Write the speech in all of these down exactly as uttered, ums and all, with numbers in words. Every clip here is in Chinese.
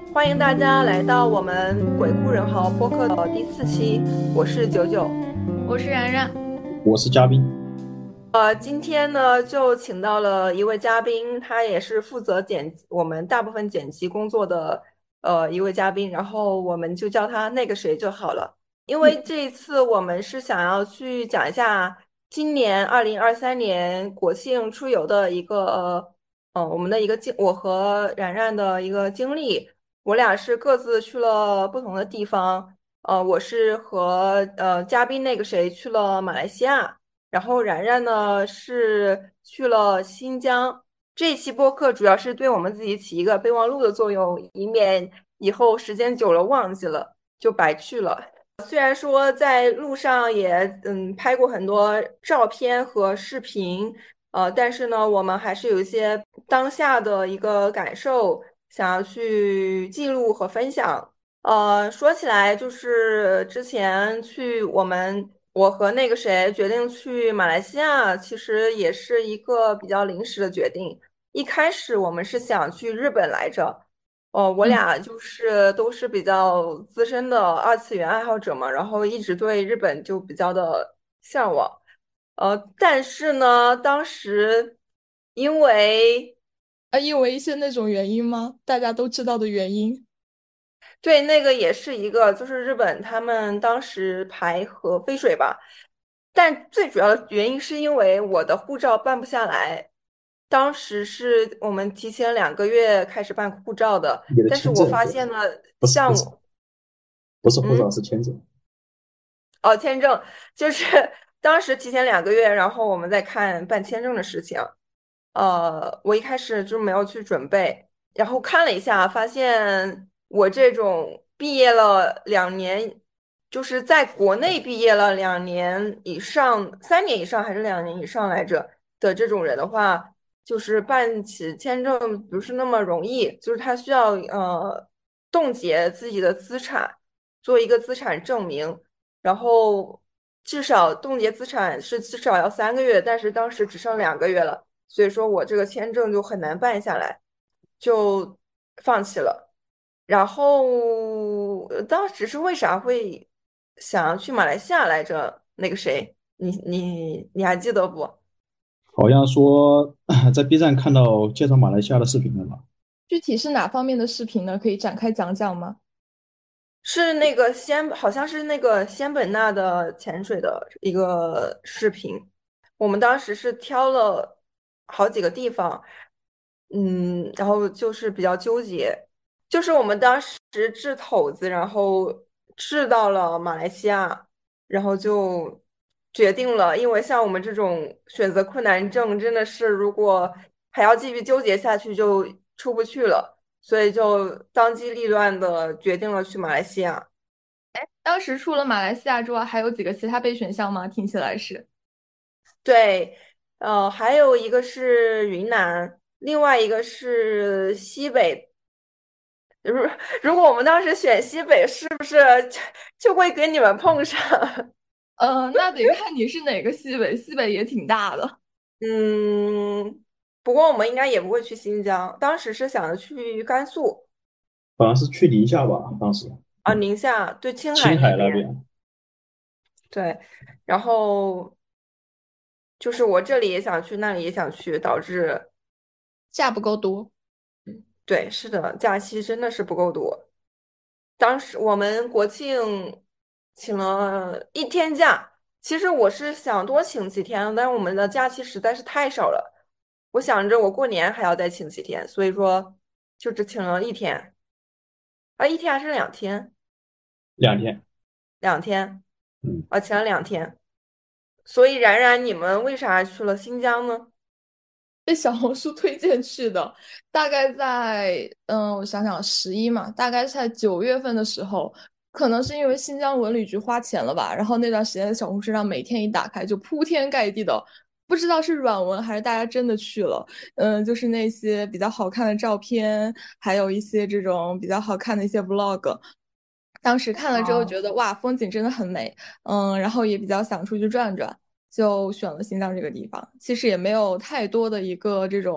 欢迎大家来到我们鬼哭人嚎播客的第四期，我是九九。 我是然然。 我是嘉宾。 呃，今天呢就请到了一位嘉宾，他也是负责剪我们大部分剪辑工作的呃一位嘉宾，然后我们就叫他那个谁就好了。因为这一次我们是想要去讲一下今年二零二三年国庆出游的一个呃呃我们的一个经，我和然然的一个经历。我俩是各自去了不同的地方，呃，我是和呃嘉宾那个谁去了马来西亚。然后然然呢是去了新疆。这一期播客主要是对我们自己起一个备忘录的作用，以免以后时间久了忘记了就白去了。虽然说在路上也嗯拍过很多照片和视频，呃，但是呢，我们还是有一些当下的一个感受，想要去记录和分享。呃，说起来，就是之前去我们，我和那个谁决定去马来西亚，其实也是一个比较临时的决定。一开始我们是想去日本来着，哦，我嗯， 俩就是都是比较资深的二次元爱好者嘛，然后一直对日本就比较的向往。呃，但是呢，当时因为啊，因为一些那种原因吗？大家都知道的原因。 对，那个也是一个，就是日本他们当时排核废水吧，但最主要的原因是因为我的护照办不下来，当时是我们提前两个月开始办护照的， 你的但是我签证发现了不是不是项目， 不是护照， 嗯。 是签证。 哦，签证就是当时提前两个月，然后我们在看办签证的事情。呃，我一开始就没有去准备，然后看了一下，发现我这种毕业了两年，就是在国内毕业了两年以上、三年以上还是两年以上来着的这种人的话，就是办起签证不是那么容易，就是他需要呃冻结自己的资产，做一个资产证明。然后至少冻结资产是至少要三个月，但是当时只剩两个月了，所以说我这个签证就很难办下来，就放弃了。然后呃当时是为啥会想要去马来西亚来着？那个谁，你你你还记得不？ 好像说在 B 站看到介绍马来西亚的视频了吧？ 具体是哪方面的视频呢？可以展开讲讲吗？ 是那个仙，好像是那个仙本那的潜水的一个视频。我们当时是挑了好几个地方，嗯，然后就是比较纠结，就是我们当时掷骰子，然后掷到了马来西亚，然后就决定了，因为像我们这种选择困难症，真的是如果还要继续纠结下去，就出不去了。所以就当机立断的决定了去马来西亚。 当时除了马来西亚之外，还有几个其他备选项吗？听起来是。 对，呃，还有一个是云南，另外一个是西北。如如果我们当时选西北，是不是就就会跟你们碰上？ 呃，那得看你是哪个西北，西北也挺大的。 嗯，不过我们应该也不会去新疆，当时是想着去甘肃好像是去宁夏吧，当时啊，宁夏，对，青海青那边。 海那边。 对，然后就是我这里也想去，那里也想去，导致。 假不够多。 对，是的，假期真的是不够多。当时我们国庆请了一天假，其实我是想多请几天，但是我们的假期实在是太少了。我想着我过年还要再请几天，所以说就只请了一天，啊，一天还是两天？ 两天。 两天， 嗯， 啊，请了两天。所以然然，你们为啥去了新疆呢？ 被小红书推荐去的，大概在嗯，我想想，十一嘛，大概在九月份的时候，可能是因为新疆文旅局花钱了吧，然后那段时间的小红书上每天一打开就铺天盖地的，不知道是软文还是大家真的去了，嗯，就是那些比较好看的照片，还有一些这种比较好看的一些 vlog。当时看了之后觉得哇，风景真的很美，嗯，然后也比较想出去转转。就选了新疆这个地方。其实也没有太多的一个这种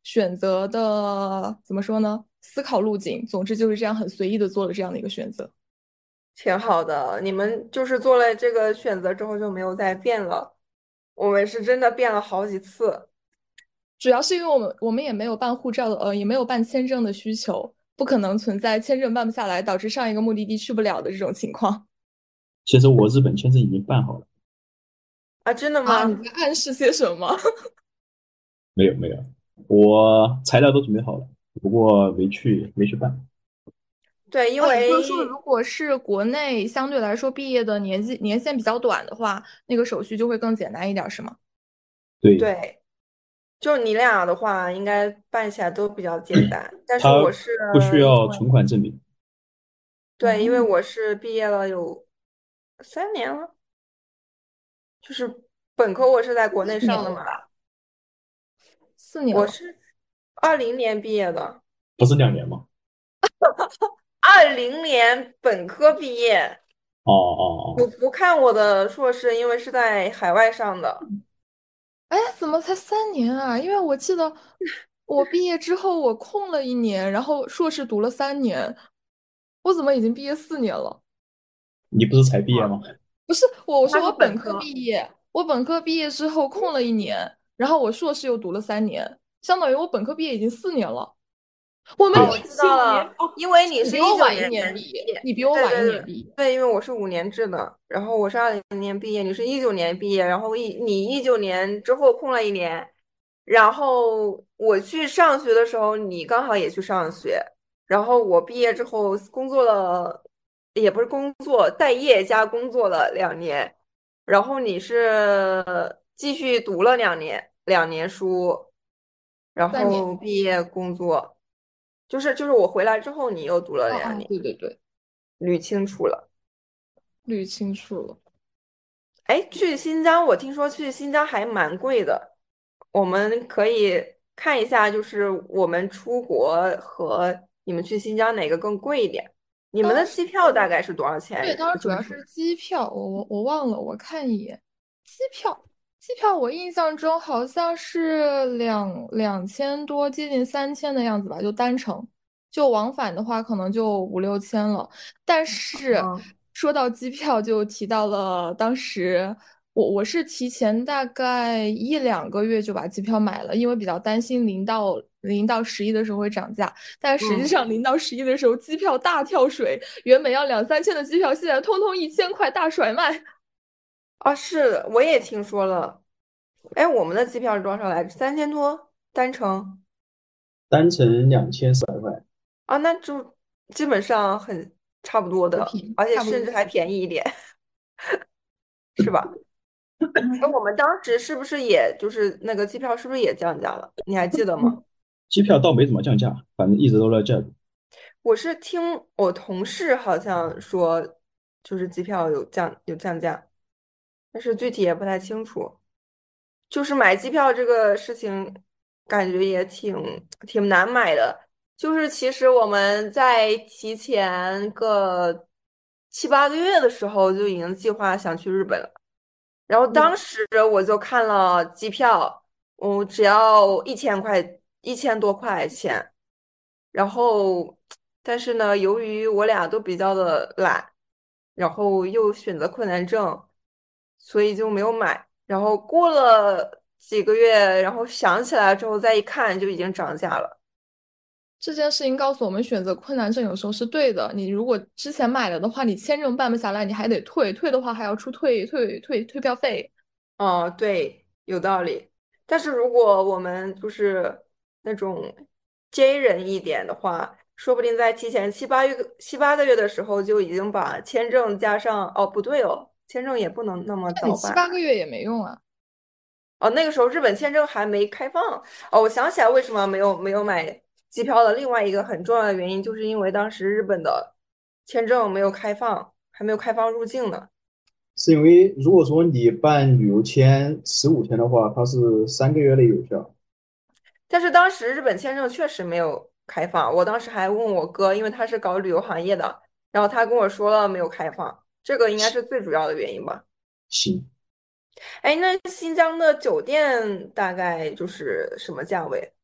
选择的怎么说呢？思考路径，总之就是这样很随意的做了这样的一个选择。 挺好的。你们就是做了这个选择之后就没有再变了，我们是真的变了好几次。 主要是因为我们我们也没有办护照的，呃，也没有办签证的需求，不可能存在签证办不下来，导致上一个目的地去不了的这种情况。 其实我日本签证已经办好了。 啊，真的啊，你吗？ 在暗示些什么？ 没有没有，我材料都准备好了，不过没去没去办。 对，因哦，也就是说，如为果是国内相对来说毕业的年纪年限比较短的话，那个手续就会更简单一点，是吗？ 对， 对，就你俩的话，应该办起来都比较简单。但是我他是不需因为要存款证明。 对，因为哦， 我是毕业了有三年了，就是本科我是在国内四年上的嘛， 了吧？四年了。 我是二零年毕业的， 不是两年吗？ 二零年本科毕业。 哦哦哦， 我不看我的硕士，因为是在海外上的。 哎，怎么才三年啊？因为我记得我毕业之后我空了一年，然后硕士读了三年，我怎么已经毕业四年了？ 你不是才毕业吗？ 不是，我我说他是我本科本科。 毕业，我本科毕业之后空了一年，然后我硕士又读了三年，相当于我本科毕业已经四年了。我们哦，我一知七年， 道了， 哦， 因为你你比是一我晚一九年年毕业， 毕业。 你比我晚一对对对年毕业。 对，因为我是五年制的，然后我是二零年毕业，你是一九年毕业，然后一你一九年之后空了一年，然后我去上学的时候，你刚好也去上学，然后我毕业之后工作了，也不是工作，待业加工作了两年，然后你是继续读了两年两年书，然三年。 后毕业工作。就是就是我回来之后，你又读了哦哦， 两年， 对对对， 捋清楚了。 捋清楚了。 哎，去新疆，我听说去新疆还蛮贵的，我们可以看一下，就是我们出国和你们去新疆哪个更贵一点？你们的当时。 机票大概是多少对， 钱？ 当时主就是要是机票，我我我忘了，我看一眼，机票，机票我印象中好像是两两千多，接近三千的样子吧，就单程，就往返的话可能就五六千了。但是嗯说到机票，就提到了当时我我是提前大概一两个月就把机票买了，因为比较担心零到零到十一的时候会涨价。但实际嗯上零到十一的时候，机票大跳水，原本要两三千的机票，现在通通一千块大甩卖。 啊，是的，我也听说了。哎，我们的机票是多少来着？三千多单程单程两千四百块。 啊，那就基本上很差不多的， 持平， 而且差不多甚至还持平。 便宜一点，是吧？哎，我们当时是不是也就是那个机票是不是也降价了？你还记得吗？ 机票倒没怎么降价，反正一直都在价格。 我是听我同事好像说，就是机票有降有降价，但是具体也不太清楚。就是买机票这个事情，感觉也挺挺难买的。就是其实我们在提前个七八个月的时候就已经计划想去日本了。然后当我时我就看了机票，嗯，只要一千块，一千多块钱。然后，但是呢，由于我俩都比较的懒，然后又选择困难症，所以就没有买。然后过了几个月，然后想起来之后再一看，就已经涨价了。 这件事情告诉我们，选择困难症有时候是对的。你如果之前买了的话，你签证办不下来，你还得退，退的话还要出退退退退票费。 哦，对，有道理。但是如果我们就是那种 J 人一点的话，说不定在提前七八月七八个月的时候就已经把签证加上。哦，不对哦，签证也不能那么那你七八早办。 个月也没用啊。 哦，那个时候日本签证还没开放。哦，我想起来为什么没有没有买机票的另外一个很重要的原因，就是因为当时日本的签证没有开放，还没有开放入境呢。 是因为如果说你办旅游签十五天的话，它是三个月内有效。 但是当时日本签证确实没有开放，我当时还问我哥，因为他是搞旅游行业的，然后他跟我说了没有开放，这个应该是最主要的原因吧。 行， 哎，那新疆的酒店大概就是什么价位？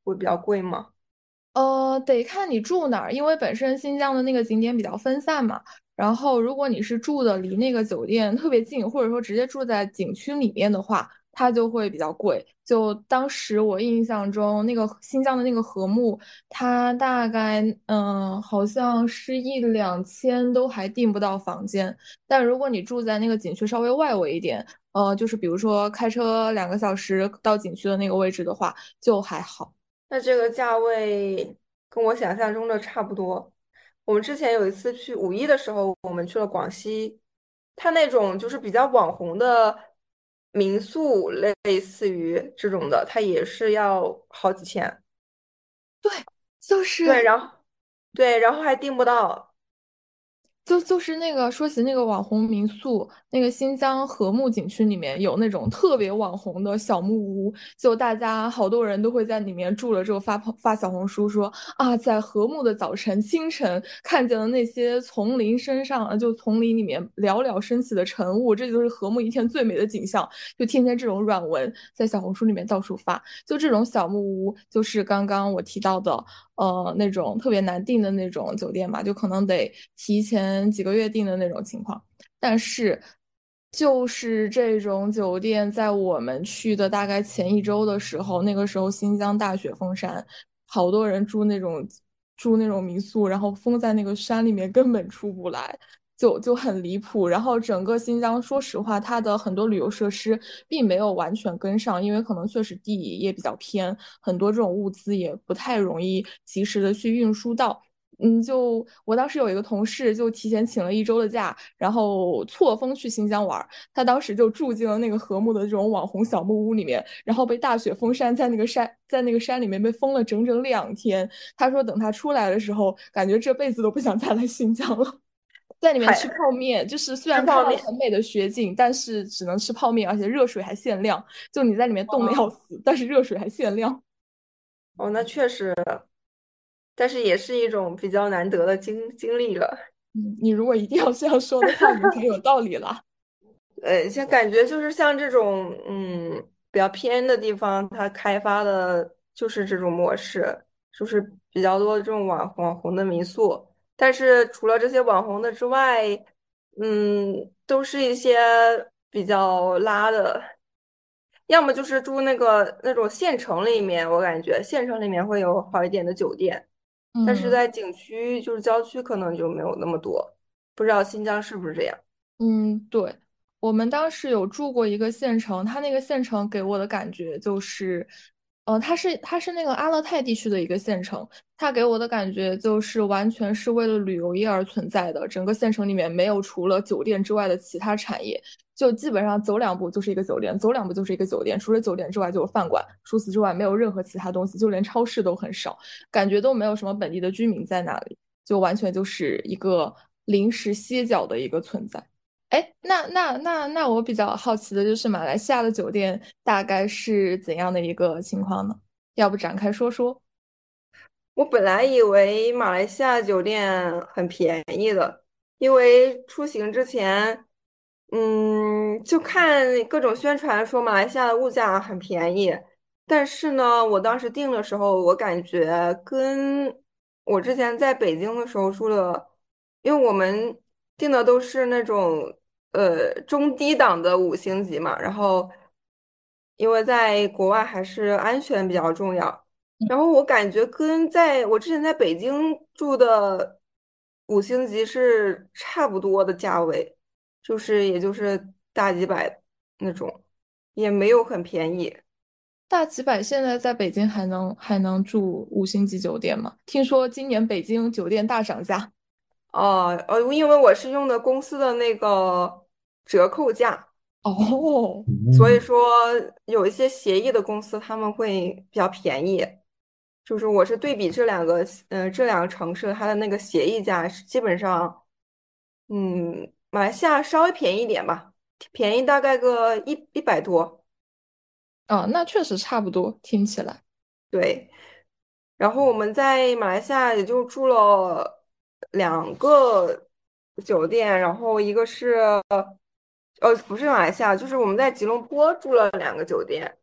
会比较贵吗？ 呃，得看你住哪儿，因为本身新疆的那个景点比较分散嘛。然后，如果你是住的离那个酒店特别近，或者说直接住在景区里面的话，它就会比较贵。就当时我印象中，那个新疆的那个和睦，它大概嗯，好像是一两千都还订不到房间。但如果你住在那个景区稍微外围一点，呃，就是比如说开车两个小时到景区的那个位置的话，就还好。 那这个价位跟我想象中的差不多。我们之前有一次去五一的时候，我们去了广西，它那种就是比较网红的民宿，类类似于这种的，它也是要好几千。 对，就是。 对，然后对，然后还订不到。 就就是那个说起那个网红民宿，那个新疆和睦景区里面有那种特别网红的小木屋，就大家好多人都会在里面住了之后发朋发小红书说啊，在和睦的早晨清晨看见了那些丛林身上，呃就丛林里面寥寥升起的晨雾，这就是和睦一天最美的景象。就天天这种软文在小红书里面到处发，就这种小木屋，就是刚刚我提到的。呃那种特别难订的那种酒店吧，就可能得提前几个月订的那种情况。但是就是这种酒店，在我们去的大概前一周的时候，那个时候新疆大雪封山，好多人住那种住那种民宿，然后封在那个山里面，根本出不来。就就很离谱，然后整个新疆，说实话，它的很多旅游设施并没有完全跟上，因为可能确实地理也比较偏，很多这种物资也不太容易及时的去运输到。嗯，就我当时有一个同事，就提前请了一周的假，然后错峰去新疆玩。他当时就住进了那个和睦的这种网红小木屋里面，然后被大雪封山，在那个山在那个山里面被封了整整两天。他说等他出来的时候，感觉这辈子都不想再来新疆了。在里面吃还泡面，就是虽然看吃泡面。 到很美的雪景，但是只能吃泡面，而且热水还限量。就你在里面冻得要哦死，但是热水还限量。 哦，那确实，但是也是一种比较难得的经经历了。 嗯，你如果一定要这样说的话，也很有道理啦。 呃，像感觉就是像这种嗯比较偏的地方，它开发的就是这种模式，就是比较多的这种网网红的民宿。但是除了这些网红的之外，嗯，都是一些比较拉的，要么就是住那个那种县城里面，我感觉县城里面会有好一点的酒店，但是嗯。 在景区就是郊区可能就没有那么多，不知道新疆是不是这样？ 嗯，对，我们当时有住过一个县城，它那个县城给我的感觉就是，呃，它是它是那个阿勒泰地区的一个县城，它给我的感觉就是完全是为了旅游业而存在的，整个县城里面没有除了酒店之外的其他产业，就基本上走两步就是一个酒店，走两步就是一个酒店，除了酒店之外就是饭馆，除此之外没有任何其他东西，就连超市都很少，感觉都没有什么本地的居民在那里，就完全就是一个临时歇脚的一个存在。哎，那那那那我比较好奇的就是马来西亚的酒店大概是怎样的一个情况呢？要不展开说说？ 我本来以为马来西亚酒店很便宜的，因为出行之前，嗯，就看各种宣传说马来西亚的物价很便宜，但是呢，我当时订的时候，我感觉跟我之前在北京的时候住的，因为我们订的都是那种呃中低档的五星级嘛，然后因为在国外还是安全比较重要。然后我感觉跟在我之前在北京住的五星级是差不多的价位，就是也就是大几百那种，也没有很便宜。 大几百现在在北京还能还能住五星级酒店吗？听说今年北京酒店大涨价。 哦，呃，因为我是用的公司的那个折扣价， 哦。 所以嗯， 说有一些协议的公司他们会比较便宜。就是我是对比这两个，呃，这两个城市它的那个协议价是基本上。嗯，马来西亚稍微便宜一点吧，便宜大概个一一百多。 啊，那确实差不多，听起来。 对，然后我们在马来西亚也就住了两个酒店，然后一个是，呃，不是马来西亚，就是我们在吉隆坡住了两个酒店，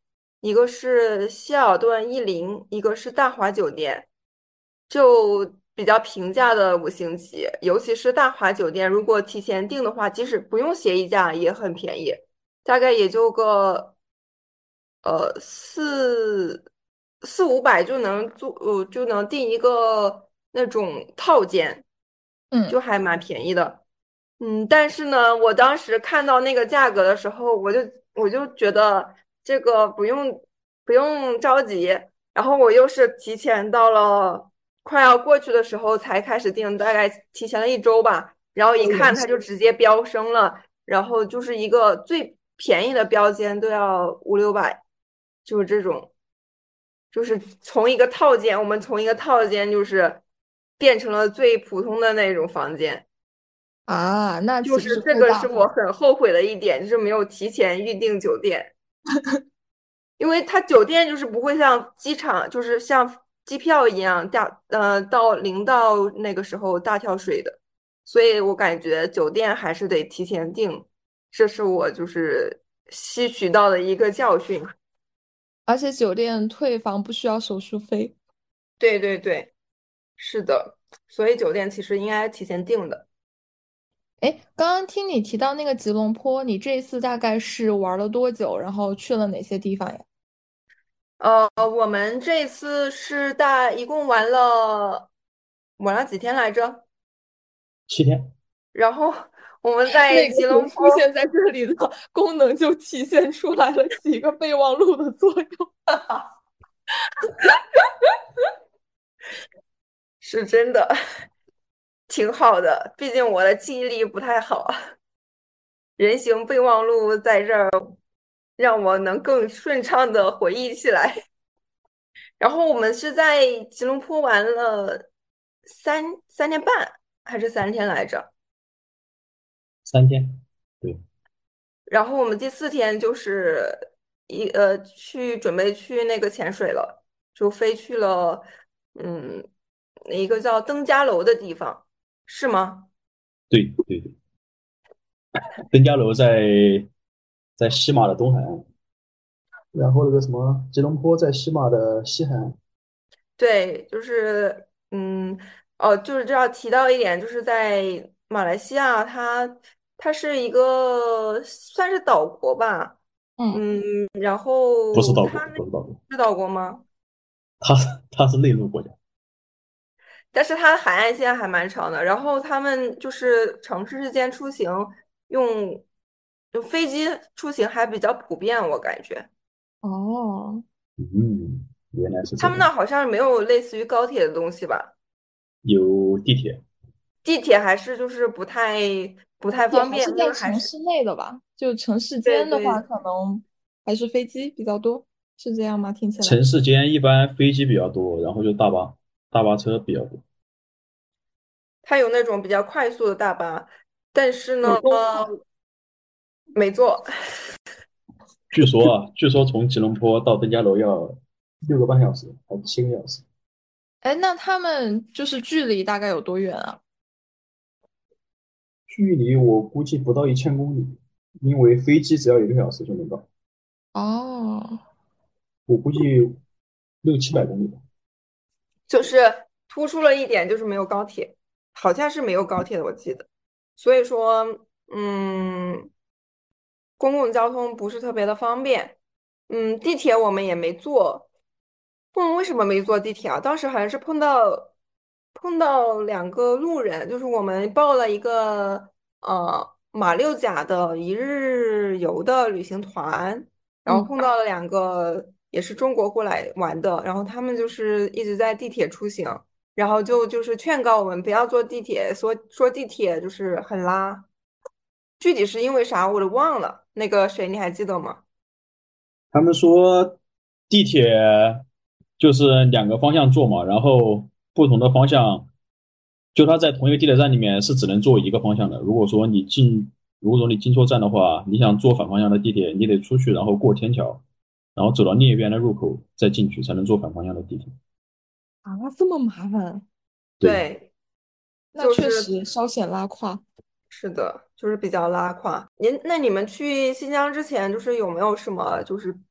一个是希尔顿逸林，一个是大华酒店，就比较平价的五星级。尤其是大华酒店，如果提前订的话，即使不用协议价也很便宜，大概也就个呃四四五百就能住，呃就能订一个那种套间， 嗯。 就还蛮便宜的。嗯，但是呢，我当时看到那个价格的时候，我就我就觉得这个不用不用着急，然后我又是提前到了快要过去的时候才开始订，大概提前了一周吧，然后一看它就直接飙升了，然后就是一个最便宜的标间都要五六百，就是这种，就是从一个套间，我们从一个套间就是变成了最普通的那种房间。 啊，那岂就是不是亏这个是大发？ 我很后悔的一点，就是没有提前预订酒店，因为它酒店就是不会像机场，就是像机票一样大，呃，到零到那个时候大跳水的，所以我感觉酒店还是得提前订，这是我就是吸取到的一个教训。 而且酒店退房不需要手续费。 对对对，是的，所以酒店其实应该提前订的。 哎，刚刚听你提到那个吉隆坡，你这一次大概是玩了多久？然后去了哪些地方呀？ 呃，我们这次是大一共玩了玩了几天来着？ 七天。 然后我们在那个吉隆坡， 熊出现在这里的功能就体现出来了起一个备忘录的作用。 是真的挺好的，毕竟我的记忆力不太好，人形备忘录在这儿让我能更顺畅的回忆起来。然后我们是在吉隆坡玩了三三天半还是三天来着？ 三天。对。 然后我们第四天就是一呃去准备去那个潜水了，就飞去了嗯一个叫登嘉楼的地方，是吗？ 对对对，登嘉楼在在西马的东海岸，然后那个什么吉隆坡在西马的西海岸。 对，就是嗯哦，就是这要提到一点，就是在马来西亚，它它是一个算是岛国吧， 嗯。 嗯，然后它不是岛国，不是岛国， 是岛国吗？ 它它是内陆国家。 但是它的海岸线还蛮长的，然后他们就是城市之间出行用用飞机出行还比较普遍，我感觉哦。 嗯，原来是这样。 他们那好像没有类似于高铁的东西吧？ 有地铁。 地铁还是就是不太不太也方便， 还是在那个还是城市内的吧？就城市间的话， 对对， 可能还是飞机比较多，是这样吗？听起来城市间一般飞机比较多，然后就大巴，大巴车比较多。 它有那种比较快速的大巴，但是有呢， 多快？ 没坐。 据说啊，据说从吉隆坡到登嘉楼要六个半小时，还是七个小时。 哎，那他们就是距离大概有多远啊？ 距离我估计不到一千公里，因为飞机只要一个小时就能到， 哦。 我估计六七百公里吧。 就是突出了一点，就是没有高铁，好像是没有高铁的，我记得。所以说，嗯，公共交通不是特别的方便。嗯，地铁我们也没坐。嗯，为什么没坐地铁啊？当时好像是碰到碰到两个路人，就是我们报了一个呃马六甲的一日游的旅行团，然后嗯。 碰到了两个也是中国过来玩的，然后他们就是一直在地铁出行，然后就就是劝告我们不要坐地铁，说说地铁就是很拉，具体是因为啥我都忘了。那个谁，你还记得吗？ 他们说地铁就是两个方向坐嘛，然后不同的方向，就它在同一个地铁站里面是只能坐一个方向的。如果说你进，如果说你进错站的话，你想坐反方向的地铁，你得出去，然后过天桥，然后走到另一边的入口再进去，才能坐反方向的地铁。 啊，这么麻烦， 对。 对， 那确就是实稍显拉胯。 是的，就是比较拉胯。您那你们去新疆之前，就是有没有什么就是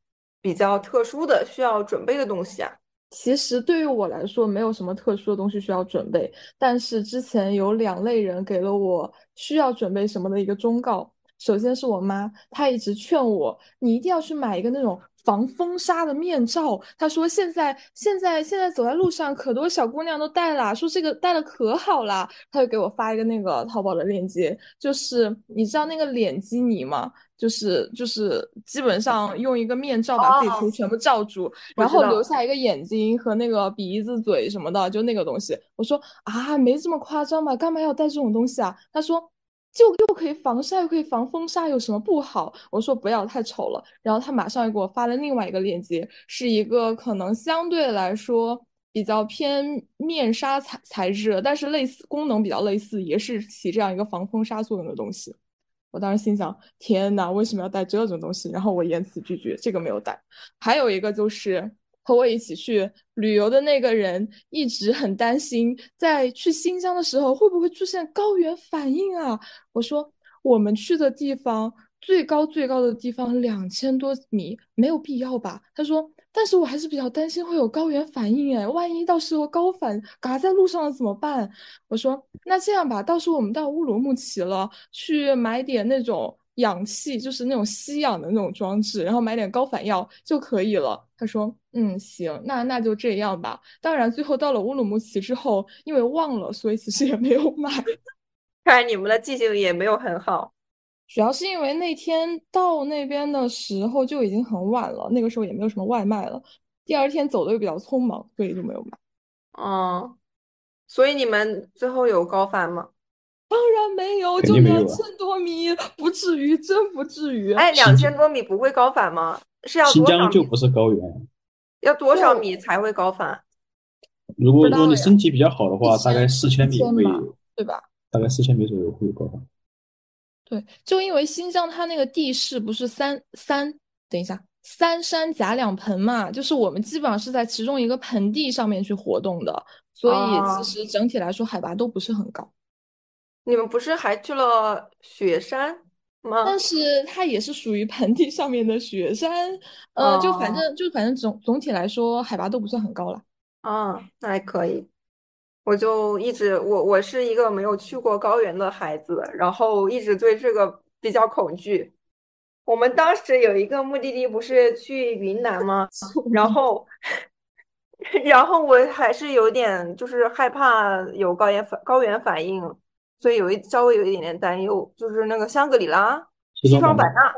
比较特殊的需要准备的东西啊？ 其实对于我来说，没有什么特殊的东西需要准备，但是之前有两类人给了我需要准备什么的一个忠告。首先是我妈，她一直劝我，你一定要去买一个那种防风沙的面罩。她说现在现在现在走在路上，可多小姑娘都戴了，说这个戴了可好啦。她就给我发一个那个淘宝的链接，就是你知道那个脸基尼吗？就是就是基本上用一个面罩把自己头哦， 全部罩住，然后留我知道。 下一个眼睛和那个鼻子、嘴什么的，就那个东西。我说啊，没这么夸张吧？干嘛要带这种东西啊？他说就又可以防晒，又可以防风沙，有什么不好？我说不要，太丑了。然后他马上又给我发了另外一个链接，是一个可能相对来说比较偏面纱材材质，但是类似功能比较类似，也是起这样一个防风沙作用的东西。我当时心想：天呐，为什么要带这种东西？然后我严词拒绝，这个没有带。还有一个就是和我一起去旅游的那个人一直很担心，在去新疆的时候会不会出现高原反应啊？我说我们去的地方最高最高的地方两千多米，没有必要吧？他说，但是我还是比较担心会有高原反应，哎，万一到时候高反嘎在路上了怎么办？我说那这样吧，到时候我们到乌鲁木齐了，去买点那种氧气，就是那种吸氧的那种装置，然后买点高反药就可以了。他说，嗯，行，那那就这样吧。当然，最后到了乌鲁木齐之后，因为忘了，所以其实也没有买。 看来你们的记性也没有很好。 主要是因为那天到那边的时候就已经很晚了，那个时候也没有什么外卖了。第二天走的又比较匆忙，所以就没有买。 嗯，所以你们最后有高反吗？ 当然没有， 肯就定没有啊。 两千多米，不至于，真不至于。 哎，两新疆千多米不会高反吗？是要新多少米？ 疆就不是高原， 要多少就米才会高反？ 如果说你不知道呀， 身体比较好的话，大一千概四一千米会， 千吧，对吧？ 大概四千米左右会有高反。 对，就因为新疆它那个地势不是三三，等一下，三山夹两盆嘛，就是我们基本上是在其中一个盆地上面去活动的，所以其哦， 实整体来说海拔都不是很高， 你们不是还去了雪山吗？ 但是它也是属于盆地上面的雪山，呃，就反哦， 正就反正总总体来说海拔都不算很高了。 哦，那还可以。我就一直我我是一个没有去过高原的孩子，然后一直对这个比较恐惧。我们当时有一个目的地不是去云南吗？然后然后我还是有点就是害怕有高原反高原反应，所以有一稍微有一点点担忧，就是那个香格里拉、西西双版纳， 双版纳，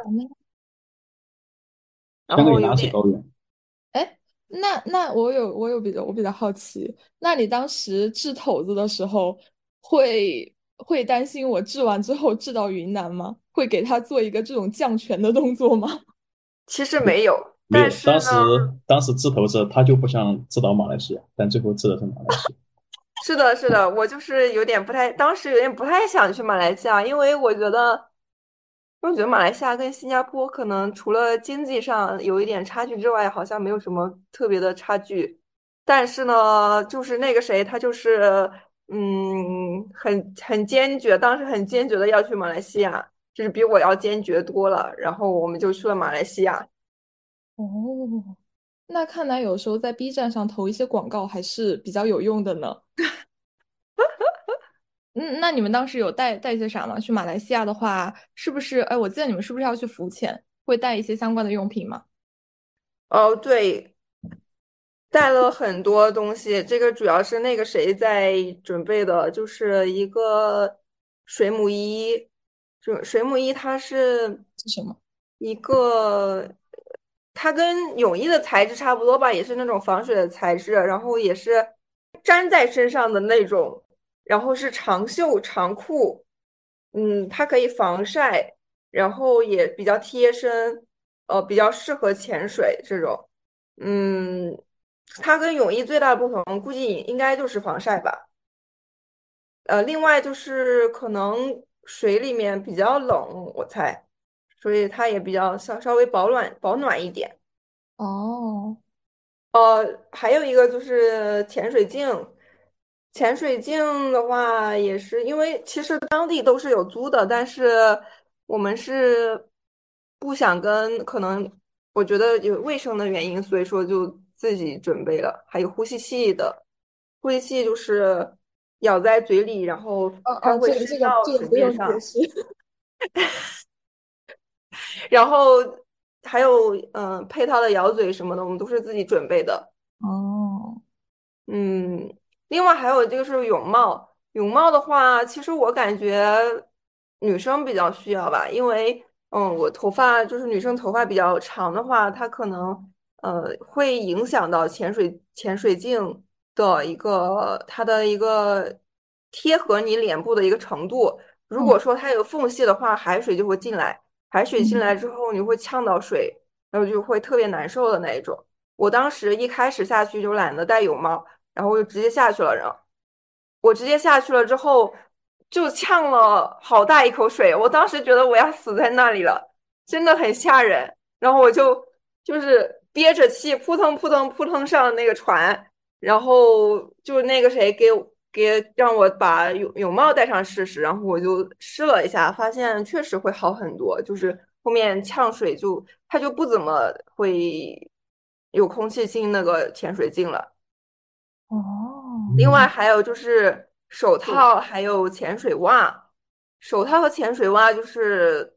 然香格里后有点拉是高原。 哎，那那我有我有比较我比较好奇，那你当时治头子的时候，会会担心我治完之后治到云南吗？会给他做一个这种降权的动作吗？ 其实没有， 没有， 但是呢， 当时当时自投资他就不想自导马来西亚，但最后自的是马来西亚。 是的，是的，我就是有点不太，当时有点不太想去马来西亚，因为我觉得，因为我觉得马来西亚跟新加坡可能除了经济上有一点差距之外，好像没有什么特别的差距。但是呢，就是那个谁，他就是嗯，很很坚决，当时很坚决的要去马来西亚，就是比我要坚决多了。然后我们就去了马来西亚。 哦，那看来有时候在 B 站上投一些广告还是比较有用的呢。嗯，那你们当时有带带一些啥吗？去马来西亚的话，是不是？哎，我记得你们是不是要去浮潜，会带一些相关的用品吗？ 哦，对，带了很多东西，这个主要是那个谁在准备的，就是一个水母衣。水水母衣它是是什么？ 一个，它跟泳衣的材质差不多吧，也是那种防水的材质，然后也是粘在身上的那种，然后是长袖长裤，嗯，它可以防晒，然后也比较贴身，呃，比较适合潜水这种。嗯，它跟泳衣最大的不同，估计应该就是防晒吧。呃，另外就是可能水里面比较冷，我猜，所以它也比较稍稍微保暖保暖一点。 哦， 还有一个就是潜水镜，潜水镜的话也是因为其实当地都是有租的，但是我们是不想跟可能我觉得有卫生的原因，所以说就自己准备了。还有呼吸器的，呼吸器就是咬在嘴里，然后啊啊， 它会伸这个这个到水这个不面上， 用解释。 然后还有嗯、呃配套的咬嘴什么的，我们都是自己准备的。 哦， 嗯，另外还有就是泳帽，泳帽的话，其实我感觉女生比较需要吧，因为嗯，我头发就是女生头发比较长的话，它可能呃会影响到潜水潜水镜的一个它的一个贴合你脸部的一个程度。如果嗯说它有缝隙的话，海水就会进来，海水进来嗯， 之后你会呛到水，然后就会特别难受的那一种。我当时一开始下去就懒得戴泳帽。然后我就直接下去了。然后我直接下去了之后，就呛了好大一口水，我当时觉得我要死在那里了，真的很吓人。然后我就就是憋着气，扑腾扑腾扑腾上那个船，然后就那个谁给给让我把泳泳帽戴上试试，然后我就试了一下，发现确实会好很多，就是后面呛水就它就不怎么会有空气进那个潜水镜了。 哦， 另外嗯， 还有就是手对， 套，还有潜水袜。手套和潜水袜就是，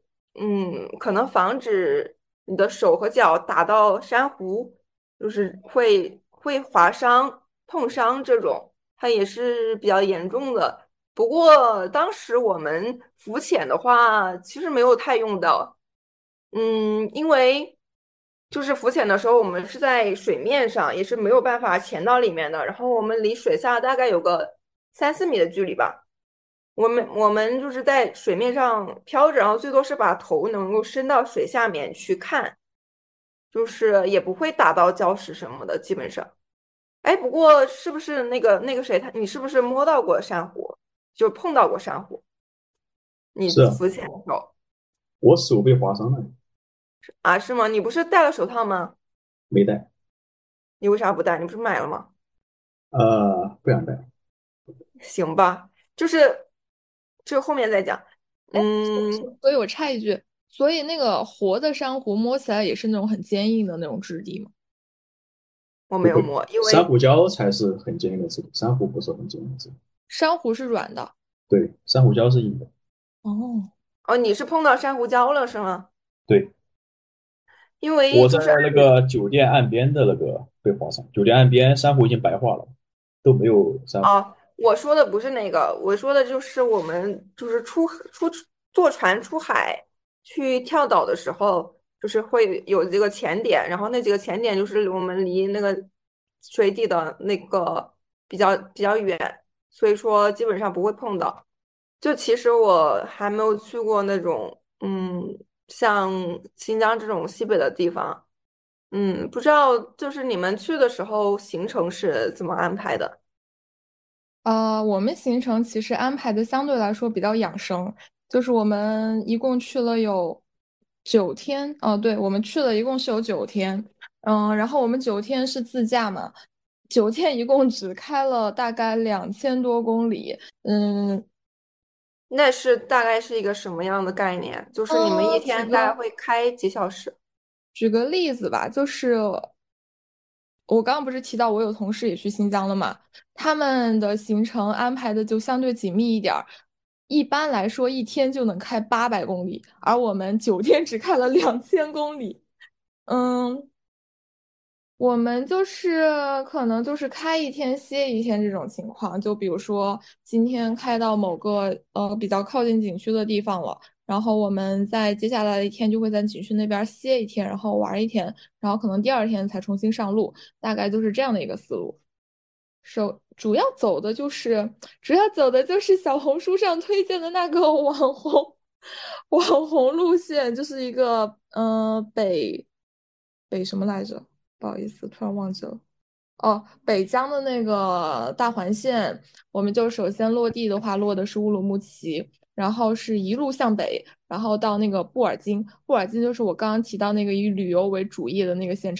嗯，可能防止你的手和脚打到珊瑚，就是会会划伤、碰伤这种，它也是比较严重的。不过当时我们浮潜的话，其实没有太用到，嗯，因为就是浮潜的时候，我们是在水面上，也是没有办法潜到里面的。然后我们离水下大概有个三四米的距离吧。我们我们就是在水面上飘着，然后最多是把头能够伸到水下面去看，就是也不会打到礁石什么的，基本上。哎，不过是不是那个那个谁他，你是不是摸到过珊瑚，就碰到过珊瑚？你是啊， 浮潜的时候我手被划伤了， 啊？是吗？你不是戴了手套吗？ 没带， 你为啥不戴？你不是买了吗？ 呃，不想带。 行吧，就是这个后面再讲。 哎，所嗯， 所以我插一句，所以那个活的珊瑚摸起来也是那种很坚硬的那种质地吗？ 我没不会， 有摸，因为珊瑚礁才是很坚硬的质地，珊瑚不是很坚硬的质地。 珊瑚是软的。 对，珊瑚礁是硬的。 哦， 哦，你是碰到珊瑚礁了是吗？ 对， 因为我在就是那个酒店岸边的那个被划伤，酒店岸边珊瑚已经白化了，都没有珊瑚。 啊，我说的不是那个，我说的就是我们就是出出坐船出海去跳岛的时候，就是会有这个潜点，然后那几个潜点就是我们离那个水底的那个比较比较远，所以说基本上不会碰到。就其实我还没有去过那种，嗯，像新疆这种西北的地方，嗯，不知道就是你们去的时候行程是怎么安排的？ 呃，我们行程其实安排的相对来说比较养生，就是我们一共去了有九天，哦，对，我们去了一共是有九天，嗯，然后我们九天是自驾嘛，九天一共只开了大概两千多公里，嗯， 那是大概是一个什么样的概念？就是你们一呃，举天大概个会开几小时？ 举个例子吧，就是我刚刚不是提到我有同事也去新疆了嘛，他们的行程安排的就相对紧密一点儿，一般来说一天就能开八百公里，而我们九天只开了两千公里。嗯，我们就是可能就是开一天歇一天这种情况，就比如说今天开到某个呃比较靠近景区的地方了，然后我们在接下来的一天就会在景区那边歇一天，然后玩一天，然后可能第二天才重新上路，大概就是这样的一个思路。首主要走的就是主要走的就是小红书上推荐的那个网红网红路线，就是一个嗯、呃北北什么来着？不好意思，突然忘记了。哦，北疆的那个大环线，我们就首先落地的话，落的是乌鲁木齐，然后是一路向北，然后到那个布尔津。布尔津就是我刚刚提到那个以旅游为主业的那个县城。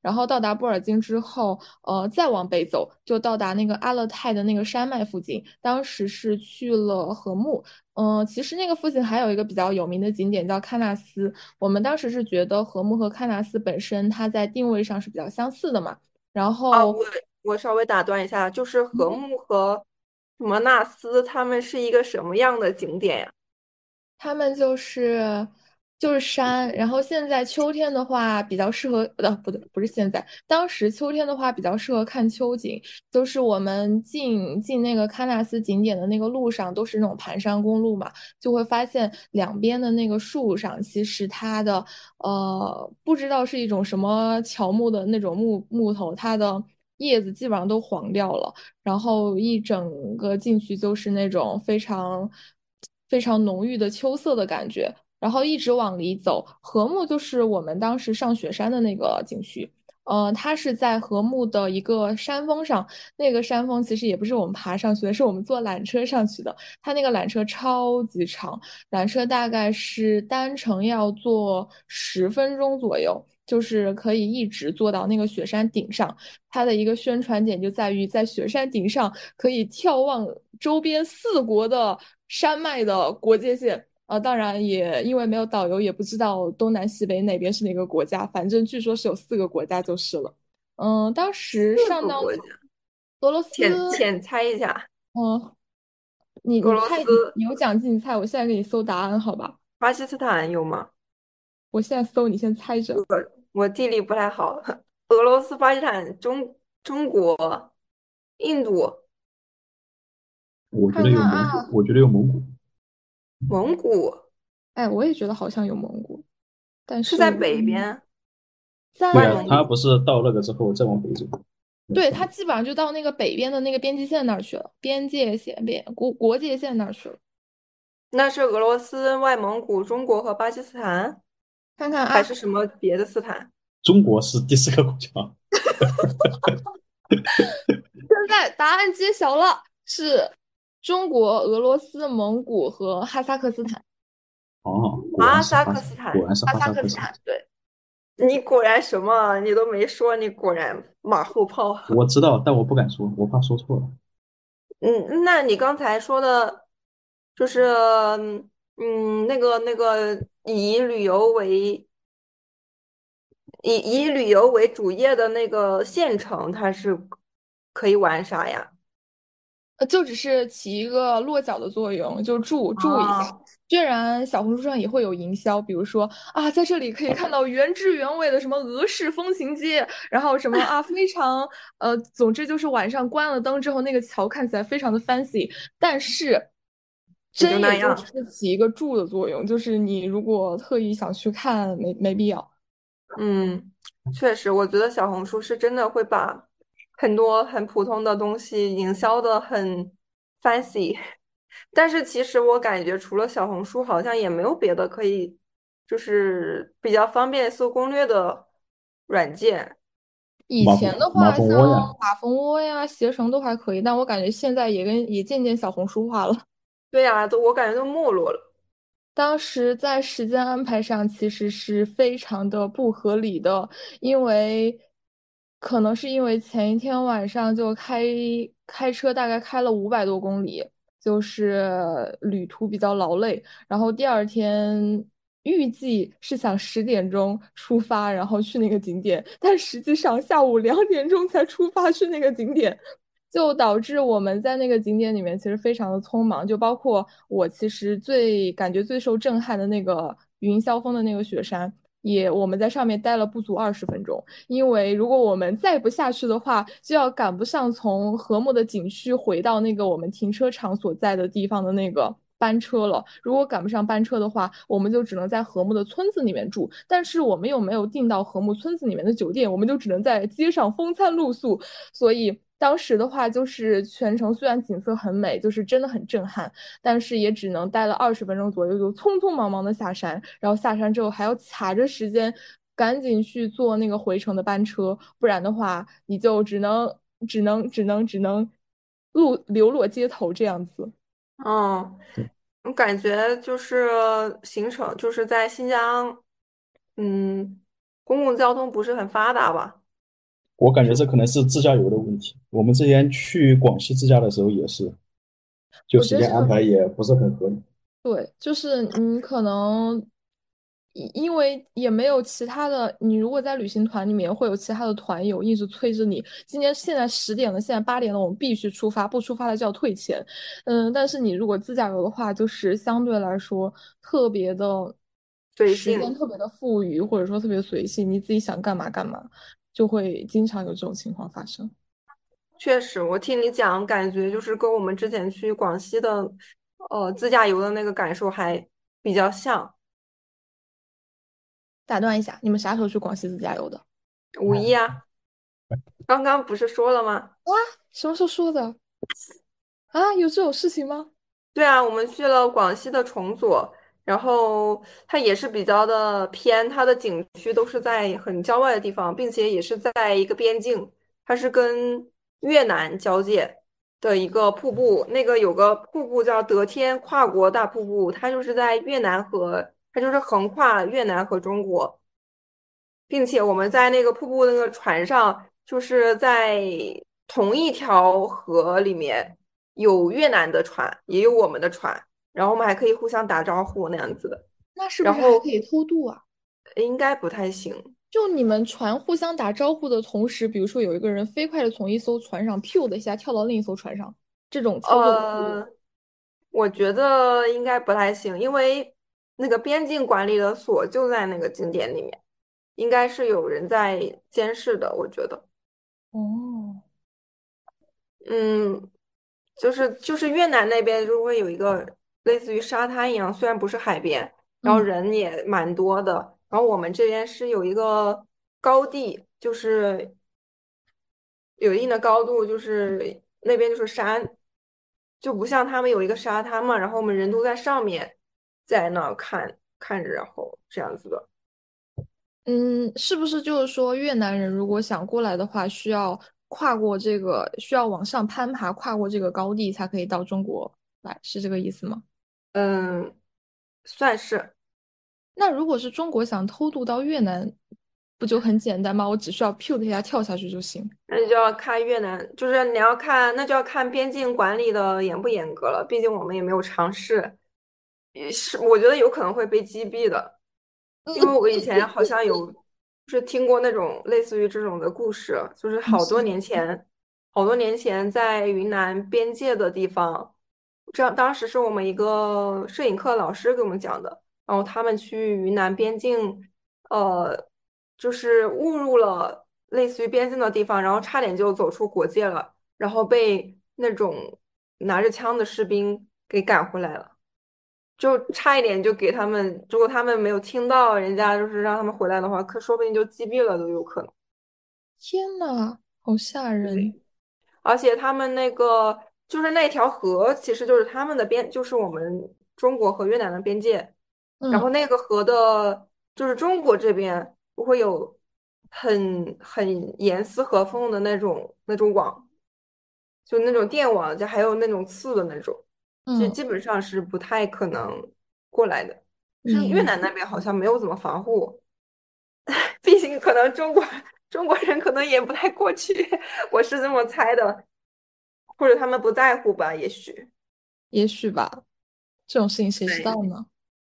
然后到达布尔津之后，呃，再往北走就到达那个阿勒泰的那个山脉附近。当时是去了禾木，嗯、呃，其实那个附近还有一个比较有名的景点叫喀纳斯。我们当时是觉得禾木和喀纳斯本身它在定位上是比较相似的嘛，然啊， 后我我稍微打断一下，就是禾木和什么纳斯，他们是一个什么样的景点呀？ 他们就是就是山，然后现在秋天的话比较适合，呃，不对，不是现在，当时秋天的话比较适合看秋景，就是我们进进那个喀纳斯景点的那个路上都是那种盘山公路嘛，就会发现两边的那个树上，其实它的呃不知道是一种什么乔木的那种木木头，它的叶子基本上都黄掉了。然后一整个进去就是那种非常非常浓郁的秋色的感觉。然后一直往里走，禾木就是我们当时上雪山的那个景区。呃，它是在禾木的一个山峰上，那个山峰其实也不是我们爬上去的，是我们坐缆车上去的。它那个缆车超级长，缆车大概是单程要坐十分钟左右，就是可以一直坐到那个雪山顶上。它的一个宣传点就在于在雪山顶上可以眺望周边四国的山脉的国界线。呃，当然也因为没有导游，也不知道东南西北哪边是哪个国家，反正据说是有四个国家就是了。嗯，当时四上到个国家， 俄罗斯， 浅浅猜一下， 嗯，你俄罗你猜，你斯、 你有奖竞猜，我现在给你搜答案，好吧？ 巴基斯坦有吗？ 我现在搜，你先猜着。 我地理不太好。俄罗斯、巴基斯坦、中中国、印度、 我觉得看看有蒙古， 啊， 我觉得有蒙古。 蒙古哎，我也觉得好像有蒙古，但是在是我北边， 对啊， 在， 外蒙古。 他不是到那个之后再往北走。 对，它基本上就到那个北边的那个边境线那儿去了，边界线边国国界线那儿去了。 那是俄罗斯、外蒙古、中国和巴基斯坦， 看看啊， 还是什么别的斯坦？ 中国是第四个国家。 现在答案揭晓了，是中国、俄罗斯、蒙古和哈萨克斯坦。 哦，果然哈萨是哈萨， 克斯坦。 果然是哈哈萨克斯坦。 萨克斯坦，对， 你果然什么？你都没说，你果然马后炮。 我知道，但我不敢说，我怕说错了。 嗯，那你刚才说的，就是嗯，那个那个以旅游为以以旅游为主业的那个县城，它是可以玩啥呀？ 呃就只是起一个落脚的作用，就住住一下。 啊， 虽然小红书上也会有营销，比如说啊，在这里可以看到原汁原味的什么俄式风情街，然后什么啊，非常呃，总之就是晚上关了灯之后，那个桥看起来非常的 fancy，但是也就真也就只那样。 是起一个住的作用，就是你如果特意想去看，没没必要。 嗯，确实，我觉得小红书是真的会把很多很普通的东西营销的很 fancy，但是其实我感觉除了小红书，好像也没有别的可以，就是比较方便搜攻略的软件。 以马蜂马前的话，像蜂窝呀。 马蜂窝呀、携程都还可以，但我感觉现在也跟也渐渐小红书化了。 对呀，都我感觉都没落了。 当时在时间安排上其实是非常的不合理的，因为可能是因为前一天晚上就开开车大概开了五百多公里，就是旅途比较劳累，然后第二天预计是想十点钟出发，然后去那个景点，但实际上下午两点钟才出发去那个景点。就导致我们在那个景点里面其实非常的匆忙，就包括我其实最感觉最受震撼的那个云霄峰的那个雪山，也我们在上面待了不足二十分钟，因为如果我们再不下去的话，就要赶不上从禾木的景区回到那个我们停车场所在的地方的那个。班车了，如果赶不上班车的话，我们就只能在禾木的村子里面住。但是我们又没有订到禾木村子里面的酒店，我们就只能在街上风餐露宿。所以当时的话，就是全程虽然景色很美，就是真的很震撼，但是也只能待了二十分钟左右，就匆匆忙忙的下山，然后下山之后还要卡着时间赶紧去坐那个回程的班车，不然的话你就只能只能只能只能路流落街头这样子。 嗯，我感觉就是行程就是在新疆，嗯，公共交通不是很发达吧？ 我感觉这可能是自驾游的问题。我们之前去广西自驾的时候也是，就我觉得这个时间安排也不是很合理。 对，就是你可能因因为也没有其他的，你如果在旅行团里面会有其他的团友一直催着你，今天现在十点了，现在八点了，我们必须出发，不出发了就要退钱。嗯，但是你如果自驾游的话，就是相对来说特别的随性。 时间特别的富裕，或者说特别随性，你自己想干嘛干嘛，就会经常有这种情况发生。 确实，我听你讲，感觉就是跟我们之前去广西的，呃，自驾游的那个感受还比较像。 打断一下，你们啥时候去广西自驾游的？ 五一啊，刚刚不是说了吗？ 什么时候说的？啊，有这种事情吗？ 对啊，我们去了广西的崇左，然后它也是比较的偏，它的景区都是在很郊外的地方，并且也是在一个边境，它是跟越南交界的一个瀑布，那个有个瀑布叫得天跨国大瀑布，它就是在越南和它就是横跨越南和中国。并且我们在那个瀑布那个船上，就是在同一条河里面有越南的船，也有我们的船，然后我们还可以互相打招呼那样子的。 那是不然后是还可以偷渡啊？ 应该不太行。 就你们船互相打招呼的同时，比如说有一个人飞快的从一艘船上 p 的一下跳到另一艘船上，这种操作可以吗？ 呃，我觉得应该不太行，因为那个边境管理的所就在那个景点里面，应该是有人在监视的，我觉得。 哦， 嗯，就是就是越南那边就会有一个类似于沙滩一样，虽然不是海边，然后嗯人也蛮多的。然后我们这边是有一个高地，就是有一定的高度，就是那边就是山，就不像他们有一个沙滩嘛，然后我们人都在上面，在那儿看看着，然后这样子的。 嗯，是不是就是说越南人如果想过来的话，需要跨过这个，需要往上攀爬，跨过这个高地才可以到中国来，是这个意思吗？ 嗯，算是。 那如果是中国想偷渡到越南，不就很简单吗？我只需要 p 的一下跳下去就行。 那就要看越南，就是你要看，那就要看边境管理的严不严格了。毕竟我们也没有尝试，也是我觉得有可能会被击毙的。因为我以前好像有就是听过那种类似于这种的故事，就是嗯， 好多年前，好多年前在云南边界的地方，这样当时是我们一个摄影课老师给我们讲的，然后他们去云南边境，呃，就是误入了类似于边境的地方，然后差点就走出国界了，然后被那种拿着枪的士兵给赶回来了。就差一点就给他们，如果他们没有听到人家就是让他们回来的话，可说不定就击毙了都有可能。 天呐，好吓对， 人！ 而且他们那个就是那条河，其实就是他们的边，就是我们中国和越南的边界。然后嗯那个河的，就是中国这边不会有很很严丝合缝的那种那种网，就那种电网，就还有那种刺的那种，其实嗯， 基本上是不太可能过来的。是越明南那边好像没有怎么防护，毕竟可能中国中国人可能也不太过去，我是这么猜的，或者他们不在乎吧，也许。 也许吧，这种事情谁知道对， 呢？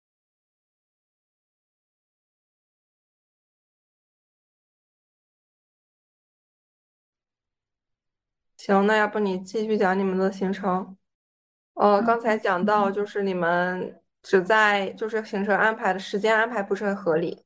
行，那要不你继续讲你们的行程？呃，刚才讲到就是你们只在就是行程安排的时间安排不是很合理。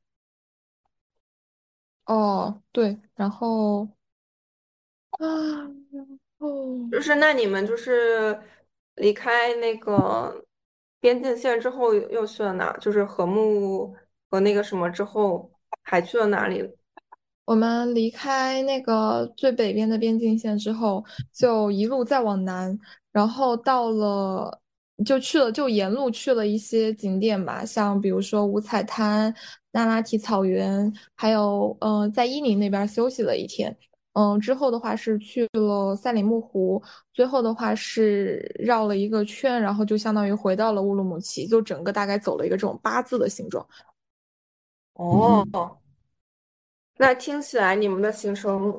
哦，对，然后啊，然后就是那你们就是离开那个边境线之后又去了哪？就是和睦和那个什么之后还去了哪里？ 我们离开那个最北边的边境线之后，就一路再往南，然后到了，就去了，就沿路去了一些景点吧，像比如说五彩滩、那拉提草原，还有嗯、呃在伊宁那边休息了一天。嗯，之后的话是去了赛里木湖，最后的话是绕了一个圈，然后就相当于回到了乌鲁木齐，就整个大概走了一个这种八字的形状。 哦，那听起来你们的行程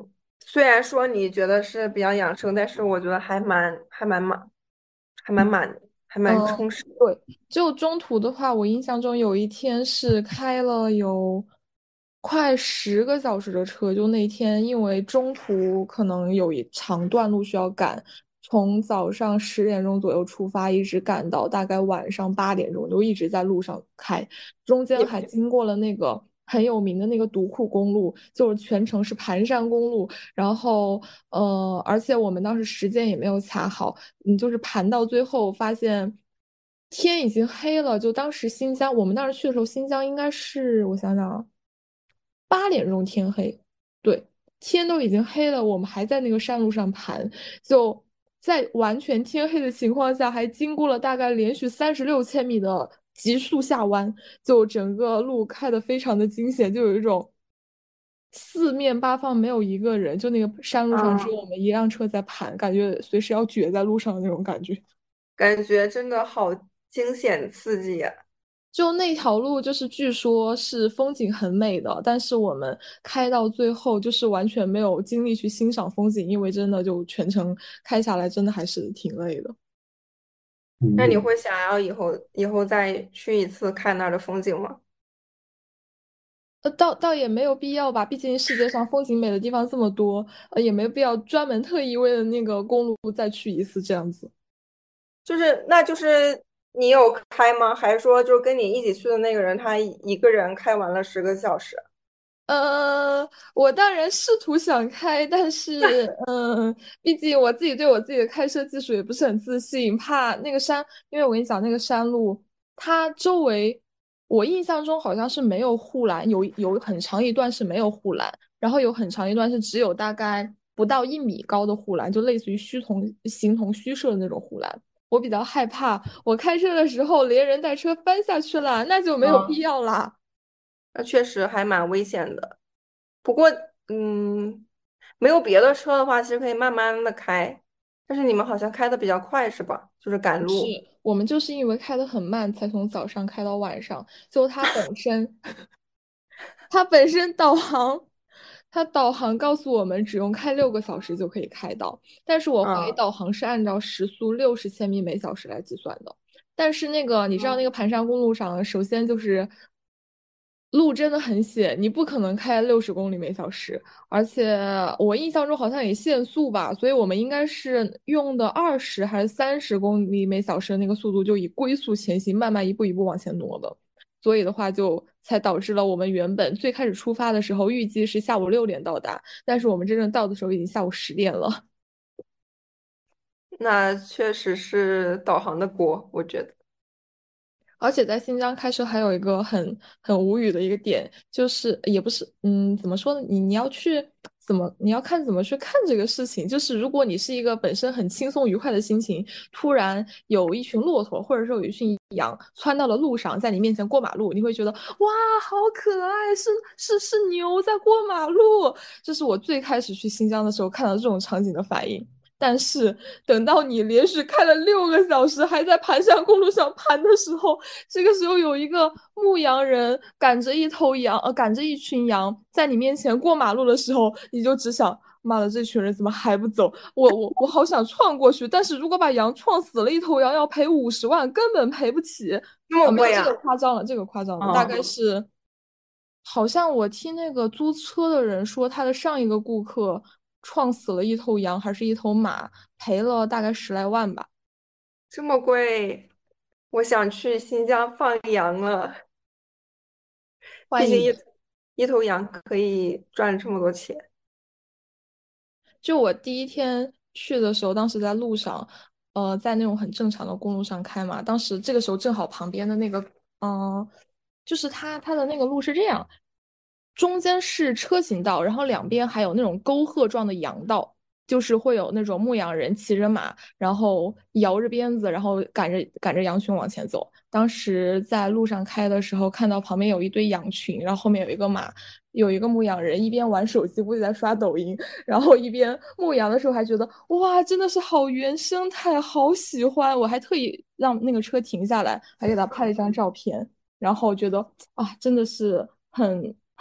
虽然说你觉得是比较养生，但是我觉得还蛮还蛮满，还蛮满，还蛮嗯， 充实。 对，就中途的话，我印象中有一天是开了有快十个小时的车，就那天因为中途可能有一长段路需要赶，从早上十点钟左右出发，一直赶到大概晚上八点钟，就一直在路上开，中间还你经过了那个很有名的那个独库公路，就是全程是盘山公路，然后呃，而且我们当时时间也没有卡好。嗯，就是盘到最后发现天已经黑了。就当时新疆，我们当时去的时候，新疆应该是我想想啊，八点钟天黑，对，天都已经黑了，我们还在那个山路上盘，就在完全天黑的情况下，还经过了大概连续三十六千米的急速下弯，就整个路开得非常的惊险，就有一种四面八方没有一个人，就那个山路上只有啊， 我们一辆车在盘，感觉随时要撅在路上的那种感觉。 感觉真的好惊险刺激呀！ 就那条路，就是据说是风景很美的，但是我们开到最后，就是完全没有精力去欣赏风景，因为真的就全程开下来，真的还是挺累的。 那你嗯， 会想要以后以后再去一次看那儿的风景吗？ 呃，倒倒也没有必要吧，毕竟世界上风景美的地方这么多，呃，也没有必要专门特意为了那个公路再去一次这样子。 就是那就是你有开吗？还是说就是跟你一起去的那个人他一个人开完了十个小时？ 呃，我当然试图想开，但是，嗯，毕竟我自己对我自己的开车技术也不是很自信，怕那个山，因为我跟你讲，那个山路它周围，我印象中好像是没有护栏，有有很长一段是没有护栏，然后有很长一段是只有大概不到一米高的护栏，就类似于虚同形同虚设的那种护栏。我比较害怕，我开车的时候连人带车翻下去了，那就没有必啊， 要啦。 那确实还蛮危险的。不过，嗯，没有别的车的话，其实可以慢慢的开。但是你们好像开的比较快，是吧？就是赶是路。 我们就是因为开得很慢，才从早上开到晚上。就它本身，它本身导航，它导航告诉我们只用开六个小时就可以开到，但是我怀疑啊， 导航是按照时速六十千米每小时来计算的。但是那个你知道那个盘山公路上，首先就是路真的很险，你不可能开六十公里每小时，而且我印象中好像也限速吧，所以我们应该是用的二十还是三十公里每小时的那个速度，就以龟速前行，慢慢一步一步往前挪的。所以的话，就才导致了我们原本最开始出发的时候预计是下午六点到达，但是我们真正到的时候已经下午十点了。 那确实是导航的锅，我觉得。 而且在新疆开车还有一个很很无语的一个点，就是也不是，嗯，怎么说呢？你你要去怎么，你要看怎么去看这个事情。就是如果你是一个本身很轻松愉快的心情，突然有一群骆驼或者说有一群羊窜到了路上，在你面前过马路，你会觉得哇，好可爱，是是是牛在过马路。这是我最开始去新疆的时候看到这种场景的反应。但是等到你连续开了六个小时，还在盘山公路上盘的时候，这个时候有一个牧羊人赶着一头羊，呃，赶着一群羊在你面前过马路的时候，你就只想，妈的，这群人怎么还不走？我我我好想撞过去，但是如果把羊撞死了一头羊要赔五十万，根本赔不起。 这啊，没有这个么贵啊？ 夸张了，这个夸张了，大概啊， 是，好像我听那个租车的人说，他的上一个顾客撞死了一头羊还是一头马，赔了大概十来万吧。 这么贵，我想去新疆放羊了。毕竟一欢迎你。 一头羊可以赚这么多钱。 就我第一天去的时候，当时在路上，呃，在那种很正常的公路上开嘛。当时这个时候正好旁边的那个，嗯、就是它它的那个路是这样，中间是车行道，然后两边还有那种沟壑状的羊道，就是会有那种牧羊人骑着马，然后摇着鞭子，然后赶着赶着羊群往前走。当时在路上开的时候，看到旁边有一堆羊群，然后后面有一个马，有一个牧羊人一边玩手机，估计在刷抖音，然后一边牧羊的时候还觉得哇，真的是好原生态，好喜欢。我还特意让那个车停下来，还给他拍了一张照片，然后觉得啊，真的是很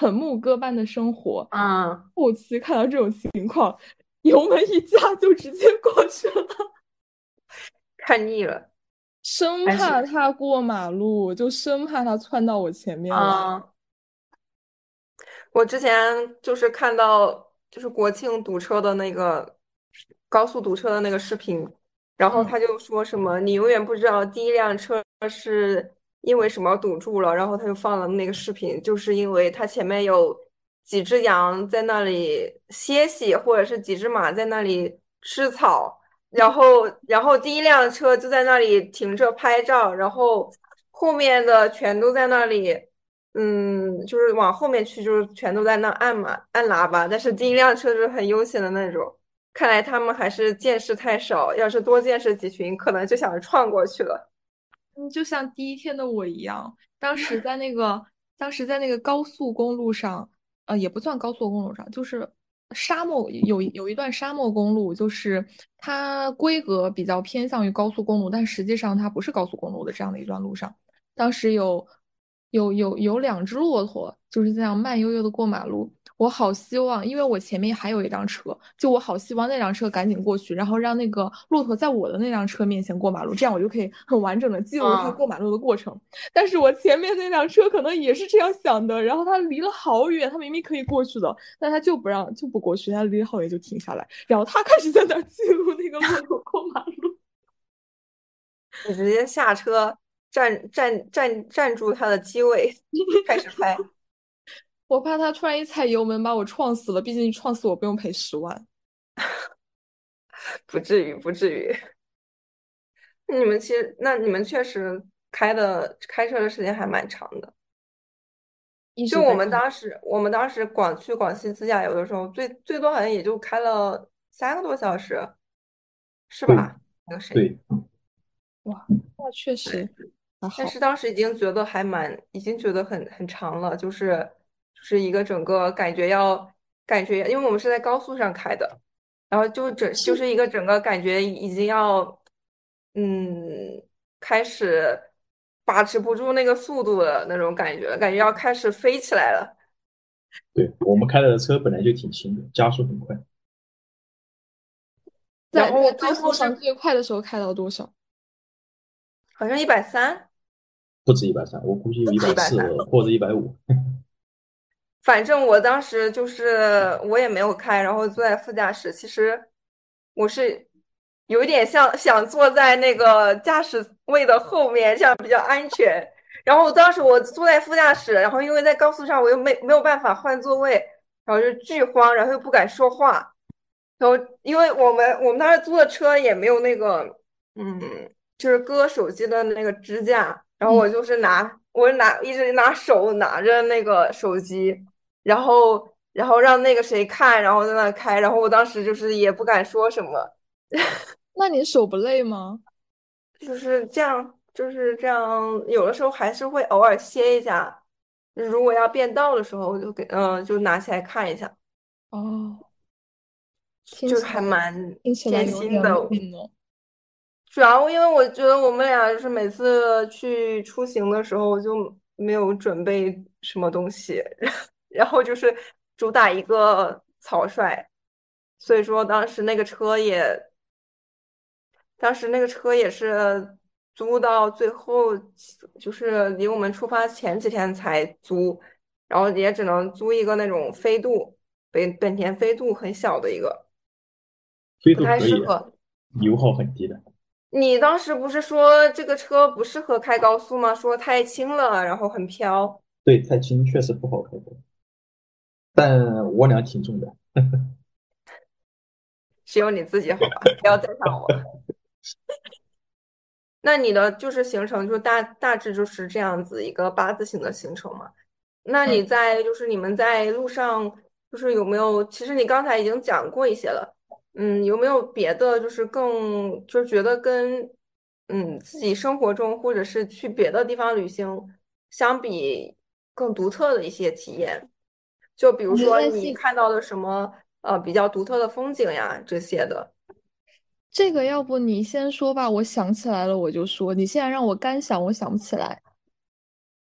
很牧歌般的生活。 嗯， 后期看到这种情况，油门一加就直接过去了， 看腻了， 生还是怕他过马路，就生怕他窜到我前面来。 嗯。我之前就是看到，就是国庆堵车的那个高速堵车的那个视频，然后嗯， 他就说什么你永远不知道第一辆车是因为什么堵住了，然后他就放了那个视频，就是因为他前面有几只羊在那里歇息，或者是几只马在那里吃草，然后然后第一辆车就在那里停着拍照，然后后面的全都在那里。嗯，就是往后面去，就是全都在那按嘛，按喇叭，但是第一辆车就是很悠闲的那种。看来他们还是见识太少，要是多见识几群，可能就想着撞过去了。 嗯，就像第一天的我一样，当时在那个当时在那个高速公路上，呃，也不算高速公路上，就是沙漠有有一段沙漠公路，就是它规格比较偏向于高速公路，但实际上它不是高速公路的这样的一段路上。当时有有有有两只骆驼，就是这样慢悠悠的过马路。我好希望，因为我前面还有一辆车，就我好希望那辆车赶紧过去，然后让那个骆驼在我的那辆车面前过马路，这样我就可以很完整的记录它嗯， 过马路的过程。但是我前面那辆车可能也是这样想的，然后它离了好远，它明明可以过去的，但它就不让，就不过去，它离了好远就停下来，然后它开始在那儿记录那个骆驼过马路。 你直接下车站站站站住他的机位，开始拍， 我怕它突然一踩油门把我撞死了，毕竟撞死我不用赔十万。 不至于，不至于。你们其实，那你们确实开的开车的时间还蛮长的。 一就我们直在看。 当时，我们当时广去广西自驾游的时候，最最多好像也就开了三个多小时，是对吧？那个谁？ 对， 哇，那确实还好。 但是当时已经觉得还蛮，已经觉得很很长了，就是就是一个整个感觉要感觉，因为我们是在高速上开的，然后就整就是一个整个感觉已经要嗯开始把持不住那个速度的那种感觉，感觉要开始飞起来了。 对，我们开的车本来就挺轻的，加速很快， 然在在高速后最后是上最快的时候开到多少？ 好像一百三， 不止一百三，我估计有不一百四止一百三。 或者一百五。 反正我当时就是我也没有开，然后坐在副驾驶。其实我是有一点像想坐在那个驾驶位的后面，这样比较安全。然后当时我坐在副驾驶，然后因为在高速上我又没没有办法换座位，然后就巨慌，然后又不敢说话。然后因为我们我们当时租的车也没有那个，嗯，就是搁手机的那个支架，然后嗯， 我就是拿我拿一直拿手拿着那个手机。然后然后让那个谁看，然后在那开，然后我当时就是也不敢说什么， 那你手不累吗？ 就是这样，就是这样，有的时候还是会偶尔歇一下，如果要变道的时候，我就给嗯、呃就拿起来看一下， 哦，听就是起来还蛮听起来艰有点辛的。 累呢。 主要因为我觉得我们俩就是每次去出行的时候，我就没有准备什么东西，然后就是主打一个草率，所以说当时那个车也，当时那个车也是租到最后，就是离我们出发前几天才租，然后也只能租一个那种飞度，本本田飞度很小的一个， 飞不太度可以啊， 适合。 油耗很低的。 你当时不是说这个车不适合开高速吗？说太轻了，然后很飘。 对，太轻确实不好开车，但我俩挺重的。 只有你自己好吧，不要再上我。那你的就是行程，就大大致就是这样子一个八字形的行程嘛？那嗯， 你在就是你们在路上，就是有没有？其实你刚才已经讲过一些了，嗯，有没有别的就是更就是觉得跟嗯自己生活中或者是去别的地方旅行相比更独特的一些体验？就比如我觉得说你在信看到的什么呃比较独特的风景呀这些的。 这个，要不你先说吧，我想起来了我就说，你现在让我干想，我想不起来。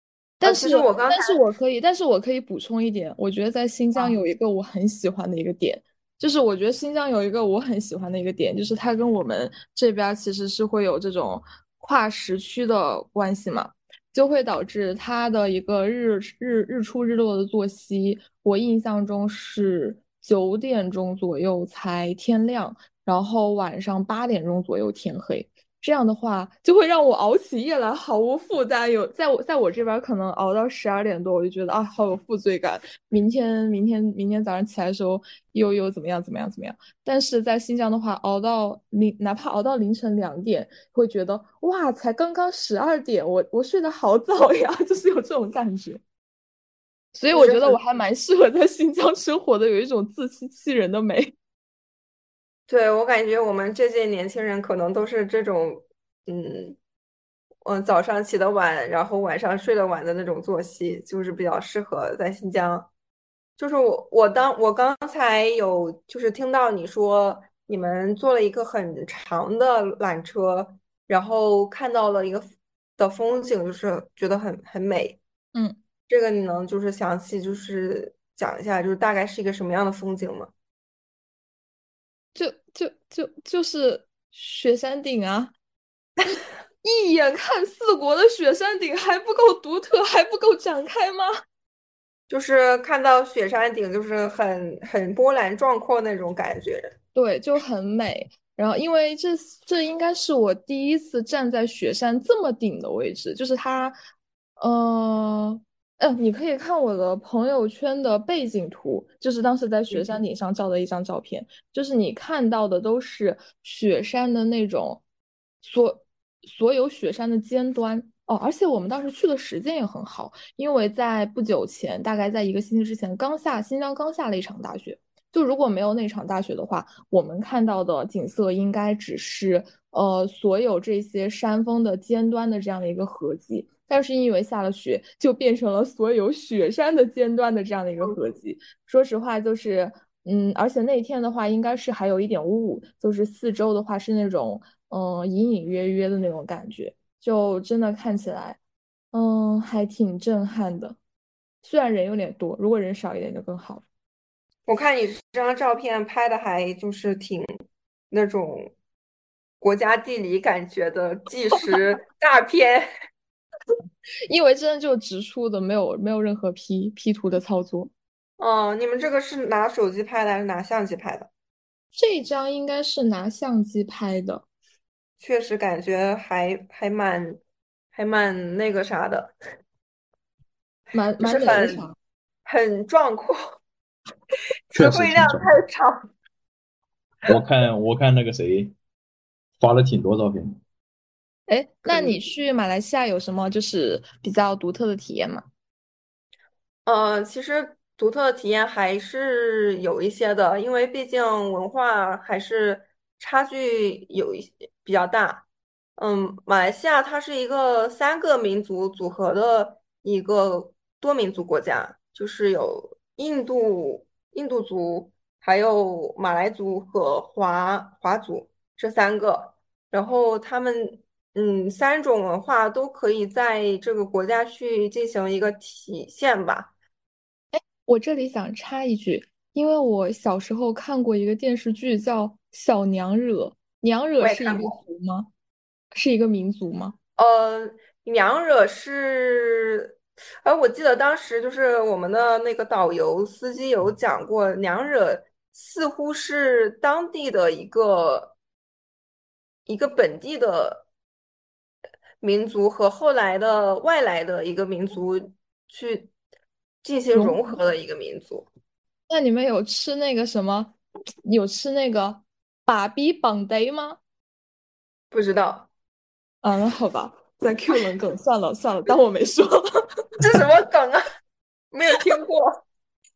呃， 但是， 其实我刚才但是我可以，但是我可以补充一点，我觉得在新疆啊， 有一个我很喜欢的一个点，就是我觉得新疆有一个我很喜欢的一个点，就是它跟我们这边儿其实是会有这种跨时区的关系嘛，就会导致它的一个日日日出日落的作息，我印象中是九点钟左右才天亮，然后晚上八点钟左右天黑。这样的话，就会让我熬起夜来毫无负担。有在我在我这边可能熬到十二点多，我就觉得啊，好有负罪感。明天明天明天早上起来的时候，又又怎么样怎么样怎么样？但是在新疆的话，熬到凌哪怕熬到凌晨两点，会觉得哇，才刚刚十二点，我我睡得好早呀，就是有这种感觉。所以我觉得我就是很， 还蛮适合在新疆生活的，有一种自欺欺人的美。 对，我感觉我们这届年轻人可能都是这种，嗯，嗯，早上起得晚，然后晚上睡得晚的那种作息，就是比较适合在新疆。就是我我当我刚才有就是听到你说你们坐了一个很长的缆车，然后看到了一个的风景，就是觉得很很美。 嗯， 这个你能就是详细就是讲一下，就是大概是一个什么样的风景吗？ 就就就就是雪山顶啊。一眼看四国的雪山顶还不够独特，还不够展开吗？ 就是看到雪山顶，就是很很波澜壮阔那种感觉。 对，就很美。然后，因为这这应该是我第一次站在雪山这么顶的位置，就是它，呃，呃，你可以看我的朋友圈的背景图，就是当时在雪山顶上照的一张照片，就是你看到的都是雪山的那种所所有雪山的尖端哦，而且我们当时去的时间也很好，因为在不久前，大概在一个星期之前，刚下新疆刚下了一场大雪。就如果没有那场大雪的话，我们看到的景色应该只是呃所有这些山峰的尖端的这样的一个合集。但是因为下了雪，就变成了所有雪山的尖端的这样的一个合集。说实话，就是嗯，而且那天的话，应该是还有一点雾，就是四周的话是那种嗯、呃隐隐约约的那种感觉，就真的看起来嗯还挺震撼的。虽然人有点多，如果人少一点就更好了。 我看你这张照片拍的还就是挺那种国家地理感觉的纪实大片。 因为真的就直出的，没有没有任何 P P 图的操作。 嗯，你们这个是拿手机拍的还是拿相机拍的？ 这张应该是拿相机拍的， 确实感觉还还蛮还蛮那个啥的， 蛮蛮就是很美的啥？ 很壮阔，词确实汇量挺重。 太长。 我看我看那个谁发了挺多照片。 哎，那你可以。 去马来西亚有什么就是比较独特的体验吗？ 呃，其实独特的体验还是有一些的，因为毕竟文化还是差距有一些比较大。嗯，马来西亚它是一个三个民族组合的一个多民族国家，就是有印度、印度族，还有马来族和华华族这三个。然后他们嗯三种文化都可以在这个国家去进行一个体现吧。 我这里想插一句，因为我小时候看过一个电视剧叫《小娘惹》，娘惹我也是一个看过。 族吗？是一个民族吗？ 呃，娘惹是，呃，我记得当时就是我们的那个导游司机有讲过，娘惹似乎是当地的一个一个本地的民族和后来的外来的一个民族去进行融合。 融合的一个民族。 那你们有吃那个什么？有吃那个把比绑呆吗？ 不知道啊，那好吧，在 Q 冷梗，算了算了，当我没说。 这什么梗啊？没有听过。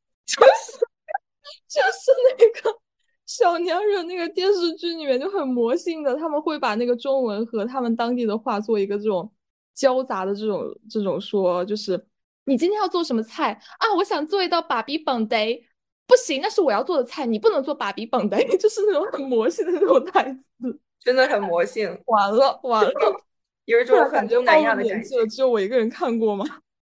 就是那个小娘惹那个电视剧里面就很魔性的，他们会把那个中文和他们当地的话做一个这种交杂的这种这种说，就是你今天要做什么菜啊？我想做一道把比绑呆，不行，那是我要做的菜，你不能做把比绑呆，就是那种很魔性的那种台词。 真的很魔性， 完了完了， 有一种突然感很东南觉暴露亚的感觉。 年纪了，只有我一个人看过吗？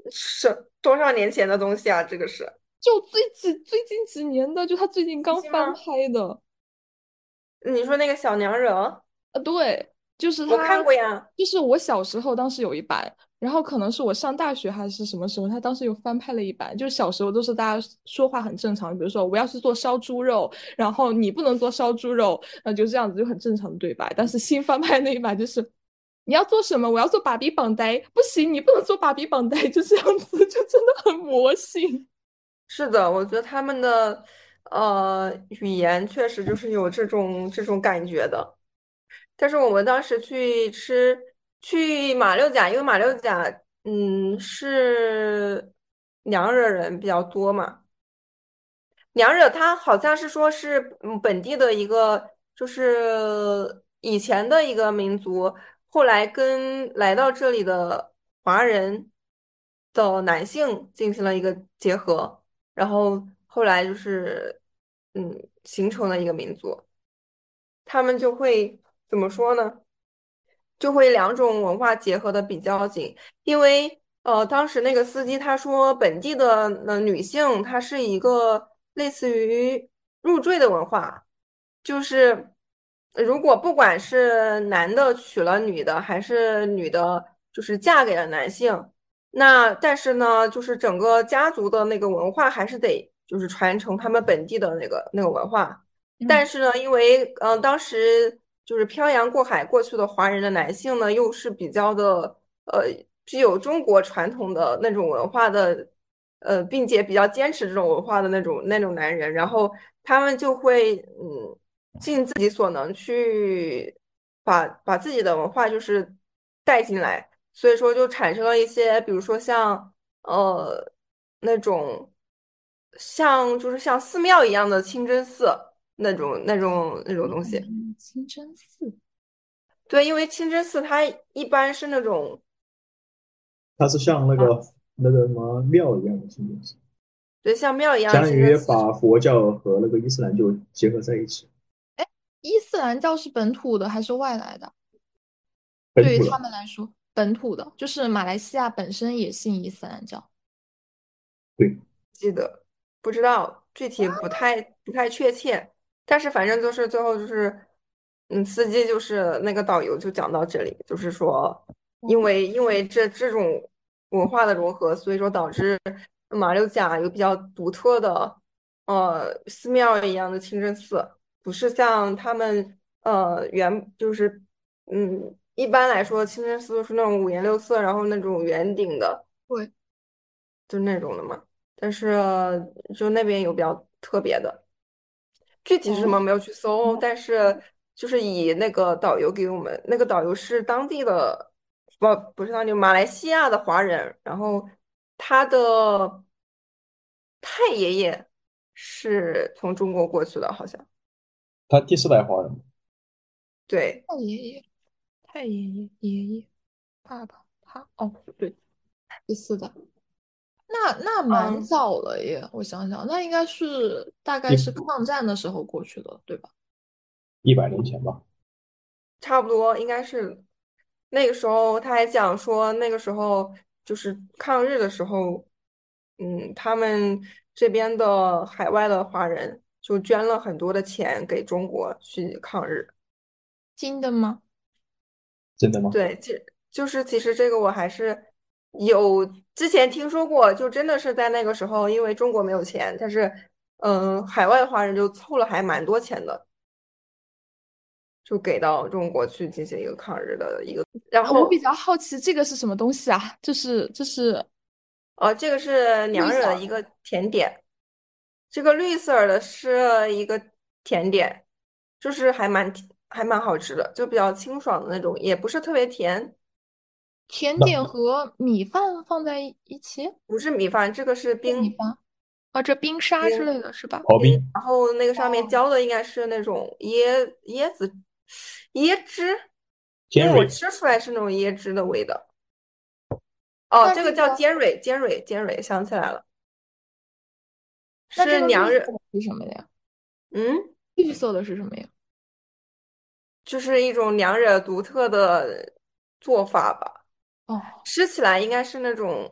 是多少年前的东西啊？这个是就最几最近几年的，就他最近刚翻新吗？ 拍的。 你说那个小娘惹， 啊，对，就是我他， 看过呀。 就是我小时候当时有一版，然后可能是我上大学还是什么时候，他当时又翻拍了一版。就是小时候都是大家说话很正常，比如说我要是做烧猪肉，然后你不能做烧猪肉，那就这样子就很正常的对白。但是新翻拍那一版就是你要做什么，我要做芭比绑带，不行，你不能做芭比绑带，就这样子，就真的很魔性。 是的，我觉得他们的呃语言确实就是有这种这种感觉的。但是我们当时去吃去马六甲，因为马六甲嗯是娘惹人比较多嘛，娘惹它好像是说是嗯本地的一个就是以前的一个民族，后来跟来到这里的华人的男性进行了一个结合，然后后来就是嗯形成了一个民族，他们就会怎么说呢？就会两种文化结合的比较紧，因为呃，当时那个司机他说本地的呃女性，她是一个类似于入赘的文化，就是如果不管是男的娶了女的，还是女的，就是嫁给了男性，那但是呢，就是整个家族的那个文化还是得就是传承他们本地的那个那个文化。但嗯是呢，因为嗯、呃当时就是漂洋过海过去的华人的男性呢，又是比较的呃具有中国传统的那种文化的，呃，并且比较坚持这种文化的那种那种男人，然后他们就会嗯尽自己所能去把把自己的文化就是带进来，所以说就产生了一些，比如说像呃那种像就是像寺庙一样的清真寺。那种那种那种东西。 嗯，清真寺。 对，因为清真寺它一般是那种， 它是像那啊， 个那个什么庙一样的清真寺， 对，像庙一样的相当于清真寺。 把佛教和那个伊斯兰就结合在一起， 伊斯兰教是本土的还是外来的？对于他本土的。 们来说，本土的，就是马来西亚本身也信伊斯兰教。 对， 记得不知道具体不太不太确切，但是反正就是最后就是，嗯，司机就是那个导游就讲到这里，就是说，因哦， 为因为这这种文化的融合，所以说导致马六甲有比较独特的呃寺庙一样的清真寺，不是像他们呃原就是嗯一般来说清真寺都是那种五颜六色，然后那种圆顶的。 对， 就那种的嘛。但是就那边有比较特别的，具体是什么哦， 没有去搜，但是就是以那个导游给我们，那个导游是当地的，不不是当地马来西亚的华人，然后他的太爷爷是从中国过去的，好像他第四代华人。 对。 太爷爷，太爷爷，爷爷，爸爸，他，哦，对，第四代。那那蛮嗯， 早了耶，我想想，那应该是大概是一抗战的时候过去的，对吧？ 一百年前吧。 差不多应该是那个时候，他还讲说，那个时候就是抗日的时候，嗯，他们这边的海外的华人就捐了很多的钱给中国去抗日。 金的吗？ 真的吗？ 对，这就是其实这个我还是有之前听说过，就真的是在那个时候，因为中国没有钱，但是嗯，海外华人就凑了还蛮多钱的，就给到中国去进行一个抗日的一个，然啊，我比后。 较好奇这个是什么东西啊？这是这是哦，这个是娘绿色儿的。 惹的一个甜点，这个绿色儿的是一个甜点，就是还蛮甜还蛮好吃的，就比较清爽的那种，也不是特别甜， 甜那点和米饭放在一起， 不是米饭，这个是冰是米饭啊，这冰沙之冰类的是吧？ 冰， 刨冰。 然后那个上面哦， 浇的应该是那种椰椰子椰汁，因尖锐。 为我吃出来是那种椰汁的味道。哦，这个叫那这个尖蕊，尖蕊，尖蕊，想起来了， 那这是个绿色娘惹， 的是什么呀？ 嗯。 绿色的是什么呀？ 就是一种娘惹独特的做法吧。 哦， 吃起来应该是那种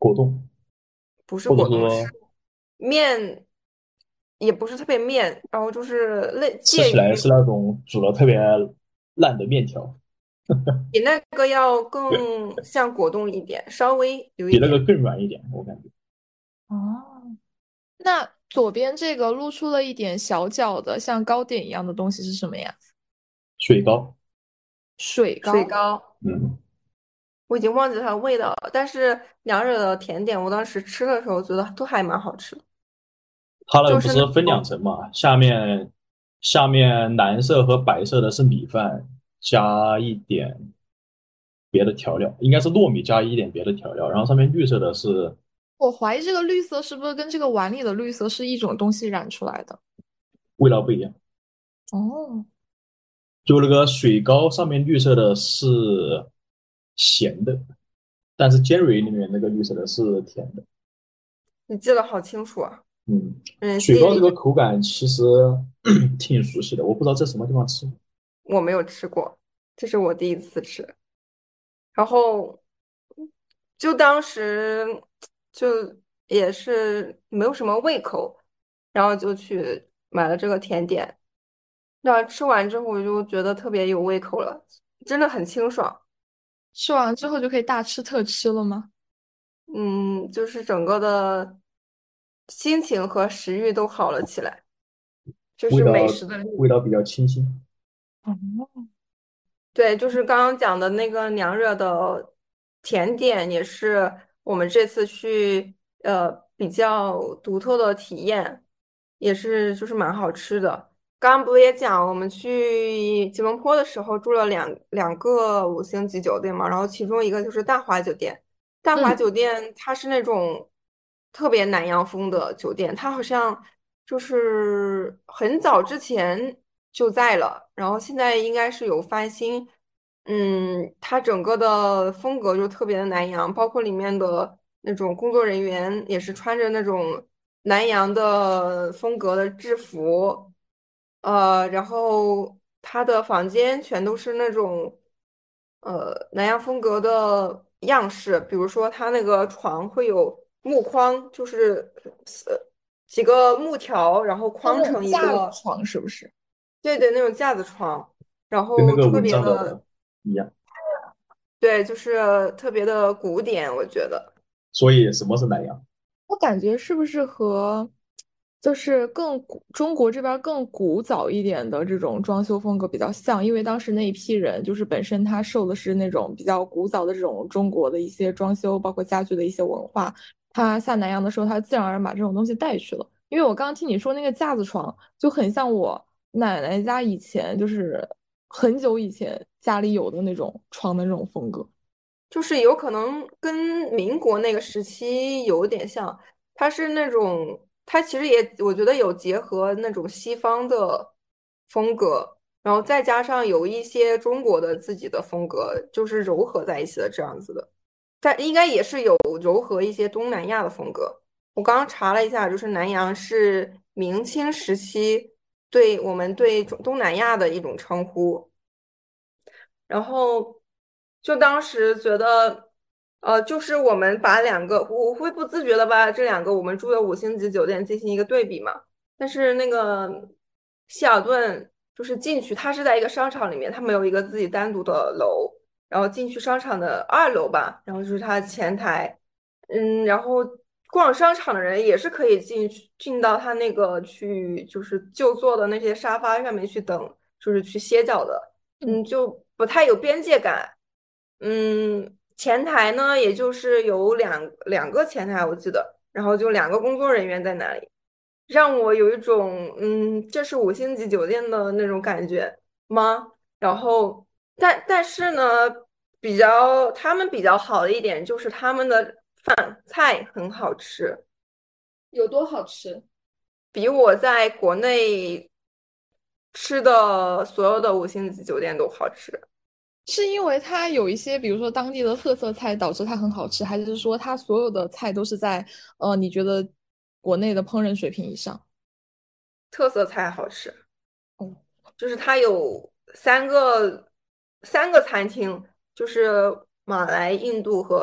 果冻， 不是或者果冻，是说面，也不是特别面，然后就是类吃起来介于是那种煮的特别烂的面条， 比那个要更像果冻一点，稍微有一比那个点。 更软一点，我感觉。 哦，那左边这个露出了一点小角的像糕点一样的东西是什么呀？ 水糕， 水糕。 水糕， 嗯， 我已经忘记它的味道了，但是娘惹的甜点，我当时吃的时候觉得都还蛮好吃的， 它那个就是那不是分两种层嘛？下面下面蓝色和白色的是米饭，加一点别的调料，应该是糯米加一点别的调料，然后上面绿色的是我怀疑这个绿色是不是跟这个碗里的绿色是一种东西染出来的？ 味道不一样。 哦， 就那个水糕上面绿色的是咸的，但是尖蕊里面那个绿色的是甜的。 你记得好清楚啊， 嗯， 嗯，记忆力真水糕这个口感其实挺熟悉的，我不知道在什么地方吃。 我没有吃过，这是我第一次吃。然后就当时就也是没有什么胃口，然后就去买了这个甜点。那吃完之后我就觉得特别有胃口了，真的很清爽。 吃完之后就可以大吃特吃了吗？ 嗯，就是整个的心情和食欲都好了起来，就是美味道食的力量。 味道比较清新。 哦， 对，就是刚刚讲的那个娘惹的甜点，也是我们这次去呃比较独特的体验，也是就是蛮好吃的。刚刚不也讲，我们去吉隆坡的时候住了两两个五星级酒店嘛，然后其中一个就是大华酒店。大华嗯， 酒店它是那种特别南洋风的酒店，它好像就是很早之前就在了，然后现在应该是有翻新。嗯，它整个的风格就特别的南洋，包括里面的那种工作人员也是穿着那种南洋的风格的制服，呃，然后它的房间全都是那种呃南洋风格的样式，比如说它那个床会有木框，就是呃几个木条，然后像那种框成一架子个， 床是不是？ 对对，那种架子床，然跟那后特个蚊别的。 帐的一样。 对，就是特别的古典，我觉得所以什么是南洋？ 我感觉是不是和就是更古中国这边儿更古早一点的这种装修风格比较像？因为当时那一批人就是本身他受的是那种比较古早的这种中国的一些装修，包括家具的一些文化。他下南洋的时候，他自然而然把这种东西带去了。因为我刚刚听你说那个架子床，就很像我奶奶家以前就是很久以前家里有的那种床的那种风格。 就是有可能跟民国那个时期有点像，它是那种，它其实也我觉得有结合那种西方的风格，然后再加上有一些中国的自己的风格，就是糅合在一起的这样子的。但应该也是有糅合一些东南亚的风格。我刚刚查了一下，就是南洋是明清时期对我们对中东南亚的一种称呼。然后就当时觉得，呃，就是我们把两个，我会不自觉的把这两个我们住的五星级酒店进行一个对比嘛。但是那个希尔顿就是进去，它是在一个商场里面，它没有一个自己单独的楼，然后进去商场的二楼吧，然后就是它的前台，嗯，然后逛商场的人也是可以进去进到它那个去，就是就坐的那些沙发上面去等，就是去歇脚的。 嗯。 嗯，就不太有边界感。嗯，前台呢，也就是有两两个前台，我记得，然后就两个工作人员在那里，让我有一种嗯，这是五星级酒店的那种感觉吗？然后，但但是呢，比较他们比较好的一点就是他们的菜很好吃， 有多好吃？ 比我在国内吃的所有的五星级酒店都好吃。 是因为它有一些，比如说当地的特色菜，导致它很好吃，还是说它所有的菜都是在呃你觉得国内的烹饪水平以上？ 特色菜好吃。 哦， 就是它有三个三个餐厅，就是马来、印度和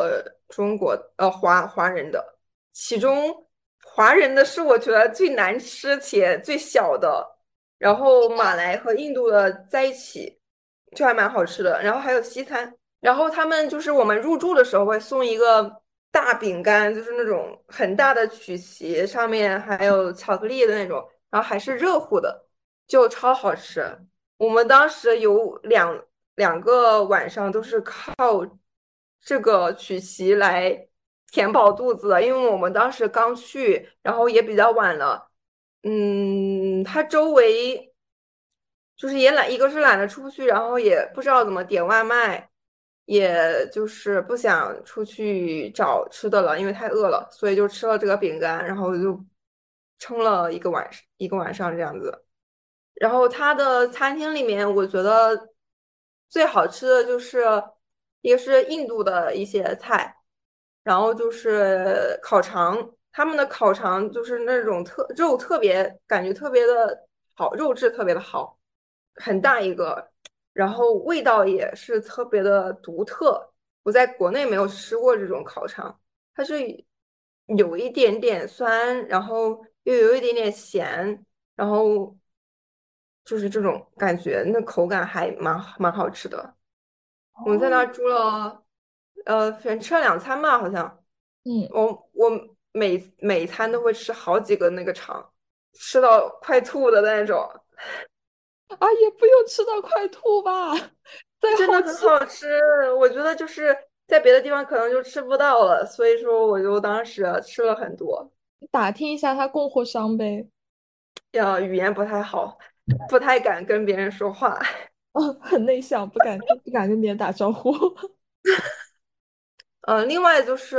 中国呃华华人的，其中华人的是我觉得最难吃且最小的，然后马来和印度的在一起就还蛮好吃的，然后还有西餐，然后他们就是我们入住的时候会送一个大饼干，就是那种很大的曲奇，上面还有巧克力的那种，然后还是热乎的，就超好吃。我们当时有两两个晚上都是靠这个曲奇来填饱肚子的，因为我们当时刚去，然后也比较晚了。嗯，它周围就是也懒，一个是懒得出去，然后也不知道怎么点外卖，也就是不想出去找吃的了，因为太饿了，所以就吃了这个饼干，然后就撑了一个晚上，一个晚上这样子。然后它的餐厅里面，我觉得最好吃的就是一个是印度的一些菜，然后就是烤肠，他们的烤肠就是那种特肉特别感觉特别的好，肉质特别的好，很大一个，然后味道也是特别的独特，我在国内没有吃过这种烤肠，它是有一点点酸，然后又有一点点咸。然后就是这种感觉，那口感还蛮蛮好吃的。我们在那哦， 儿住了，呃，反正吃了两餐吧，好像。 嗯， 我我每每一餐都会吃好几个那个肠，吃到快吐的那种， 啊，也不用吃到快吐吧，再真的很好吃。 好吃。我觉得就是在别的地方可能就吃不到了，所以说我就当时吃了很多。 打听一下他供货商呗。 呃，语言不太好，不太敢跟别人说话。 哦，很内向，不敢不敢跟别人打招呼。 呃，另外就是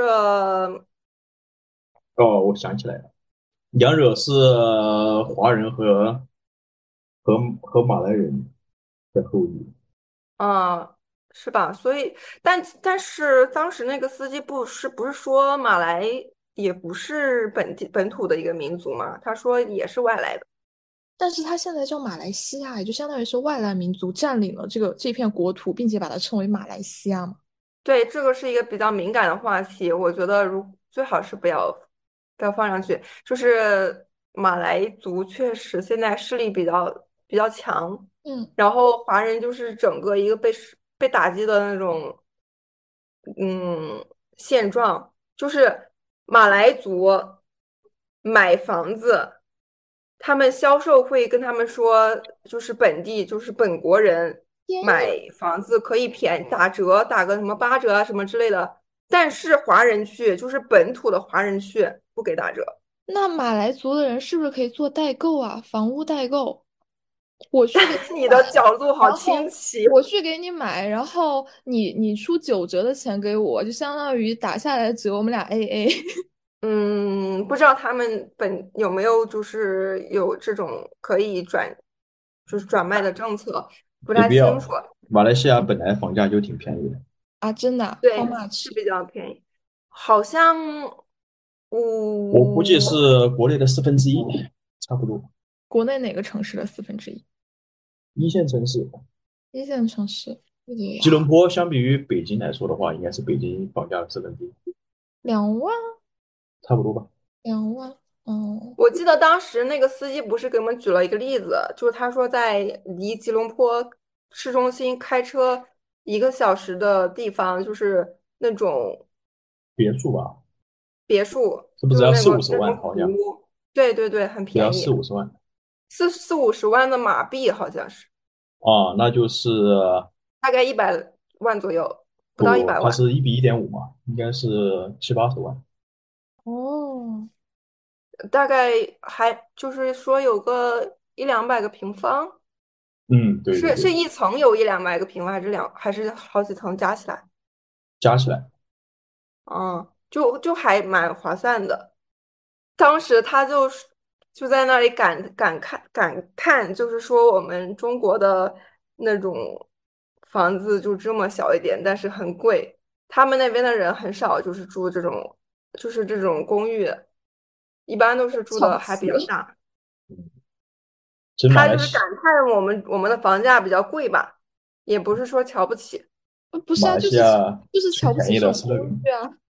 哦，我想起来了，娘惹是华人和和和马来人的后裔。 啊，是吧？所以，但但是当时那个司机不是不是说马来也不是本地本土的一个民族嘛？他说也是外来的。 但是他现在叫马来西亚，也就相当于是外来民族占领了这个这片国土，并且把它称为马来西亚嘛。 对，这个是一个比较敏感的话题，我觉得如最好是不要不要放上去。就是马来族确实现在势力比较比较强， 嗯， 然后华人就是整个一个被被打击的那种。嗯，现状就是马来族买房子，他们销售会跟他们说，就是本地就是本国人天呐， 买房子可以便打折，打个什么八折啊什么之类的，但是华人去就是本土的华人去不给打折。 那马来族的人是不是可以做代购啊？房屋代购，我去给你你买， 的角度好然后清奇。 我去给你买，然后你你出九折的钱给我，就相当于打下来的折，我们俩 A A。 嗯，不知道他们本有没有就是有这种可以转，就是转卖的政策，不没必要， 太清楚。 马来西亚本来房价就挺便宜的。 啊，真的啊？How 对，是 much？ 比较便宜，好像我估计五、 是国内的四分之一，差不多。 国内哪个城市的四分之一？ 一线城市， 一线城市，对吉隆呀， 坡相比于北京来说的话，应该是北京房价的四分之一， 两万， 差不多吧。 两万，哦， 我记得当时那个司机不是给我们举了一个例子，就是他说在离吉隆坡市中心开车一个小时的地方，就是那种别墅吧， 别墅， 是不是要就是那四五十万？ 个那种好像古屋，对对对，很只要便宜， 四五十万四四五十万的马币好像是， 啊，那就是大概一百万左右，不到一不， 百万。 它是一比一点五嘛，应该是七八十万。 哦， 大概还就是说有个一两百个平方， 嗯，对对对， 是是一层有一两百个平方，还是两还是好几层加起来？ 加起来嗯，就就还蛮划算的。当时他就是就在那里感感慨感叹，就是说我们中国的那种房子就这么小一点，但是很贵。他们那边的人很少，就是住这种就是这种公寓，一般都是住的还瞧不起。 比较大。 其实马他就是感来西叹我们我们的房价比较贵吧，也不是说瞧不起。 呃不是啊， 马来就是西亚就是最便宜瞧不起这种的是那个公寓啊。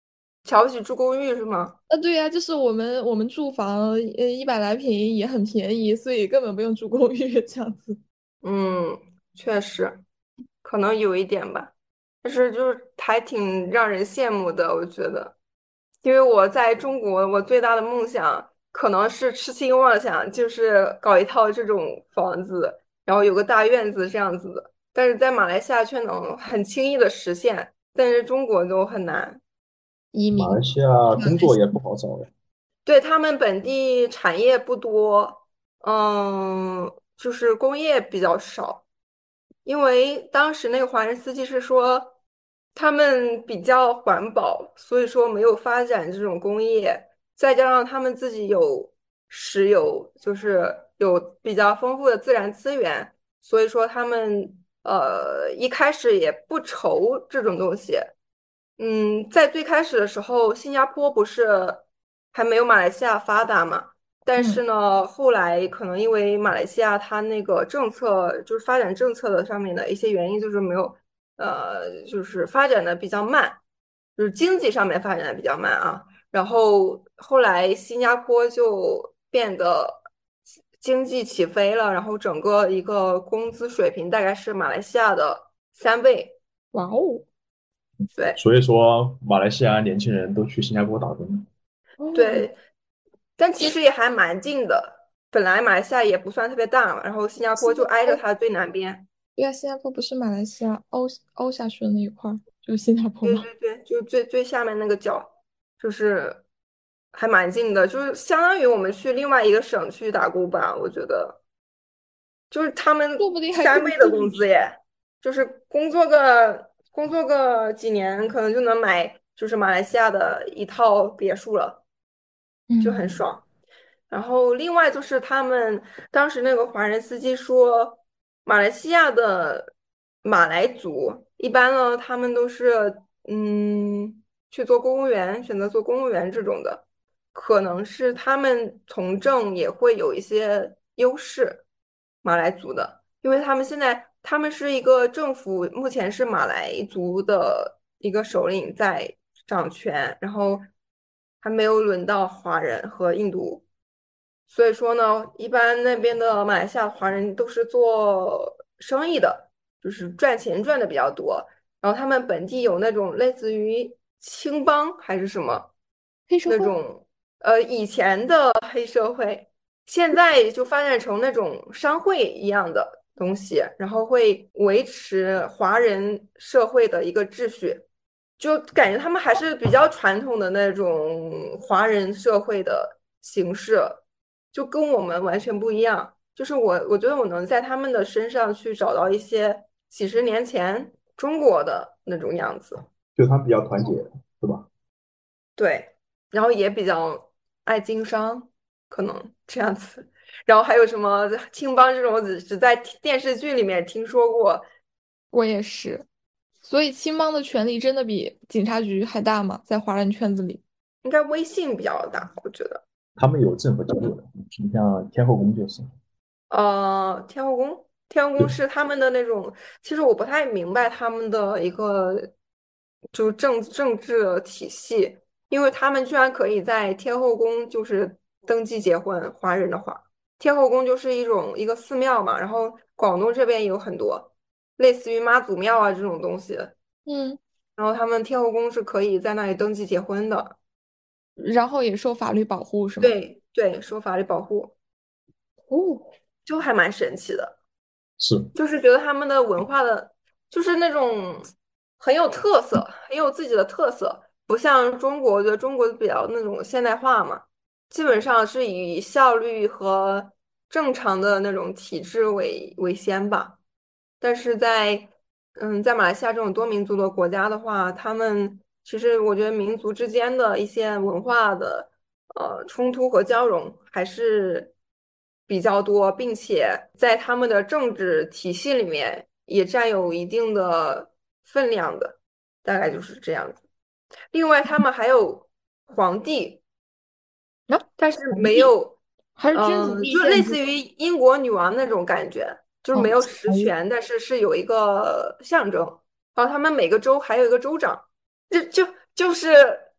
瞧不起住公寓是吗？ 啊，对呀，就是我们我们住房，呃，一百来平也很便宜，所以根本不用住公寓这样子。 嗯，确实，可能有一点吧，但是就是还挺让人羡慕的，我觉得。因为我在中国，我最大的梦想可能是痴心妄想，就是搞一套这种房子，然后有个大院子这样子的。但是在马来西亚却能很轻易的实现，但是中国就很难。 移民。 马来西亚工作也不好找哎。 对，他们本地产业不多，嗯，就是工业比较少。因为当时那个华人司机是说，他们比较环保，所以说没有发展这种工业，再加上他们自己有石油，就是有比较丰富的自然资源，所以说他们呃一开始也不愁这种东西。嗯，在最开始的时候，新加坡不是还没有马来西亚发达嘛？但嗯是呢，后来可能因为马来西亚它那个政策，就是发展政策的上面的一些原因，就是没有，呃，就是发展的比较慢，就是经济上面发展的比较慢啊。然后后来新加坡就变得经济起飞了，然后整个一个工资水平大概是马来西亚的三倍。 哇哦。 对所以说马来西亚年轻人都去新加坡打工。 哦， 对，但其实也还蛮近的。本来马来西亚也不算特别大嘛，然后新加坡就新加坡， 挨着它最南边。 对啊，新加坡不是马来西亚凹凹下去的那一块儿，就是新加坡吗？ 对对对，就最最下面那个角，就是还蛮近的，就是相当于我们去另外一个省去打工吧。我觉得就是他们说不定还更三倍的工近。 资耶，就是工作个工作个几年，可能就能买就是马来西亚的一套别墅了，就很嗯， 爽。然后另外就是他们当时那个华人司机说，马来西亚的马来族一般呢，他们都是嗯去做公务员，选择做公务员这种的，可能是他们从政也会有一些优势，马来族的，因为他们现在他们是一个政府，目前是马来族的一个首领在掌权，然后还没有轮到华人和印度。所以说呢，一般那边的马来西亚华人都是做生意的，就是赚钱赚的比较多。然后他们本地有那种类似于青帮还是什么那黑社会。 种，呃，以前的黑社会，现在就发展成那种商会一样的东西，然后会维持华人社会的一个秩序。就感觉他们还是比较传统的那种华人社会的形式，就跟我们完全不一样。就是我，我觉得我能在他们的身上去找到一些几十年前中国的那种样子， 就他们比较团结，是吧？ 对，然后也比较爱经商，可能这样子。然后还有什么青帮这种，我只只在电视剧里面听说过， 我也是。所以青帮的权力真的比警察局还大吗？在华人圈子里？ 应该威信比较大，我觉得。 他们有政府机构的，你像天后宫就是。 呃，天后宫，天后宫对， 是他们的那种，其实我不太明白他们的一个就政政治的体系，因为他们居然可以在天后宫就是登记结婚，华人的话，天后宫就是一种一个寺庙嘛，然后广东这边也有很多类似于妈祖庙啊这种东西， 嗯， 然后他们天后宫是可以在那里登记结婚的， 然后也受法律保护是吗？ 对对，受法律保护， 哦， 就还蛮神奇的。 是。 就是觉得他们的文化的，就是那种很有特色，很有自己的特色，不像中国，我觉得中国比较那种现代化嘛，基本上是以效率和正常的那种体制为为先吧。但是在嗯，在马来西亚这种多民族的国家的话，他们其实我觉得民族之间的一些文化的呃冲突和交融还是比较多，并且在他们的政治体系里面也占有一定的分量的，大概就是这样子。另外，他们还有皇帝， 啊， 但是皇帝没有， 还是君主嗯、就立宪制？ 类似于英国女王那种感觉，就是没哦， 有实可以。 权，但是是有一个象征。然后他们每个州还有一个州长，就就就是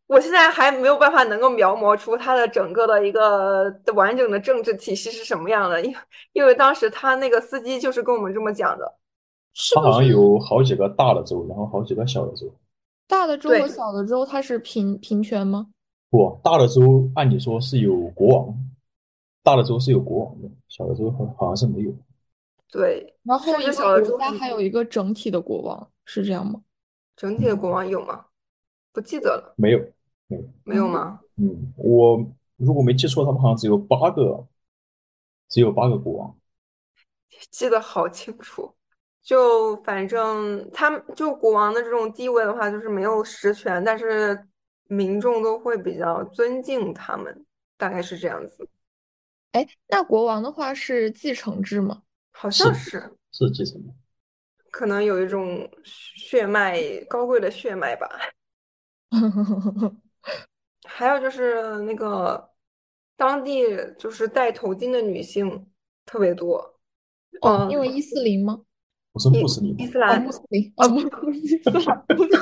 我现在还没有办法能够描摹出它的整个的一个完整的政治体系是什么样的，因为因为当时他那个司机就是跟我们这么讲的。 它好像是不是有好几个大的州，然后好几个小的州。 大的州和对小的州它是平平权吗？ 不，大的州按理说是有国王，大的州是有国王的，小的州好好像是没有。 对， 然后甚至一个国小的州还家还有一个整体的国王，是这样吗？ 整体的国嗯， 王有吗？不记得了， 没有，没有。 没有吗？ 嗯，我如果没记错，他们好像只有八个，只有八个国王。 记得好清楚。就反正他们就国王的这种地位的话，就是没有实权，但是民众都会比较尊敬他们，大概是这样子。 哎，那国王的话是继承制吗？ 好是像是， 是继承的。 可能有一种血脉高贵的血脉吧。还有就是那个当地就是戴头巾的女性特别多。 哦， 嗯， 因为伊斯林吗？ 不是穆斯林吗？ 哦， 伊斯兰。 穆斯林啊，不不是伊斯兰，穆斯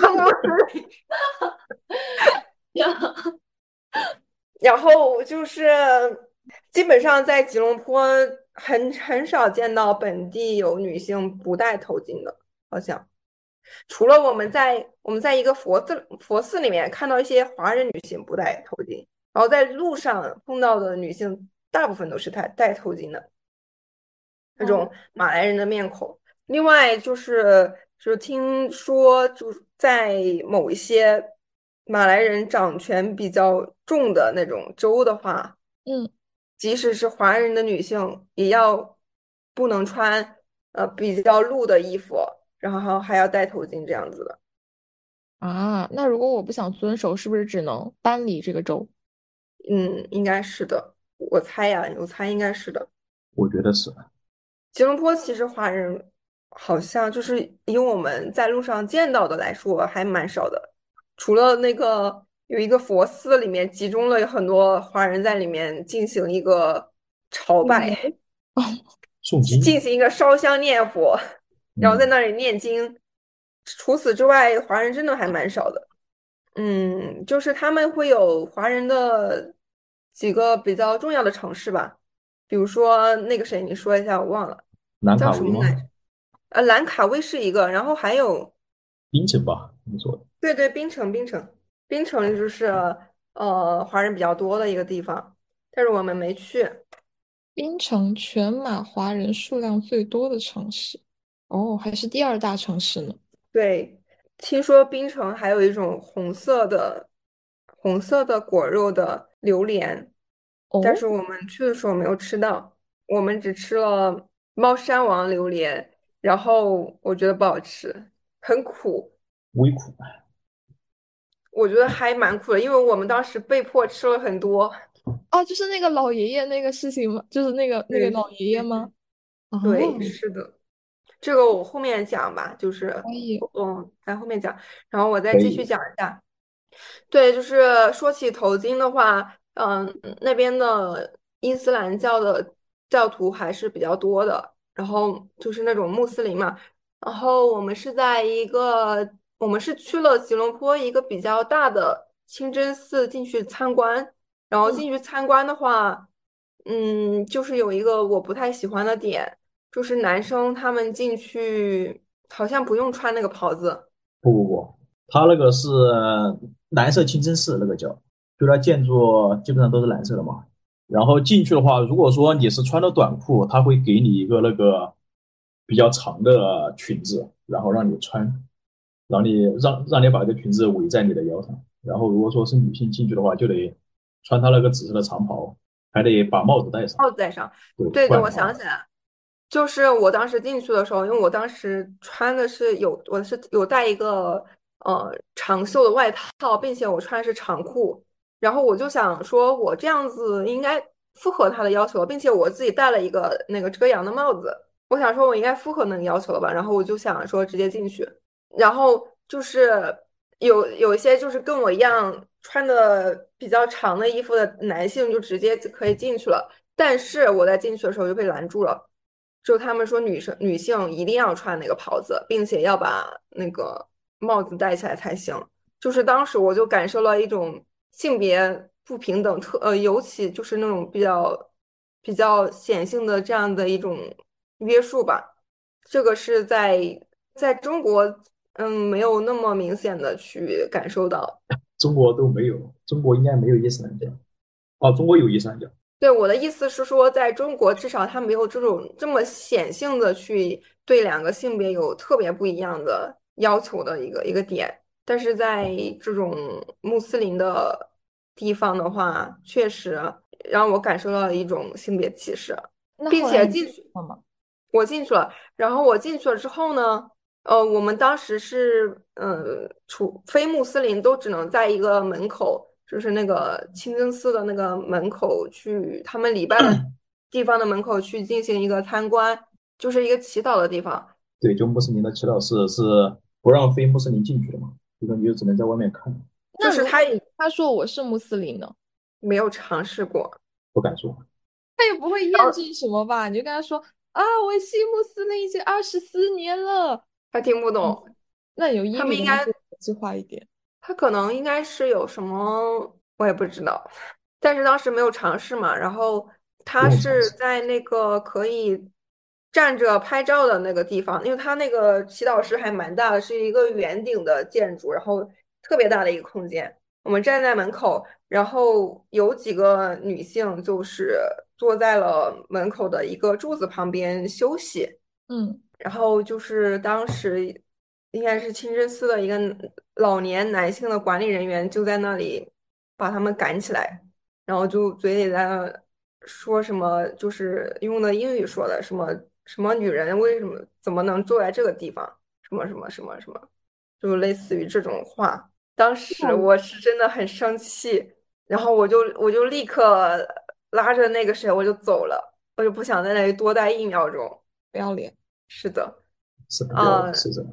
林。 然后就是基本上在吉隆坡很很少见到本地有女性不戴头巾的，好像除了我们在我们在一个佛寺佛寺里面看到一些华人女性不戴头巾，然后在路上碰到的女性大部分都是戴戴头巾的那哦， 种马来人的面孔。另外就是就是听说就是在某一些马来人掌权比较重的那种州的话， 嗯即使是华人的女性，也要不能穿呃比较露的衣服，然后还要戴头巾这样子的。 啊，那如果我不想遵守，是不是只能搬离这个州？ 嗯，应该是的，我猜呀，我猜应该是的。 我觉得是。 吉隆坡其实华人好像就是以我们在路上见到的来说还蛮少的，除了那个有一个佛寺里面集中了很多华人在里面进行一个朝旅游。 拜， 诵经。 进行一个烧香念佛，然后在嗯， 那里念经。除此之外，华人真的还蛮少的。嗯，就是他们会有华人的几个比较重要的城市吧，比如说那个谁，你说一下，我忘了兰叫卡威吗？ 什么来着？呃，兰卡威是一个，然后还有槟城吧？你说的。 对对，槟城，槟城，槟城就是呃华人比较多的一个地方，但是我们没去。 槟城全马华人数量最多的城市，哦，还是第二大城市呢。 对，听说槟城还有一种红色的红色的果肉的榴莲，但哦， 是我们去的时候没有吃到，我们只吃了猫山王榴莲，然后我觉得不好吃，很苦， 微苦。 我觉得还蛮苦的，因为我们当时被迫吃了很多。 啊，就是那个老爷爷那个事情吗？就是那个那个对老爷爷吗？哦， 对，是的。这个我后面讲吧，就是可以。 嗯，在后面讲，然后我再继续可以。 讲一下。对，就是说起头巾的话，嗯，那边的伊斯兰教的教徒还是比较多的，然后就是那种穆斯林嘛。然后我们是在一个，我们是去了吉隆坡一个比较大的清真寺进去参观，然后嗯， 进去参观的话，嗯，就是有一个我不太喜欢的点，就是男生他们进去好像不用穿那个袍子。 不不不，它那个是蓝色清真寺，那个叫，就它建筑基本上都是蓝色的嘛。然后进去的话，如果说你是穿的短裤，他会给你一个那个比较长的裙子，然后让你穿，让你让让你把这个裙子围在你的腰上。然后如果说是女性进去的话，就得穿她那个紫色的长袍，还得把帽子戴上。 帽子戴上。 对， 对对，我不然的话。 想起来了，就是我当时进去的时候，因为我当时穿的是有，我是有带一个呃长袖的外套，并且我穿的是长裤，然后我就想说，我这样子应该符合他的要求，并且我自己戴了一个那个遮阳的帽子，我想说我应该符合那个要求了吧，然后我就想说直接进去，然后就是有有一些就是跟我一样穿的比较长的衣服的男性就直接可以进去了。但是我在进去的时候就被拦住了，就他们说女生女性一定要穿那个袍子，并且要把那个帽子戴起来才行。 就是当时我就感受了一种性别不平等，特呃，尤其就是那种比较比较显性的这样的一种约束吧。这个是在在中国，嗯，没有那么明显的去感受到。 中国都没有，中国应该没有伊斯兰教。哦，中国有伊斯兰教。 对，我的意思是说，在中国至少他没有这种这么显性的去对两个性别有特别不一样的要求的一个一个点，但是在这种穆斯林的地方的话，确实让我感受到了一种性别歧视，并那后来你且进去， 了吗？ 我进去了，然后我进去了之后呢，呃，我们当时是，呃，除非穆斯林都只能在一个门口，就是那个清真寺的那个门口去，他们礼拜的地方的门口去进行一个参观，就是一个祈祷的地方。 对，就穆斯林的祈祷室是不让非穆斯林进去的嘛，就说你就只能在外面看， 就那如果是他也他说我是穆斯林呢？ 没有尝试过， 不敢说。 他也不会然后验证什么吧？你就跟他说啊，我信穆斯林已经二十四年了。 他听不嗯， 懂， 那有英语他们应该能不能国际化一点？ 他可能应该是有什么，我也不知道，但是当时没有尝试嘛。然后他不用尝试。 是在那个可以站着拍照的那个地方，因为他那个祈祷室还蛮大的，是一个圆顶的建筑，然后特别大的一个空间。我们站在门口，然后有几个女性就是坐在了门口的一个柱子旁边休息。 嗯， 然后就是当时应该是清真寺的一个老年男性的管理人员就在那里把他们赶起来，然后就嘴里在那说什么，就是用的英语说的什么什么女人为什么怎么能坐在这个地方，什么什么什么什么，就类似于这种话。当时那我是真的很生气，然后我就我就立刻拉着那个谁我就走了，我就不想在那里多待一秒钟。 不要脸。 是的。 是的， 啊， 是的。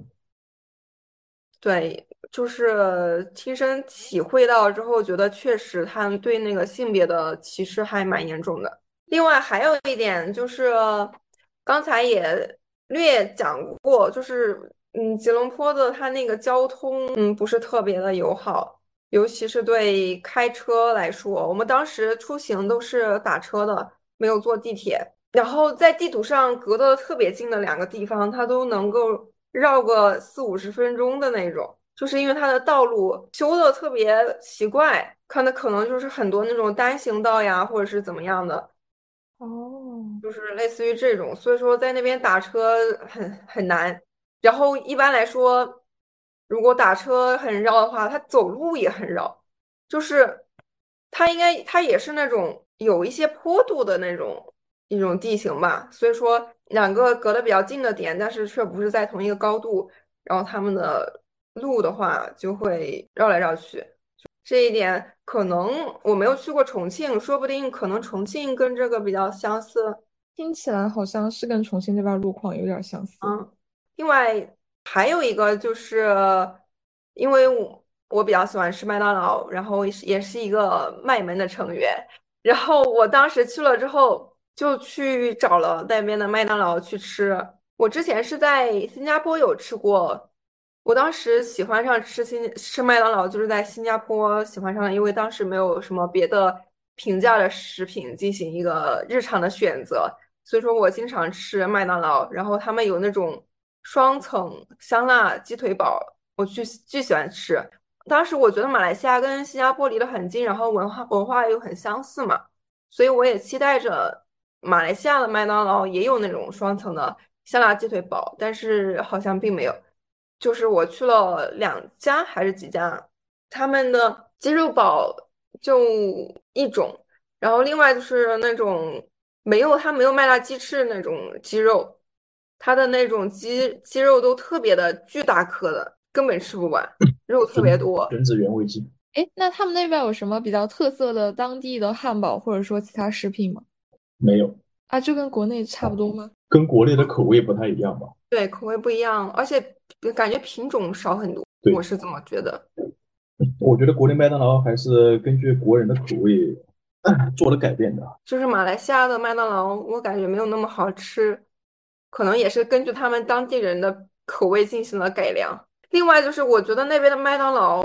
对，就是亲身体会到之后，觉得确实他们对那个性别的歧视还蛮严重的。另外还有一点就是，刚才也略讲过，就是嗯，吉隆坡的它那个交通嗯不是特别的友好，尤其是对开车来说，我们当时出行都是打车的，没有坐地铁。然后在地图上隔得特别近的两个地方，它都能够绕个四五十分钟的那种，就是因为它的道路修的特别奇怪，看的可能就是很多那种单行道呀，或者是怎么样的， 哦， 就是类似于这种，所以说在那边打车很很难。然后一般来说，如果打车很绕的话，它走路也很绕，就是它应该它也是那种有一些坡度的那种一种地形吧。所以说两个隔得比较近的点，但是却不是在同一个高度，然后他们的路的话就会绕来绕去。这一点可能我没有去过重庆，说不定可能重庆跟这个比较相似。 听起来好像是跟重庆那边路况有点相似。 嗯，另外还有一个就是，因为我我比较喜欢吃麦当劳，然后也是也是一个卖门的成员，然后我当时去了之后，就去找了那边的麦当劳去吃。我之前是在新加坡有吃过，我当时喜欢上吃新吃麦当劳，就是在新加坡喜欢上的，因为当时没有什么别的平价的食品进行一个日常的选择。所以说我经常吃麦当劳，然后他们有那种双层香辣鸡腿堡，我巨巨喜欢吃。当时我觉得马来西亚跟新加坡离得很近，然后文化文化又很相似嘛，所以我也期待着马来西亚的麦当劳也有那种双层的香辣鸡腿堡，但是好像并没有。就是我去了两家还是几家，他们的鸡肉堡就一种，然后另外就是那种没有它没有麦辣鸡翅那种鸡肉，它的那种鸡鸡肉都特别的巨大颗的，根本吃不完，肉特别吮多。 吮指原味鸡。 哎，那他们那边有什么比较特色的当地的汉堡或者说其他食品吗？ 没有。 啊，就跟国内差不多吗？ 跟国内的口味不太一样吧？ 对，口味不一样，而且感觉品种少很多，我对， 是这么觉得。 我觉得国内麦当劳还是根据国人的口味做了改变的。 就是马来西亚的麦当劳，我感觉没有那么好吃，可能也是根据他们当地人的口味进行了改良。另外就是，我觉得那边的麦当劳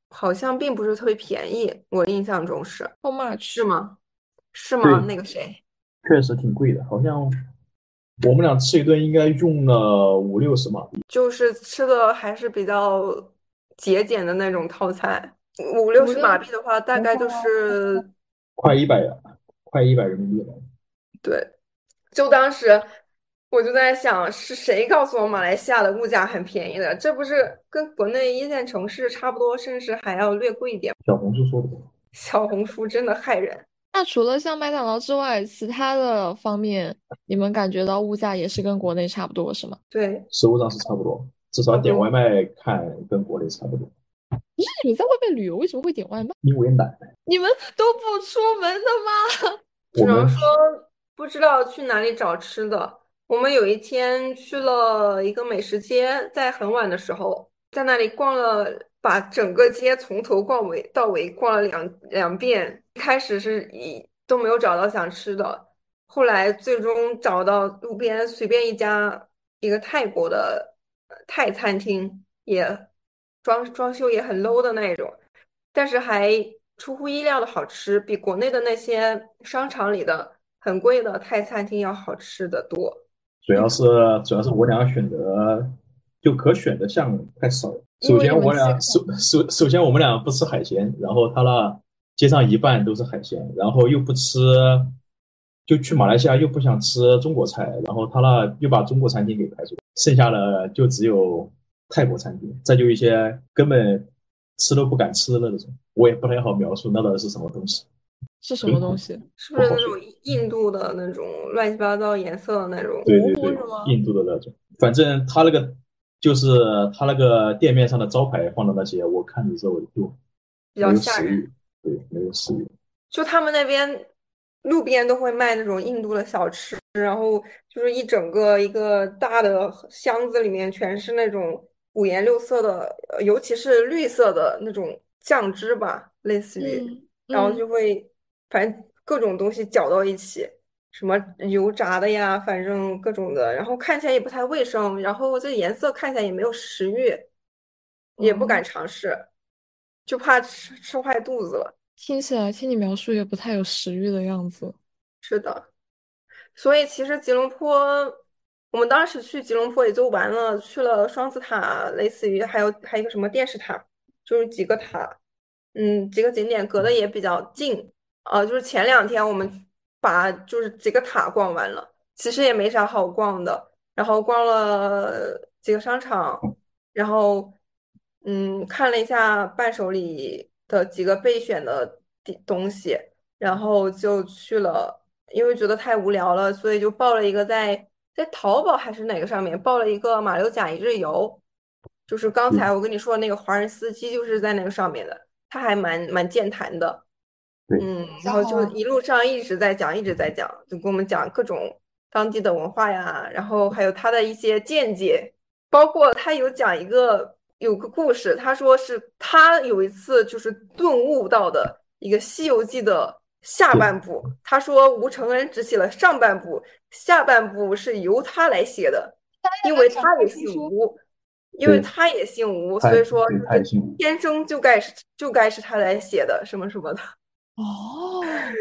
好像并不是特别便宜，我印象中是， ？How 是 much？ 吗？是吗？ 对， 那个谁， 确实挺贵的，好像我们俩吃一顿应该用了五六十马币， 就是吃的还是比较节俭的那种套餐，五六十五六马币的话，大概就的话， 是快一百，快一百人民币了。 对。就当时我就在想，是谁告诉我马来西亚的物价很便宜的？这不是跟国内一线城市差不多，甚至还要略贵一点。 小红书说的。 小红书真的害人。 那除了像麦当劳之外，其他的方面，你们感觉到物价也是跟国内差不多，是吗？ 对， 食物上是差不多，至少差不多。 点外卖看跟国内差不多。 不是你们在外面旅游，为什么会点外卖？ 因为懒， 你们都不出门的吗？ 我们只能说不知道去哪里找吃的。我们有一天去了一个美食街，在很晚的时候，在那里逛了，把整个街从头逛尾到尾逛了两两遍。一开始是一都没有找到想吃的，后来最终找到路边随便一家一个泰国的呃泰餐厅，也装装修也很 low 的那种。但是还出乎意料的好吃，比国内的那些商场里的很贵的泰餐厅要好吃的多。 主要是主要是我俩选择就可选的项目太少了。首因为你先我俩们期首首首先我们俩不吃海鲜，然后他那街上一半都是海鲜，然后又不吃，就去马来西亚又不想吃中国菜，然后他那又把中国餐厅给排除，剩下的就只有泰国餐厅，再就一些根本吃都不敢吃的那种，我也不太好描述那到底是什么东西， 是什么很苦， 东西？ 是不不好说。 是那种印度的那种乱七八糟颜色的那种？ 糊对对对， 糊是吗？ 印度的那种，反正他那个就是他那个店面上的招牌放的那些，我看的时候就比较没有吓人。 食欲，对，没有食欲。 就他们那边路边都会卖那种印度的小吃，然后就是一整个一个大的箱子里面全是那种五颜六色的，呃尤其是绿色的那种酱汁吧，类似于， 嗯然后嗯， 就会反正各种东西搅到一起，什么油炸的呀，反正各种的，然后看起来也不太卫生，然后这颜色看起来也没有食欲，也不哦， 敢尝试，就怕吃吃坏肚子了。 听起来听你描述也不太有食欲的样子。 是的。所以其实吉隆坡，我们当时去吉隆坡也就完了，去了双子塔，类似于还有还有一个什么电视塔，就是几个塔，嗯，几个景点隔得也比较近，呃，就是前两天我们把就是几个塔逛完了，其实也没啥好逛的，然后逛了几个商场，然后嗯看了一下伴手礼的几个备选的地东西。然后就去了，因为觉得太无聊了，所以就报了一个在在淘宝还是哪个上面报了一个马六甲一日游，就是刚对才我跟你说的那个华人司机就是在那个上面的，他还蛮蛮健谈的， 对， 嗯，然后下好啊。 就一路上一直在讲，一直在讲，就跟我们讲各种当地的文化呀，然后还有他的一些见解，包括他有讲一个有个故事，他说是他有一次就是顿悟到的一个《西游记》的下对半部，他说吴承恩只写了上半部，下半部是由他来写的，因为展开他也说说。 姓吴，因为对， 他也姓吴，所太以说对就是太幸福。 天生就该是就该是他来写的，什么什么的。 哦，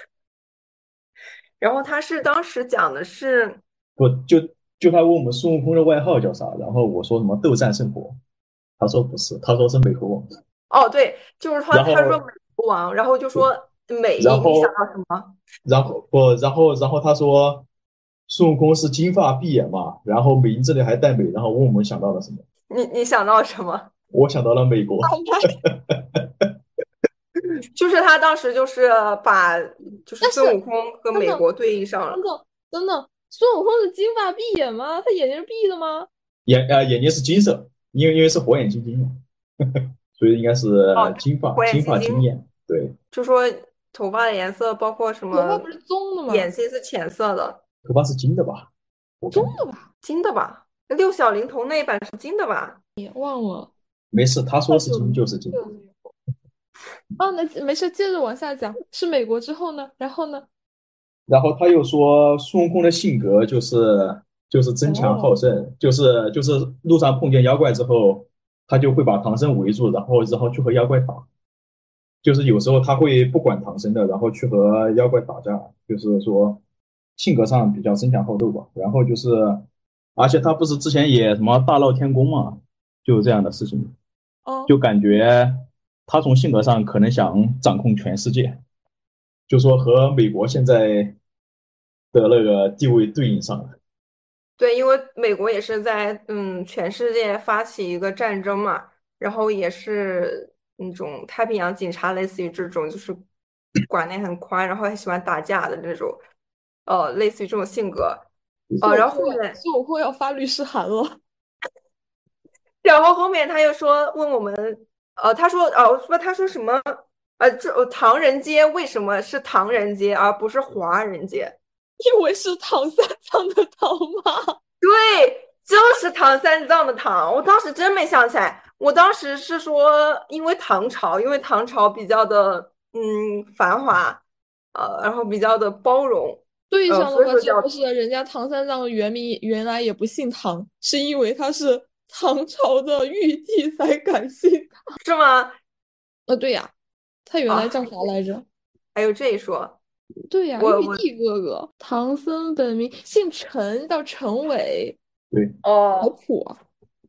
然后他是当时讲的是， 不就就他问我们孙悟空的外号叫啥，然后我说什么斗战胜佛，他说不是，他说是美猴王， 哦，对，就是他然后他说美猴王，然后就说美，你想然后到什么？ 然后不然后然后他说孙悟空是金发碧眼嘛，然后名字里还带美，然后问我们想到了什么， 你你想到什么？ 我想到了美国， 就是他当时就是把就是但是孙悟空和等等美国对应上了。 等等等等，孙悟空是金发碧眼吗？他眼睛是闭的吗？ 眼呃眼睛是金色，因为因为是火眼金睛嘛，所以应该是哦， 金发火眼金金睛， 发金眼，对， 就说头发的颜色包括什么， 头发不是棕的吗？ 眼睛是浅色的， 头发是金的吧，我感觉。 金的吧？六小龄童那一版是金的吧？ 也忘了， 没事，他说太久是金就是金。 啊，那没事，接着往下讲。是美国之后呢？然后呢？ 然后他又说孙悟空的性格就是就是争强好哦， 胜，就是就是路上碰见妖怪之后， 他就会把唐僧围住，然后然后去和妖怪打。就是有时候他会不管唐僧的，然后去和妖怪打架，就是说性格上比较争强好斗吧。然后就是，而且他不是之前也什么大闹天宫嘛，就这样的事情， 哦， 就感觉他从性格上可能想掌控全世界，就说和美国现在的那个地位对应上了。 对，因为美国也是在嗯全世界发起一个战争嘛，然后也是那种太平洋警察，类似于这种就是管得很宽，然后还喜欢打架的这种，呃，类似于这种性格。呃，然后孙悟空要后面， 孙悟空要发律师函了。 然后后面他又说问我们，呃，他说哦，说他说什么？呃，这呃唐人街为什么是唐人街而不是华人街？ 以为是唐三藏的唐吗？ 对，就是唐三藏的唐，我当时真没想起来。我当时是说，因为唐朝，因为唐朝比较的嗯繁华，呃，然后比较的包容，呃， 对上了吗？ 所以说叫这不是人家唐三藏原名原来也不姓唐，是因为他是唐朝的玉帝才改姓唐。 是吗？ 呃，对呀，他原来啊， 叫啥来着？ 还有这一说， 对呀， 我我玉帝哥哥，唐僧本名姓陈，叫陈伟， 对， 好哦， 土啊！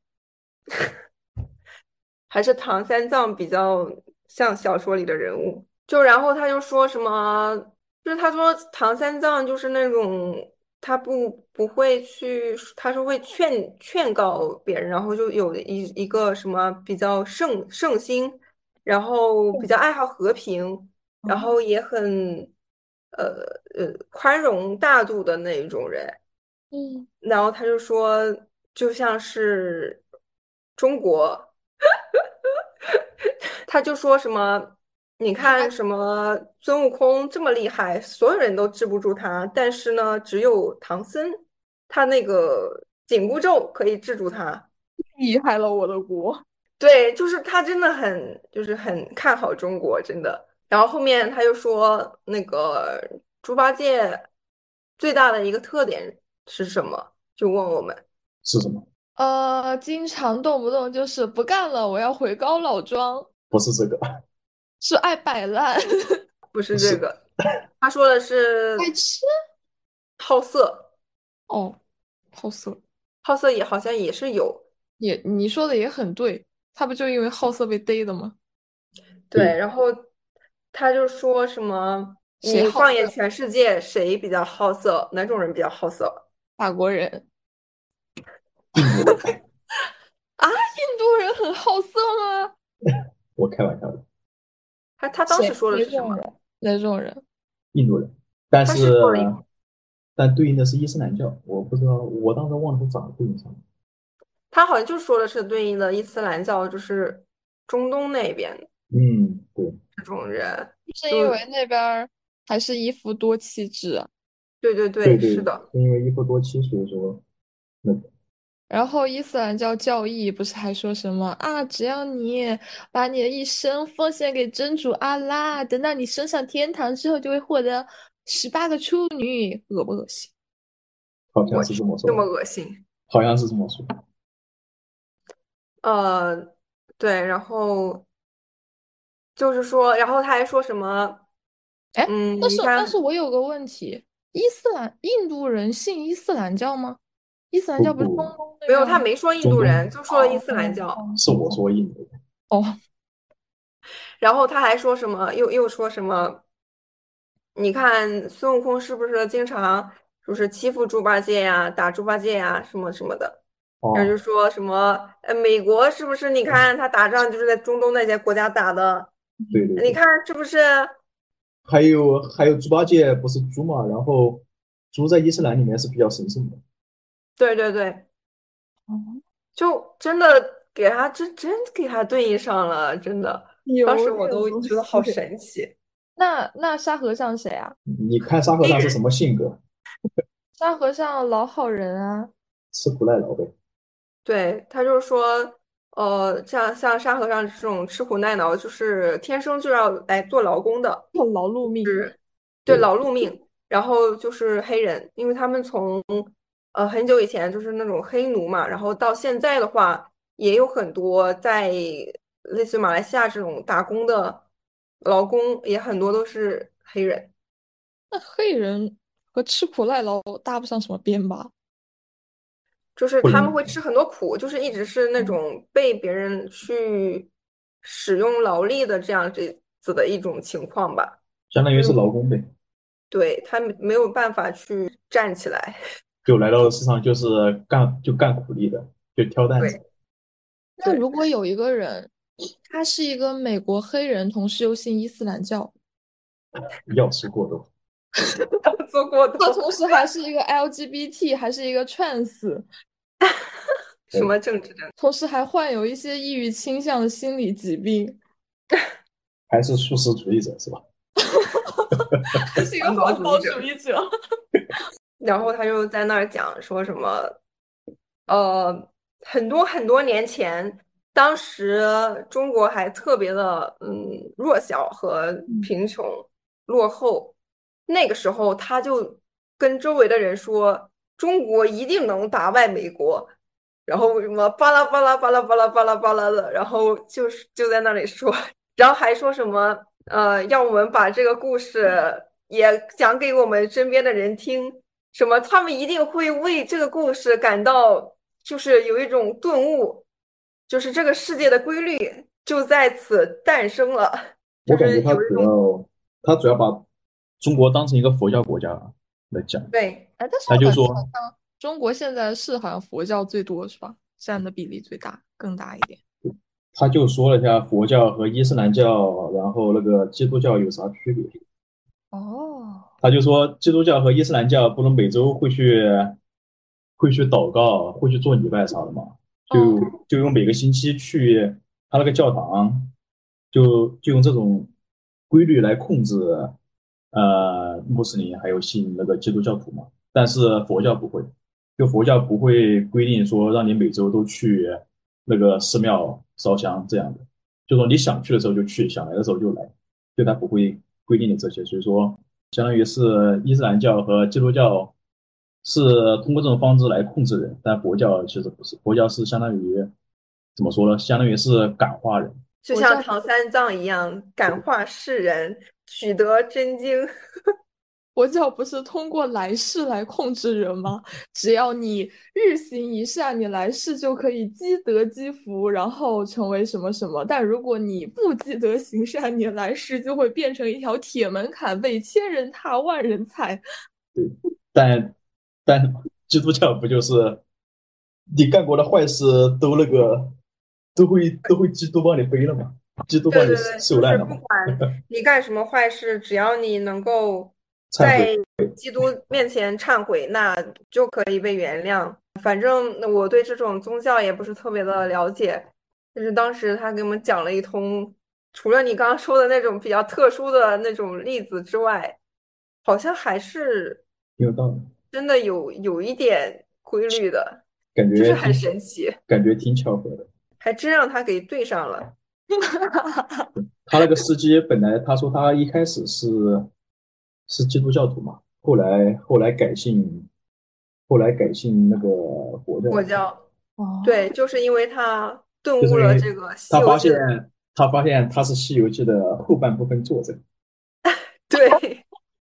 还是唐三藏比较像小说里的人物。就然后他就说什么，就是他说唐三藏就是那种他不不会去，他是会劝劝告别人，然后就有一一个什么比较圣圣心，然后比较爱好和平，然啊， 后也很呃呃宽容大度的那一种人。 嗯， 然后他就说，就像是中国。他就说什么，你猪八看什么孙悟空这么厉害，所有人都治不住他，但是呢，只有唐僧，他那个紧箍咒可以治住他。 厉害了我的国！ 对，就是他真的很，就是很看好中国，真的。然后后面他又说，那个猪八戒最大的一个特点是什么？就问我们， 是什么？ 呃，经常动不动就是不干了，我要回高老庄， 不是这个， 是爱摆烂， 不不是， 是这个，他说的是爱吃。 好色， 哦，好色， 好色也好像也是有。 也你说的也很对，他不就因为好色被逮的吗？ 对， 对，然后他就说什么， 谁好色？ 你放眼全世界，谁比较好色？哪种人比较好色？ 法国人印度人， 啊？印度人很好色吗？ 我开玩笑的， 他他当时谁？ 说的哪是什么？ 种人？哪种人？ 印度人，但他是是说了一， 但对应的是伊斯兰教，我不知道，我当时忘了是咋对应上的。 他好像就说的是对应的伊斯兰教，就是中东那边的嗯，对， 这种人， 是因为就那边儿还是一夫多妻制啊， 对对对， 对对， 是的， 是因为一夫多妻，所以说那个然后伊斯兰教教义不是还说什么啊？只要你把你的一生奉献给真主阿拉，等到你升上天堂之后，就会获得十八个处女，恶不恶心？ 好像我去， 是这么说的， 这么恶心。 好像是这么说。 呃，对，然后就是说，然后他还说什么？ 哎，但嗯， 是但是你看。 我有个问题，伊斯兰印度人信伊斯兰教吗？伊斯兰教不是中不不， 东那没有， 边儿吗？ 他没说印中东度人，就说了伊哦斯兰教。 是我说印度的， 哦， 然后他还说什么，又又说什么？你看孙悟空是不是经常就是欺负猪八戒呀、打猪八戒呀、什么什么的？然后就哦， 说什么，呃，美国是不是？你看他打仗就是在中东那些国家打的， 对对对， 你看是不是？ 还有还有猪八戒不是猪嘛，然后猪在伊斯兰里面是比较神圣的。 对对对， 哦， 就真的给他真真给他对应上了，真的，当时有点我都东西。 觉得好神奇。 那那沙和尚谁啊？ 你看沙和尚是什么性格？ 沙和尚老好人啊， 吃苦耐劳呗。 对，他就是说，呃，像像沙和尚这种吃苦耐劳，就是天生就要来做劳工的， 很劳碌命。 是，对， 对， 劳碌命。然后就是黑人，因为他们从呃很久以前就是那种黑奴嘛，然后到现在的话， 也有很多在类似于马来西亚这种打工的劳工，也很多都是黑人。 那黑人和吃苦耐劳搭不上什么边吧？ 就是不能他们会吃很多苦，就是一直是那嗯， 种被别人去使用劳力的这样这子的一种情况吧。 相当于是劳工呗， 对，他们没有办法去站起来。 就来到世上就是干就干苦力的，就挑担子。 对对， 那如果有一个人，他是一个美国黑人，同时又信伊斯兰教， 要吃过多。 做过他的同时还是一个 L G B T，还是一个 trans， 什么政治正确？ 同时还患有一些抑郁倾向的心理疾病， 还是素食主义者是吧？ 他是一个环保环保主义者。 主义者。 然后他就在那儿讲说什么，呃，很多很多年前，当时中国还特别的嗯弱小和嗯， 贫穷落后，那个时候他就跟周围的人说，中国一定能打败美国，然后什么巴拉巴拉巴拉巴拉巴拉巴拉的，然后就是就在那里说，然后还说什么呃，让我们把这个故事也讲给我们身边的人听。什么他们一定会为这个故事感到就是有一种顿悟，就是这个世界的规律就在此诞生了，就我感觉是他主有一种要他主要把中国当成一个佛教国家来讲， 对哎，但是我感觉好他就说像中国现在是好像佛教最多是吧？占的比例最大，更大一点。 他就说了一下佛教和伊斯兰教，然后那个基督教有啥区别。 哦， 他就说基督教和伊斯兰教不能每周会去会去祷告，会去做礼拜啥的嘛， 嗯， 就就用每个星期去他那个教堂，就就用这种规律来控制呃穆斯林还有信那个基督教徒嘛。但是佛教不会，就佛教不会规定说让你每周都去那个寺庙烧香这样的，就说你想去的时候就去，想来的时候就来，就他不会规定你这些，所以说。相当于是伊斯兰教和基督教是通过这种方式来控制人，但佛教其实不是，佛教是相当于怎么说呢？相当于是感化人。 就像唐三藏一样感化世人，取得真经。 佛教不是通过来世来控制人吗？只要你日行一善，你来世就可以积德积福，然后成为什么什么。但如果你不积德行善，你来世就会变成一条铁门槛，被千人踏，万人踩。 对，但但基督教不就是你干过的坏事都那个都会都会基督帮你背了嘛？基督帮你对对对，就是不受难了嘛？ 管你干什么坏事，只要你能够忏悔。 基督面前忏悔，那就可以被原谅。反正我对这种宗教也不是特别的了解，就是当时他给我们讲了一通，除了你刚刚说的那种比较特殊的那种例子之外，好像还是挺有道理， 真的有有一点规律的， 感就是很觉挺神奇， 感觉挺巧合的。 还真让他给对上了。 他那个司机本来他说他一开始是是基督教徒嘛，后来后来改信，后来改信那个佛教， 佛教， 哦， 对，就是因为他顿悟就是因为了这个《西游记》 他发现的， 他发现他是《西游记》的后半部分作者。 对。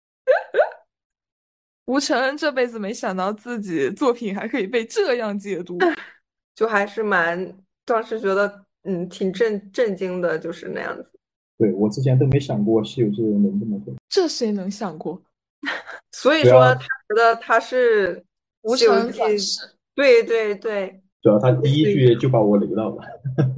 吴承恩这辈子没想到自己作品还可以被这样解读， 就还是蛮，当时觉得嗯挺震震惊的，就是那样子。 对，我之前都没想过《西游记》能这么做， 这谁能想过？ 所以主要说他觉得他是吴承恩 《西游记》， 转世。 对对对， 主要他类第一似于这种。 句就把我雷到了。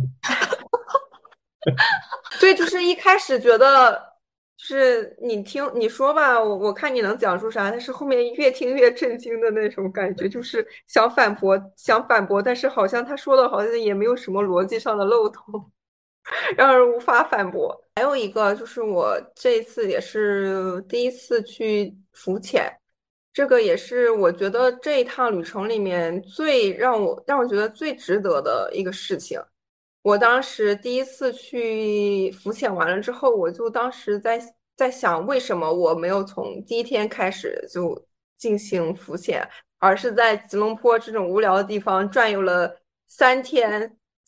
对，就是一开始觉得，就是你听你说吧，我我看你能讲出啥，但是后面越听越震惊的那种感觉，就是想反驳，想反驳，但是好像他说的好像也没有什么逻辑上的漏洞。让人无法反驳。还有一个就是我这一次也是第一次去浮潜，这个也是我觉得这一趟旅程里面最让我让我觉得最值得的一个事情。我当时第一次去浮潜完了之后，我就当时在在想，为什么我没有从第一天开始就进行浮潜，而是在吉隆坡这种无聊的地方转悠了三天。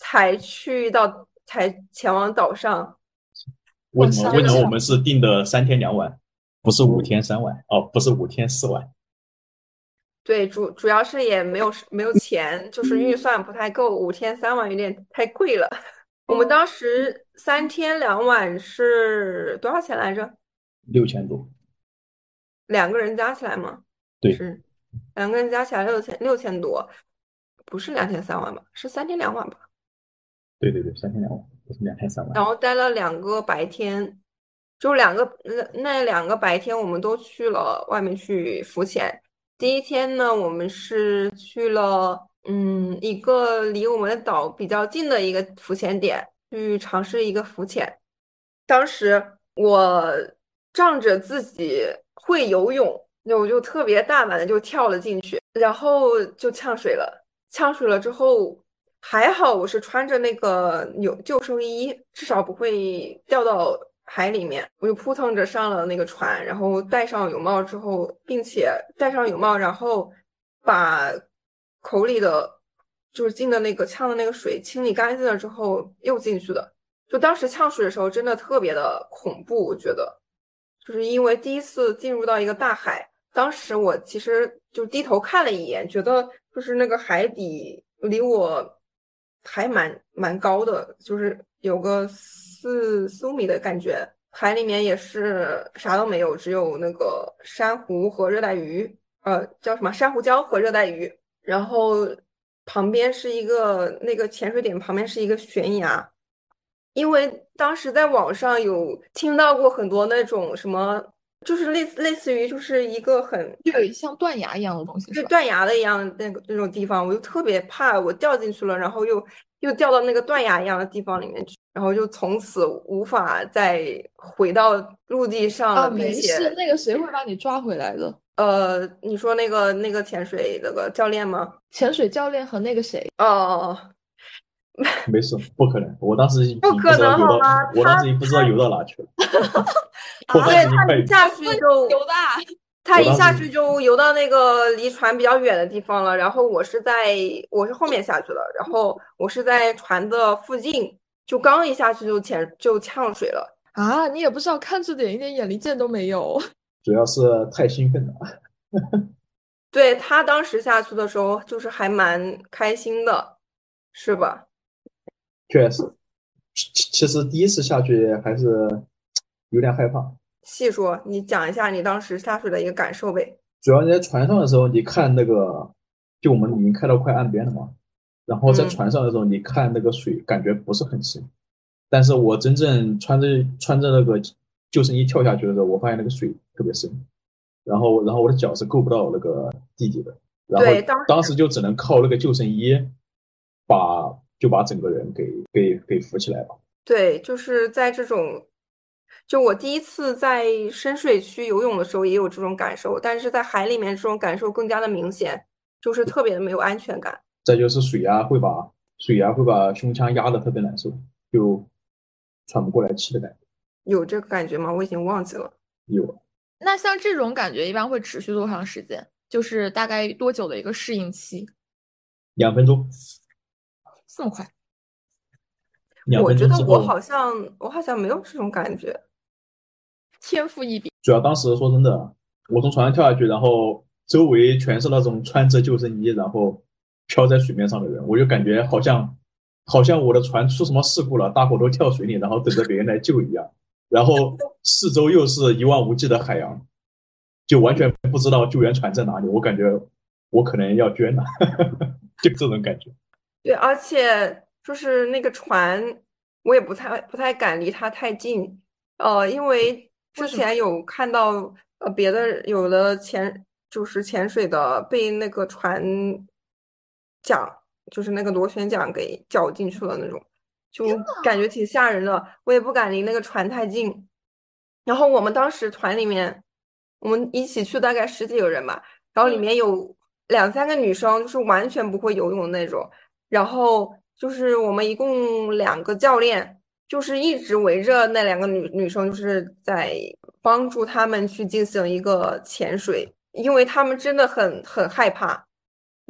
才去到才前往岛上。 为什么？为什么我好伤心。 们是定的三天两晚，不是五天三晚？哦，不是五天四晚。 对，主主要是也没有没有钱，就是预算不太够，五天三晚有点太贵了。我们当时三天两晚是多少钱来着？ 六千多。 两个人加起来吗？ 对是两个人加起来六千六千多，不是两天三晚吧？是三天两晚吧？ 对对对，三天两晚，不是两天三晚。 然后待了两个白天，就两个那那两个白天，我们都去了外面去浮潜。第一天呢，我们是去了嗯一个离我们的岛比较近的一个浮潜点，去尝试一个浮潜。当时我仗着自己会游泳，那我就特别大胆的就跳了进去，然后就呛水了。呛水了之后，还好我是穿着那个有救生衣，至少不会掉到海里面。我就扑腾着上了那个船，然后戴上泳帽之后，并且戴上泳帽，然后把口里的就是进的那个呛的那个水清理干净了之后，又进去的。就当时呛水的时候，真的特别的恐怖，我觉得，就是因为第一次进入到一个大海，当时我其实就低头看了一眼，觉得就是那个海底离我还蛮蛮高的，就是有个四四五米的感觉，海里面也是啥都没有，只有那个珊瑚和热带鱼，呃，叫什么珊瑚礁和热带鱼，然后旁边是一个那个潜水点旁边是一个悬崖。因为当时在网上有听到过很多那种什么，就是类似类似于就是一个很就有一像断崖一样的东西是吧？ 就断崖的一样那个那种地方，我就特别怕我掉进去了，然后又又掉到那个断崖一样的地方里面去，然后就从此无法再回到陆地上啊， 了，并且没事，那个谁会把你抓回来的？ 呃，你说那个那个潜水那个教练吗？ 潜水教练和那个谁， 哦， 没事，不可能。我当时已经不不可知道游到， 能好吗？ 我当他时已经不知道游到哪去了。我啊， 当对， 时已经快， 他一下去就有的啊。 他一我当时下去就游到那个离船比较远的地方了，然后我是在我是后面下去了，然后我是在船的附近，就刚一下去就潜就呛水了。 啊，你也不知道看这点，一点眼力见都没有。 主要是太兴奋了。 对，他当时下去的时候就是还蛮开心的，是吧？ 确实，其其实第一次下去还是有点害怕。 细说，你讲一下你当时下水的一个感受呗。 主要你在船上的时候，你看那个，就我们已经开到快岸边了嘛，然后在嗯， 船上的时候，你看那个水，感觉不是很深。但是我真正穿着穿着那个救生衣跳下去的时候，我发现那个水特别深，然后然后我的脚是够不到那个地底的，然后对，当当时就只能靠那个救生衣把就把整个人给给给扶起来了。 对，就是在这种，就我第一次在深水区游泳的时候也有这种感受，但是在海里面这种感受更加的明显，就是特别的没有安全感。 再就是水压会把水压会把胸腔压得特别难受，就喘不过来气的感觉。 有这个感觉吗？我已经忘记了。 有那像这种感觉一般会持续多长时间？就是大概多久的一个适应期？ 两分钟， 这么快？ 两分我觉得钟之后， 我好像我好像没有这种感觉。 天赋异禀。 主要当时说真的，我从船上跳下去，然后周围全是那种穿着救生衣，然后漂在水面上的人，我就感觉好像好像我的船出什么事故了，大伙都跳水里，然后等着别人来救一样。然后四周又是一望无际的海洋，就完全不知道救援船在哪里。我感觉我可能要捐了，就这种感觉。 对，而且就是那个船，我也不太不太敢离它太近，呃，因为之为什么？ 前有看到呃别的有的潜就是潜水的被那个船桨，就是那个螺旋桨给绞进去了那种，就感觉挺吓人的，我也不敢离那个船太近。然后我们当时团里面，我们一起去大概十几个人吧，然后里嗯， 面有两三个女生，就是完全不会游泳的那种。然后就是我们一共两个教练，就是一直围着那两个女女生，就是在帮助他们去进行一个潜水，因为他们真的很很害怕。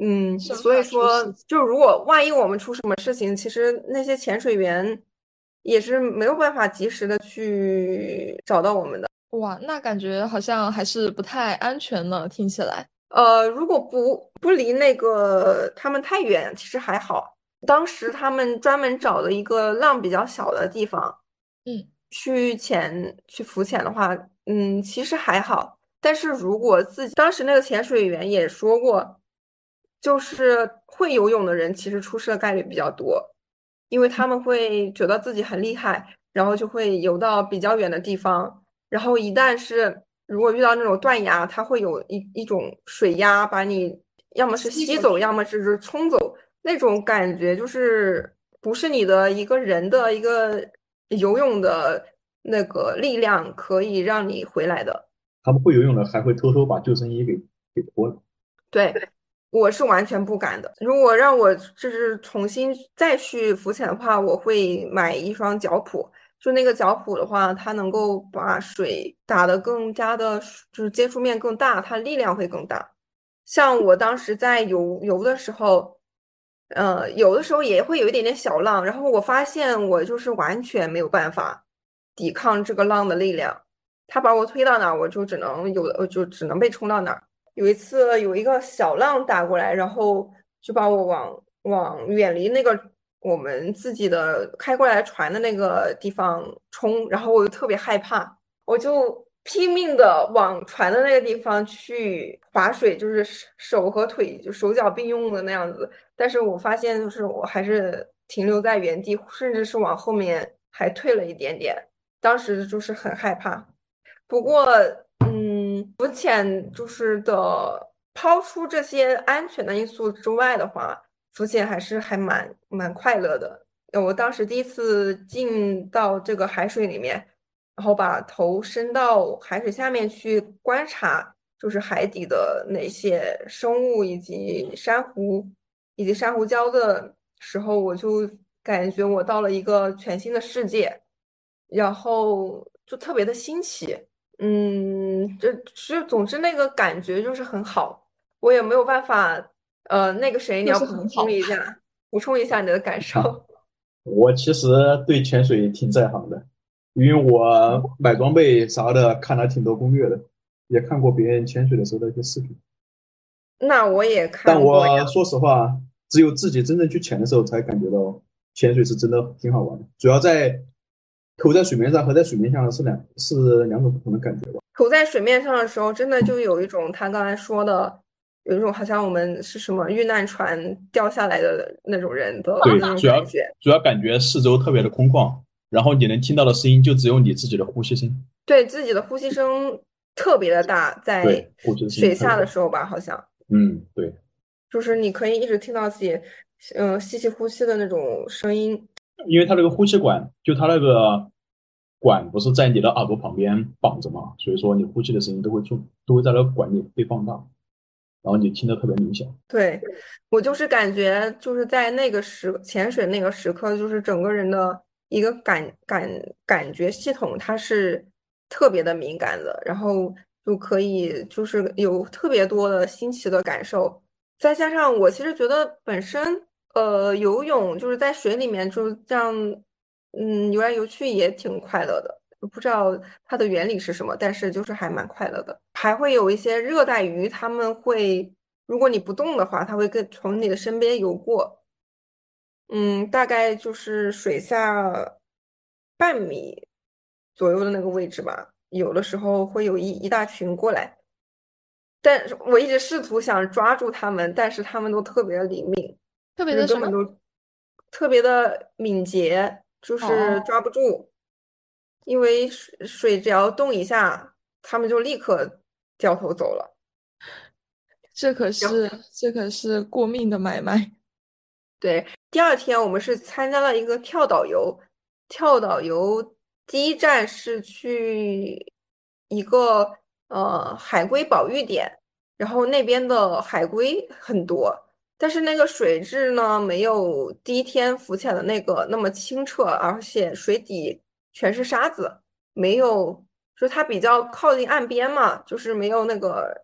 嗯，所以生怕出说， 事情。 就如果万一我们出什么事情，其实那些潜水员也是没有办法及时的去找到我们的。 哇，那感觉好像还是不太安全呢，听起来。 呃，如果不不离那个他们太远，其实还好。当时他们专门找了一个浪比较小的地方嗯， 去潜去浮潜的话，嗯，其实还好。但是如果自己当时那个潜水员也说过，就是会游泳的人其实出事的概率比较多，因为他们会觉得自己很厉害，然后就会游到比较远的地方。然后一旦是如果遇到那种断崖，它会有一一种水压把你要么是吸走， 吸过去。 要么是冲走，那种感觉就是不是你的一个人的一个游泳的那个力量可以让你回来的。 他们会游泳的还会偷偷把救生衣给给脱了。 对，我是完全不敢的。如果让我就是重新再去浮潜的话，我会买一双脚蹼。就那个脚蹼的话，它能够把水打得更加的，就是接触面更大，它力量会更大。像我当时在游游的时候，呃，有的时候也会有一点点小浪，然后我发现我就是完全没有办法抵抗这个浪的力量，它把我推到哪儿，我就只能有的，我就只能被冲到哪儿。有一次有一个小浪打过来，然后就把我往往远离那个我们自己的开过来船的那个地方冲，然后我就特别害怕，我就拼命的往船的那个地方去划水，就是手和腿就手脚并用的那样子。但是我发现就是我还是停留在原地，甚至是往后面还退了一点点，当时就是很害怕。不过，嗯，浮潜就是的，抛出这些安全的因素之外的话，浮潜还是还蛮蛮快乐的。呃我当时第一次进到这个海水里面，然后把头伸到海水下面去观察，就是海底的那些生物以及珊瑚以及珊瑚礁的时候，我就感觉我到了一个全新的世界，然后就特别的新奇。嗯，这是总之那个感觉就是很好，我也没有办法。呃，那个谁，你就是要补很好。 充一下，补充一下你的感受。 啊，我其实对潜水挺在行的，因为我买装备啥的看了挺多攻略的，也看过别人潜水的时候的一些视频。 那我也但看过呀。 我说实话，只有自己真正去潜的时候，才感觉到潜水是真的挺好玩的。主要在头在水面上和在水面下是两是两种不同的感觉吧。 浮在水面上的时候，真的就有一种他刚才说的，有一种好像我们是什么遇难船掉下来的那种人的对， 那种主要感觉。 主要感觉四周特别的空旷，然后你能听到的声音就只有你自己的呼吸声。 对自己的呼吸声特别的大，在对，呼吸的声音水特别大。 下的时候吧，好像嗯，对， 就是你可以一直听到自己，嗯、吸气呼吸的那种声音。 因为它那个呼气管，就它那个管不是在你的耳朵旁边绑着嘛，所以说你呼气的声音都会从都会在那个管里被放大，然后你听得特别明显。 对，我就是感觉就是在那个时潜水那个时刻，就是整个人的一个感感感觉系统，它是特别的敏感的，然后就可以就是有特别多的新奇的感受。再加上我其实觉得本身呃游泳就是在水里面就这样，嗯，游来游去也挺快乐的。不知道它的原理是什么，但是就是还蛮快乐的。还会有一些热带鱼，它们会。如果你不动的话，它会跟从你的身边游过，嗯，大概就是水下半米左右的那个位置吧。有的时候会有一一大群过来，但是我一直试图想抓住它们，但是它们都特别的灵敏，就是特别的什么？ 根本都特别的敏捷，就是哦， 抓不住，因为水水只要动一下，它们就立刻掉头走了。 这可是这可是过命的买卖。 对，第二天我们是参加了一个跳岛游，跳岛游第一站是去一个呃海龟保育点，然后那边的海龟很多，但是那个水质呢没有第一天浮潜的那个那么清澈，而且水底全是沙子，没有，就是它比较靠近岸边嘛，就是没有那个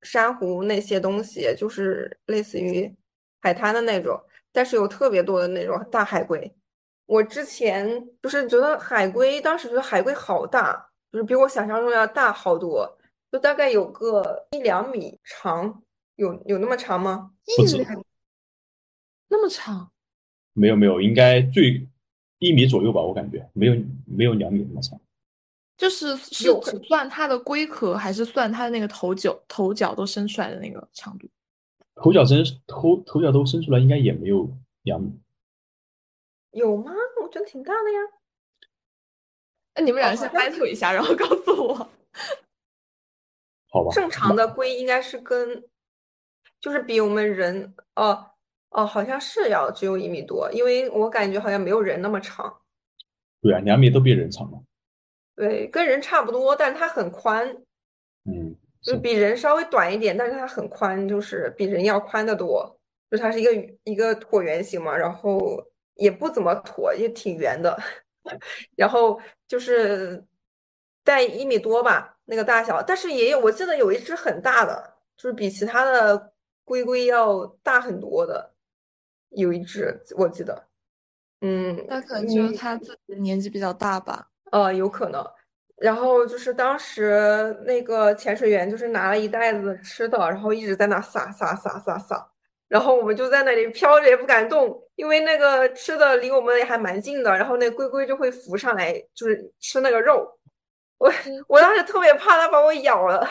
珊瑚那些东西，就是类似于海滩的那种，但是有特别多的那种大海龟。我之前就是觉得海龟，当时觉得海龟好大，就是比我想象中要大好多，就大概有个一两米长，有有那么长吗？ 不止， 一两那么长， 没有没有，应该最一米左右吧，我感觉没有没有两米那么长。 就是是有， 只算它的龟壳，还是算它的那个头脚头脚都伸出来的那个长度？ 头脚伸头头脚都伸出来，应该也没有两米。 有吗？我觉得挺大的呀。 那你们哦， 俩先好像 battle 一下，然后告诉我。 好吧， 正常的龟应该是跟，就是比我们人，哦哦，好像是要只有一米多，因为我感觉好像没有人那么长。 对啊，两米都比人长了。 对，跟人差不多，但是它很宽， 嗯， 就是是。 比人稍微短一点，但是它很宽，就是比人要宽得多。就它是一个一个椭圆形嘛，然后也不怎么椭，也挺圆的。然后就是带一米多吧，那个大小，但是也有，我记得有一只很大的，就是比其他的龟龟要大很多的，有一只我记得，嗯那可能就是嗯他自己的年纪比较大吧。 呃，有可能。然后就是当时那个潜水员就是拿了一袋子吃的，然后一直在那撒撒撒撒撒，然后我们就在那里飘着也不敢动，因为那个吃的离我们也还蛮近的，然后那龟龟就会浮上来，就是吃那个肉。我嗯， 我当时特别怕它把我咬了。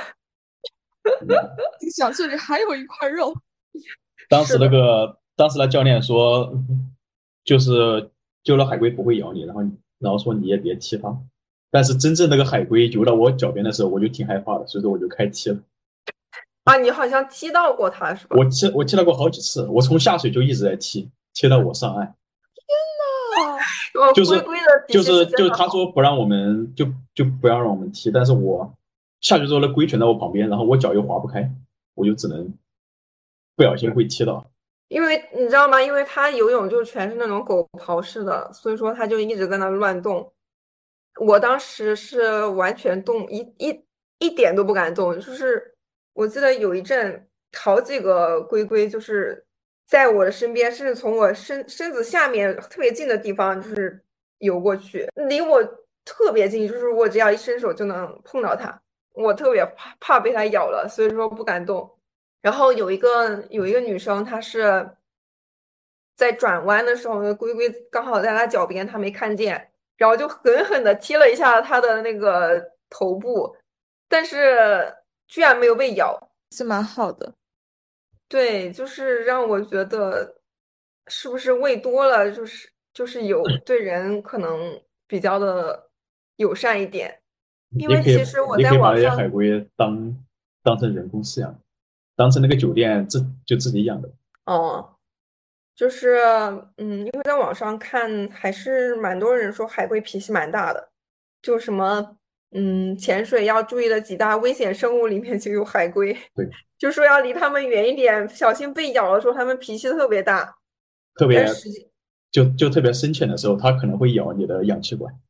想这里还有一块肉。 当时那是的， 个当时那教练说，就是救了海龟不会咬你，然后然后说你也别踢它。但是真正那个海龟游到我脚边的时候，我就挺害怕的，所以说我就开踢了。 啊，你好像踢到过它是吧？ 我踢我踢了过好几次，我从下水就一直在踢，踢到我上岸。 啊， 我就是龟龟的脾气是就是就是他真的好。 说不让我们就就不要让我们踢，但是我下去之后那龟全在我旁边，然后我脚又划不开，我就只能不小心会踢到。 因为你知道吗？因为它游泳就全是那种狗刨式的，所以说它就一直在那乱动。我当时是完全动一一一点都不敢动，就是我记得有一阵好几个龟龟就是在我的身边，甚至从我身身子下面特别近的地方就是游过去，离我特别近，就是我只要一伸手就能碰到它，我特别怕怕被它咬了，所以说不敢动。然后有一个有一个女生，她是在转弯的时候，那龟龟刚好在她脚边，她没看见，然后就狠狠的踢了一下她的那个头部，但是居然没有被咬。 是蛮好的。 对，就是让我觉得是不是喂多了，就是就是有对人可能比较的友善一点，因为也可以其实我在也可以把那些海网上。 龟当当成人工饲养，当成那个酒店自就自己养的。 哦，就是嗯，因为在网上看，还是蛮多人说海龟脾气蛮大的，就什么嗯，潜水要注意的几大危险生物里面就有海龟， 对， 就说要离它们远一点，小心被咬的时候它们脾气特别大。 特别但实际就就特别深潜的时候，它可能会咬你的氧气管。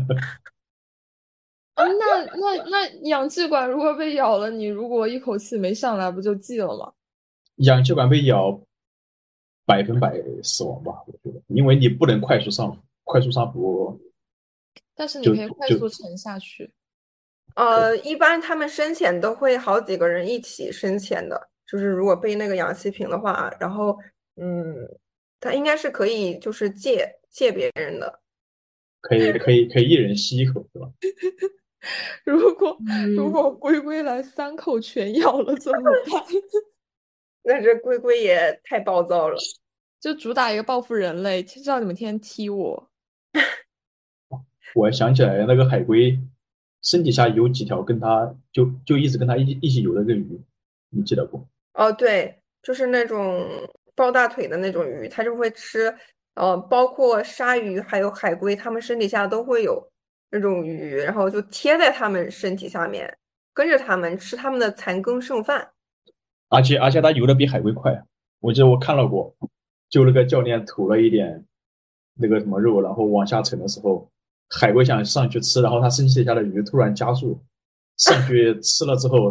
啊，那那那氧气管如果被咬了，你如果一口气没上来，不就记了吗？ 氧气管被咬，百分百死亡吧，我觉得，因为你不能快速上浮，快速上浮但是你就可以快就速沉下去。 可以呃，一般他们深潜都会好几个人一起深潜的，就是如果背那个氧气瓶的话，然后嗯，他应该是可以就是借借别人的。 可以可以可以一人吸一口，对吧？ 如果如嗯， 果龟龟来三口全咬了怎么办？ 那这龟龟也太暴躁了。 就主打一个报复人类，知道你们天天踢我。 我想起来那个海龟身体下有几条跟它就就一直跟它一起一起游的那个鱼，你记得不？ 哦，对，就是那种抱大腿的那种鱼，它就会吃，呃，包括鲨鱼还有海龟，它们身体下都会有那种鱼，然后就贴在它们身体下面，跟着它们吃它们的残羹剩饭。 而且而且它游的比海龟快，我记得我看到过，就那个教练吐了一点那个什么肉，然后往下沉的时候，海龟想上去吃，然后它身体下的鱼突然加速上去吃了之后，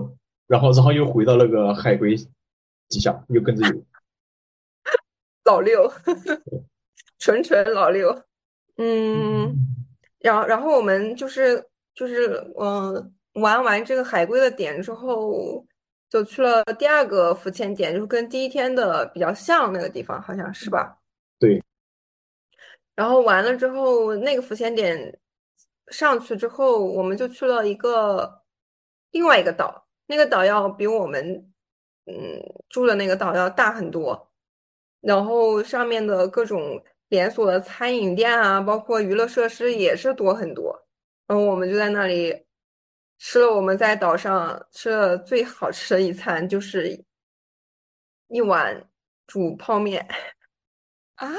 然后然后又回到那个海龟底下，又跟着游。 老六，纯纯老六。嗯，然后然后我们就是就是嗯、呃玩完这个海龟的点之后，就去了第二个浮潜点，就是跟第一天的比较像那个地方，好像是吧？ 对， 然后完了之后，那个浮潜点上去之后，我们就去了一个另外一个岛，那个岛要比我们嗯住的那个岛要大很多，然后上面的各种连锁的餐饮店啊，包括娱乐设施也是多很多。然后我们就在那里吃了我们在岛上吃的最好吃的一餐，就是一碗煮泡面。 啊，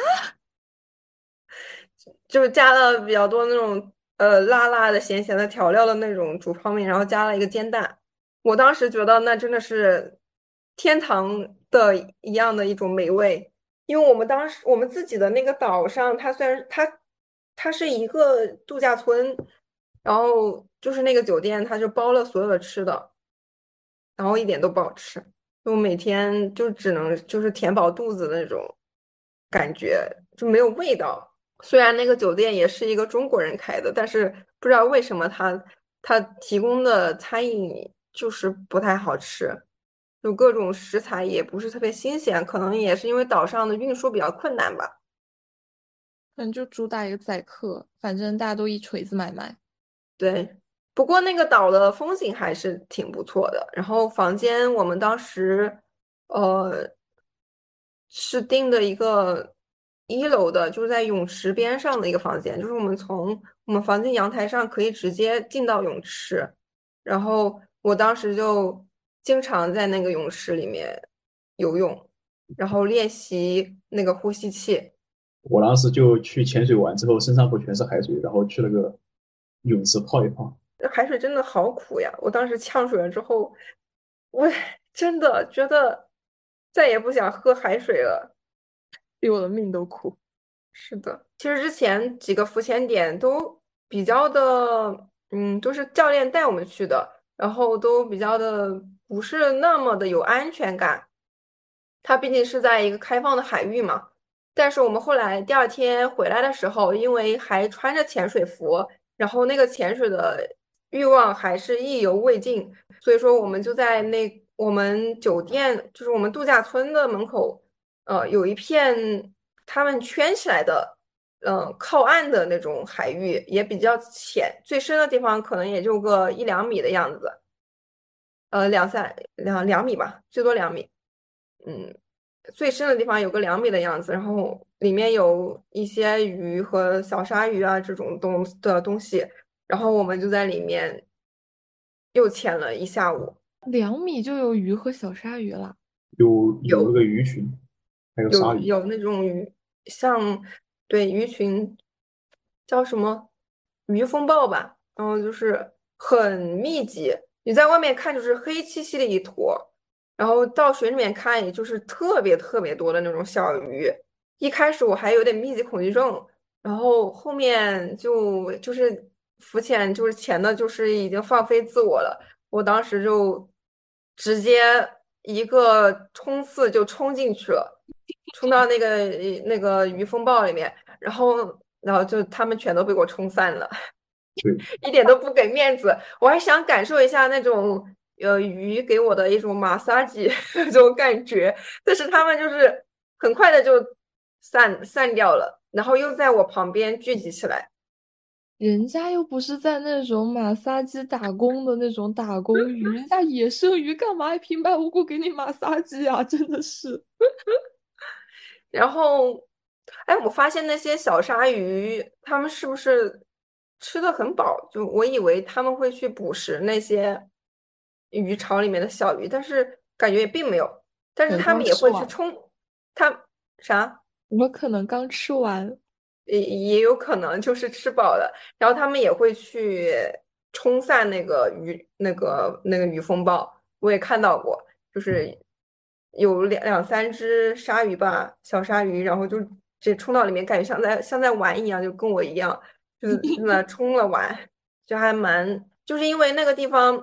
就是加了比较多那种呃辣辣的、咸咸的调料的那种煮泡面，然后加了一个煎蛋。我当时觉得那真的是天堂的一样的一种美味，因为我们当时我们自己的那个岛上，它虽然它它是一个度假村，然后就是那个酒店，它就包了所有的吃的，然后一点都不好吃，就每天就只能就是填饱肚子的那种感觉，就没有味道。虽然那个酒店也是一个中国人开的，但是不知道为什么他他提供的餐饮就是不太好吃，就各种食材也不是特别新鲜，可能也是因为岛上的运输比较困难吧。 可能就主打一个宰客，反正大家都一锤子买卖。 对，不过那个岛的风景还是挺不错的。然后房间我们当时呃是订的一个一楼的，就是在泳池边上的一个房间，就是我们从我们房间阳台上可以直接进到泳池。然后我当时就经常在那个泳池里面游泳，然后练习那个呼吸气。 我当时就去潜水完之后，身上不全是海水，然后去那个泳池泡一泡。 海水真的好苦呀！我当时呛水了之后，我真的觉得再也不想喝海水了。 比我的命都苦。 是的，其实之前几个浮潜点都比较的，嗯，都是教练带我们去的，然后都比较的不是那么的有安全感。它毕竟是在一个开放的海域嘛。但是我们后来第二天回来的时候，因为还穿着潜水服，然后那个潜水的欲望还是意犹未尽，所以说我们就在那我们酒店，就是我们度假村的门口，呃，有一片他们圈起来的，嗯、靠岸的那种海域，也比较浅，最深的地方可能也就个一两米的样子，呃，两三两两米吧，最多两米。嗯，最深的地方有个两米的样子，然后里面有一些鱼和小鲨鱼啊这种东的东西，然后我们就在里面又潜了一下午。 两米就有鱼和小鲨鱼了。 有有那有个鱼群，还有鲨鱼。 有有那种鱼，像对鱼群叫什么鱼风暴吧，然后就是很密集，你在外面看就是黑漆漆的一坨，然后到水里面看也就是特别特别多的那种小鱼。一开始我还有点密集恐惧症，然后后面就就是浮潜就是潜的就是已经放飞自我了。我当时就直接一个冲刺就冲进去了，冲到那个那个鱼风暴里面，然后然后就他们全都被我冲散了， 对， 一点都不给面子。我还想感受一下那种呃鱼给我的一种马杀鸡那种感觉，但是他们就是很快的就散散掉了，然后又在我旁边聚集起来。 人家又不是在那种马杀鸡打工的那种打工鱼，人家野生鱼干嘛还平白无故给你马杀鸡啊？真的是。 然后，哎，我发现那些小鲨鱼，它们是不是吃的很饱？就我以为他们会去捕食那些鱼巢里面的小鱼，但是感觉也并没有。但是可能他们也会去刚吃完。 冲，它啥？ 我可能刚吃完。 也也有可能就是吃饱了，然后他们也会去冲散那个鱼那个那个鱼风暴，我也看到过，就是有两两三只鲨鱼吧，小鲨鱼，然后就直接冲到里面，感觉像在像在玩一样，就跟我一样，就是那冲了玩，就还蛮，就是因为那个地方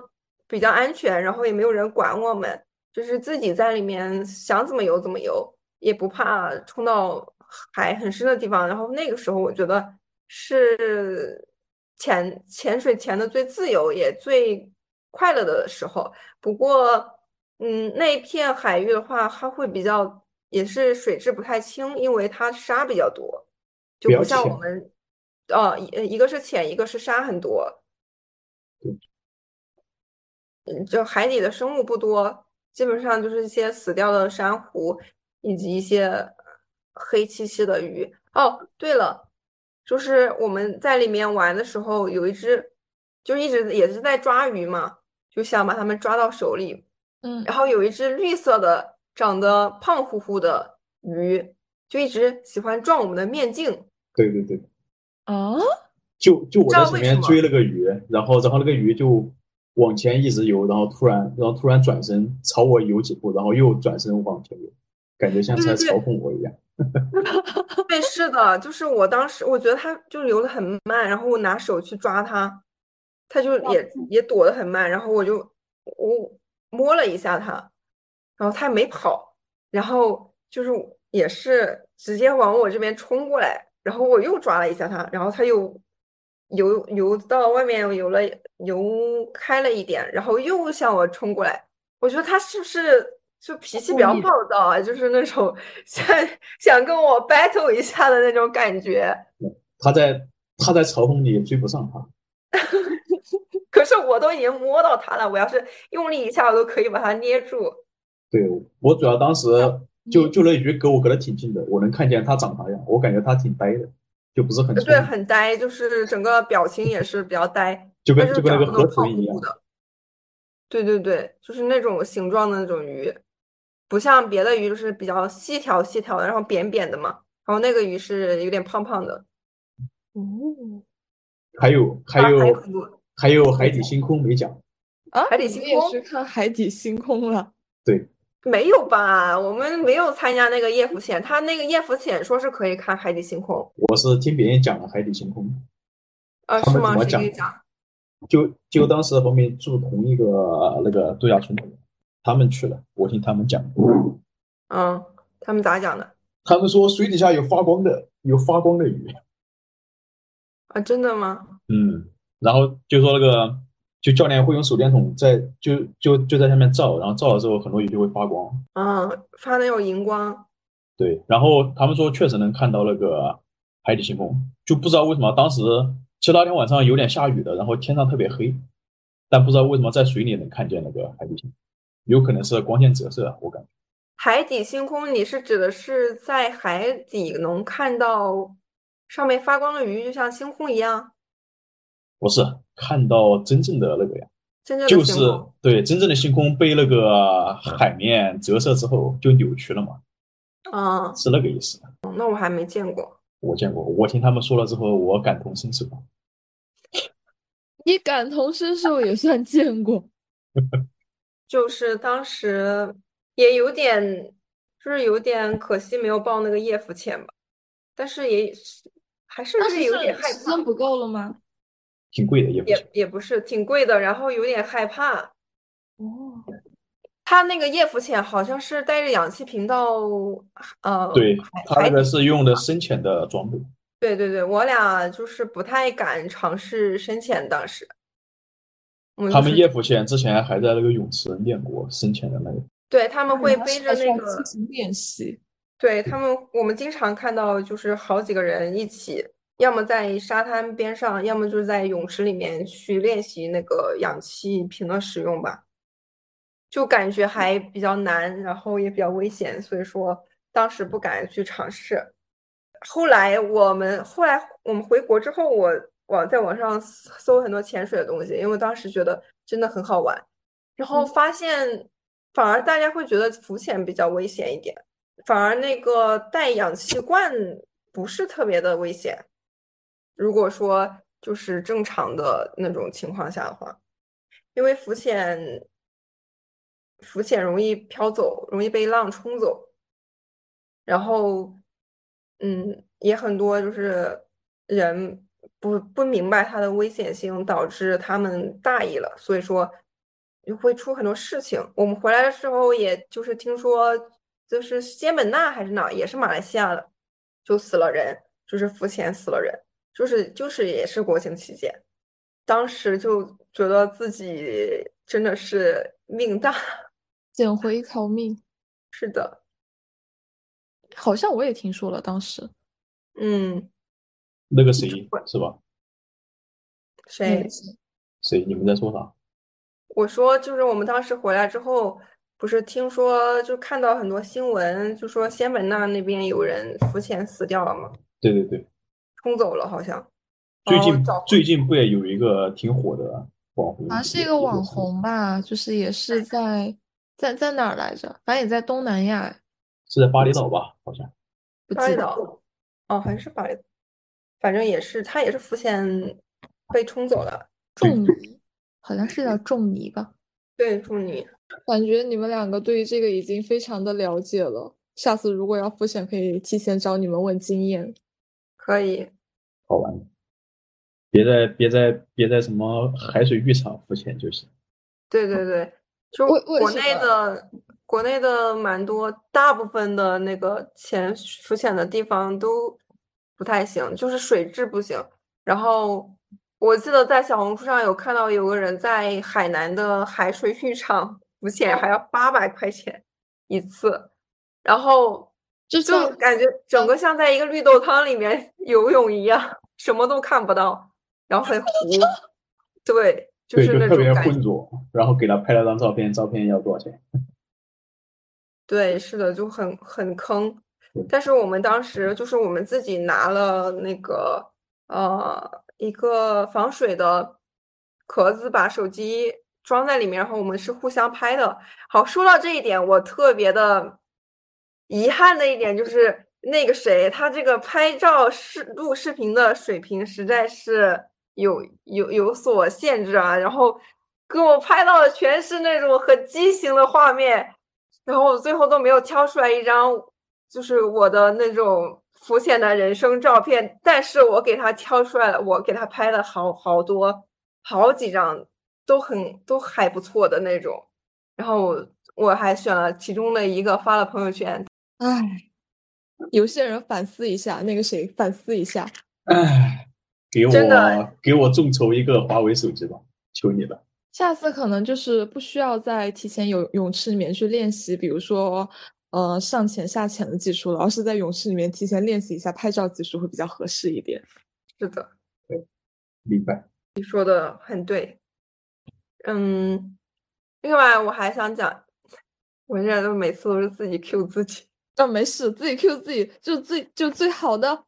比较安全，然后也没有人管我们，就是自己在里面想怎么游怎么游，也不怕冲到海很深的地方。然后那个时候我觉得是潜潜水潜的最自由也最快乐的时候。不过，嗯，那一片海域的话，它会比较也是水质不太清，因为它沙比较多，就不像我比较浅。 们，呃，一一个是浅，一个是沙很多。嗯，就海底的生物不多，基本上就是一些死掉的珊瑚以及一些黑漆漆的鱼。哦，对了，就是我们在里面玩的时候，有一只就一直也是在抓鱼嘛，就想把它们抓到手里。 嗯然后有一只绿色的、长得胖乎乎的鱼，就一直喜欢撞我们的面镜， 对对对， 啊， 就就我不知道在前面追为什么。 了个鱼，然后然后那个鱼就往前一直游，然后突然然后突然转身朝我游几步，然后又转身往前游，感觉像是在嘲对对对， 讽我一样。 对，是的，就是我当时我觉得它就游得很慢，然后我拿手去抓它，它就也也躲得很慢，然后我就我摸了一下它，然后它没跑，然后就是也是直接往我这边冲过来，然后我又抓了一下它，然后它又游游到外面游了游开了一点，然后又向我冲过来。我觉得他是不是就脾气比较故意的。 暴躁啊？就是那种想想跟我 battle 一下的那种感觉。 他在他在嘲讽你追不上他。 可是我都已经摸到它了，我要是用力一下，我都可以把它捏住。 对，我主要当时就你就那鱼隔我隔得挺近的，我能看见它长啥样，我感觉它挺呆的，就不是很呃，对， 聪明， 很呆，就是整个表情也是比较呆。 就它就是跟就跟那个河长得那种胖豚一样。 乎乎的。对对对，就是那种形状的那种鱼，不像别的鱼就是比较细条细条的，然后扁扁的嘛。然后那个鱼是有点胖胖的。 哦还有还啊，还有有很多还有海没讲。 底星空没讲。 啊， 海底你们也是星空看海底星空了？ 对， 没有吧？我们没有参加那个夜浮潜，他那个夜浮潜说是可以看海底星空。 我是听别人讲的海底星空， 呃， 他们怎是吗？ 么讲的？ 谁给你讲？ 就就当时和我们住同一个那个度假村的人，他们去了，我听他们讲。 嗯，他们咋讲的？ 他们说水底下有发光的，有发光的鱼。 啊，真的吗？ 嗯，然后就说那个，就教练会用手电筒在就就就在下面照，然后照了之后很多鱼就会发光。 嗯，发那种荧光。 对，然后他们说确实能看到那个海底星空，就不知道为什么当时其实那天晚上有点下雨的，然后天上特别黑，但不知道为什么在水里能看见那个海底星空，有可能是光线折射，我感觉。 海底星空，你是指的是在海底能看到上面发光的鱼，就像星空一样， 不是看到真正的那个呀， 真正的就是星空？ 对真正的星空被那个海面折射之后就扭曲了嘛， 啊， 是那个意思。 那我还没见过。 我见过，我听他们说了之后，我感同身受。 你感同身受也算见过。 就是当时也有点，就是有点可惜没有报那个夜浮潜吧，但是也是还是当时是有点是害怕。 时间不够了吗？ 挺贵的夜浮潜。 也也不是挺贵的，然后有点害怕。 哦， 他那个夜浮潜好像是带着氧气瓶到呃对， 海他那个海底去是用的嘛。 深潜的装备。 对对对，我俩就是不太敢尝试深潜，当时我们就是他们夜浮潜之前还在那个泳池练过深潜的那个。 对他们那你会背着还是还需那个。 要进行练习。 对，他们，我们经常看到就是好几个人一起，要么在沙滩边上，要么就是在泳池里面去练习那个氧气瓶的使用吧。就感觉还比较难，然后也比较危险，所以说当时不敢去尝试。后来我们后来我们回国之后，我网在网上搜很多潜水的东西，因为当时觉得真的很好玩，然后嗯， 发现反而大家会觉得浮潜比较危险一点，反而那个带氧气罐不是特别的危险。如果说就是正常的那种情况下的话，因为浮潜浮潜容易飘走，容易被浪冲走。然后，嗯，也很多就是人不不明白它的危险性，导致他们大意了。所以说， 会出很多事情。我们回来的时候，也就是听说，就是仙本那还是哪，也是马来西亚的，就死了人，就是浮潜死了人，就是就是也是国庆期间，当时就觉得自己真的是命大。 捡回一条命， 是的。 好像我也听说了，当时嗯。 那个谁是吧？ 谁？ 那个是谁？你们在说啥？ 我说就是我们当时回来之后，不是听说就看到很多新闻，就说仙本那那边有人浮潜死掉了吗？ 对对对， 冲走了好像，然最后找回。 近最近不也有一个挺火的网红好像是一也也是个网死了， 红吧，就是也是在在在哪儿来着？反正也在东南亚， 是在巴厘岛吧？好像。 不记得。 巴厘岛。哦，还是巴厘岛，反正也是他也是浮潜被冲走了。 对， 仲尼，好像是叫仲尼吧。 对，祝你。 感觉你们两个对于这个已经非常的了解了，下次如果要浮潜，可以提前找你们问经验。 可以。 好玩。别在别在别在什么海水浴场浮潜就行。 对对对，就为为国内什么？ 的国内的蛮多，大部分的那个潜浮潜的地方都不太行，就是水质不行。然后我记得在小红书上有看到有个人在海南的海水浴场浮潜，还要八百块钱一次，然后就像就感觉整个像在一个绿豆汤里面游泳一样，什么都看不到，然后很糊。对，就对， 是那就特别种感觉。 浑浊，然后给他拍了张照片，照片要多少钱？ 对，是的，就很很坑。 对， 但是我们当时就是我们自己拿了那个呃一个防水的壳子，把手机装在里面，然后我们是互相拍的。好，说到这一点，我特别的遗憾的一点就是那个谁，他这个拍照视录视频的水平实在是有有有所限制啊，然后给我拍到的全是那种很畸形的画面。然后我最后都没有挑出来一张，就是我的那种浮潜的人生照片，但是我给他挑出来了，我给他拍了好好多好几张，都很都还不错的那种，然后我我还选了其中的一个发了朋友圈。 唉，有些人反思一下，那个谁反思一下， 唉，给真的。 我给我众筹一个华为手机吧，求你了。 下次可能就是不需要在提前泳泳池里面去练习，比如说呃上潜下潜的技术了，而是在泳池里面提前练习一下拍照技术会比较合适一点。 是的， 对，明白。 你说的很对。嗯，另外我还想讲，我现在都每次都是自己 Q 自己。 啊，没事，自己 Q 自己就最就最好的。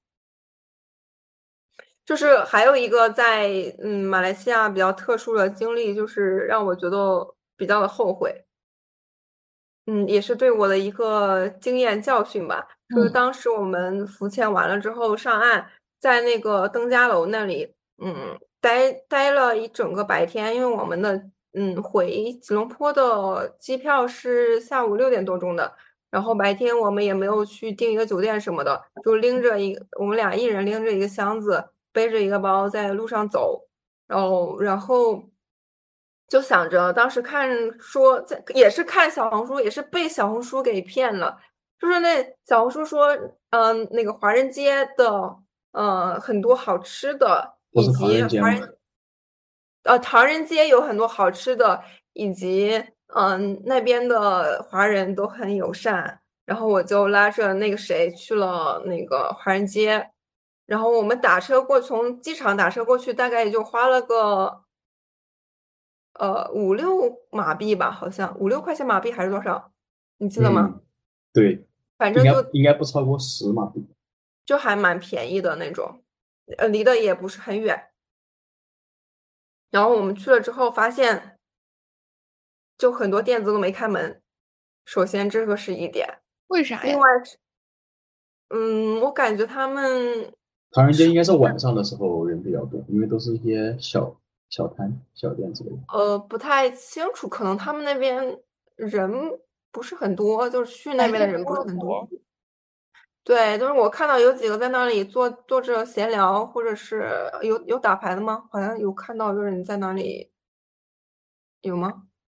就是还有一个在嗯马来西亚比较特殊的经历，就是让我觉得比较的后悔。嗯，也是对我的一个经验教训吧。就是嗯， 当时我们浮潜完了之后上岸，在那个登嘉楼那里，嗯，待待了一整个白天，因为我们的嗯回吉隆坡的机票是下午六点多钟的，然后白天我们也没有去订一个酒店什么的，就拎着一个我们俩一人拎着一个箱子，背着一个包在路上走，然后然后就想着当时看说在也是看小红书，也是被小红书给骗了。就是那小红书说，嗯、那个华人街的呃很多好吃的， 不是唐以及人街吗？ 华人呃唐人街有很多好吃的，以及嗯、那边的华人都很友善。然后我就拉着那个谁去了那个华人街，然后我们打车过，从机场打车过去，大概也就花了个呃五六马币吧，好像五六块钱马币还是多少？你记得吗？ 嗯，对，应该反正就应该不超过十嘛。 就还蛮便宜的那种，呃，离得也不是很远。然后我们去了之后，发现就很多店子都没开门。首先这个是一点， 为啥呀？ 另外是，嗯，我感觉他们唐人街应该是晚上的时候人比较多，因为都是一些小小摊、小店之类的。 呃不太清楚，可能他们那边人不是很多，就是去那白天边的人不是很多。 不活。 对，就是我看到有几个在那里坐坐着闲聊，或者是有有打牌的吗？好像有看到有人在那里，有吗？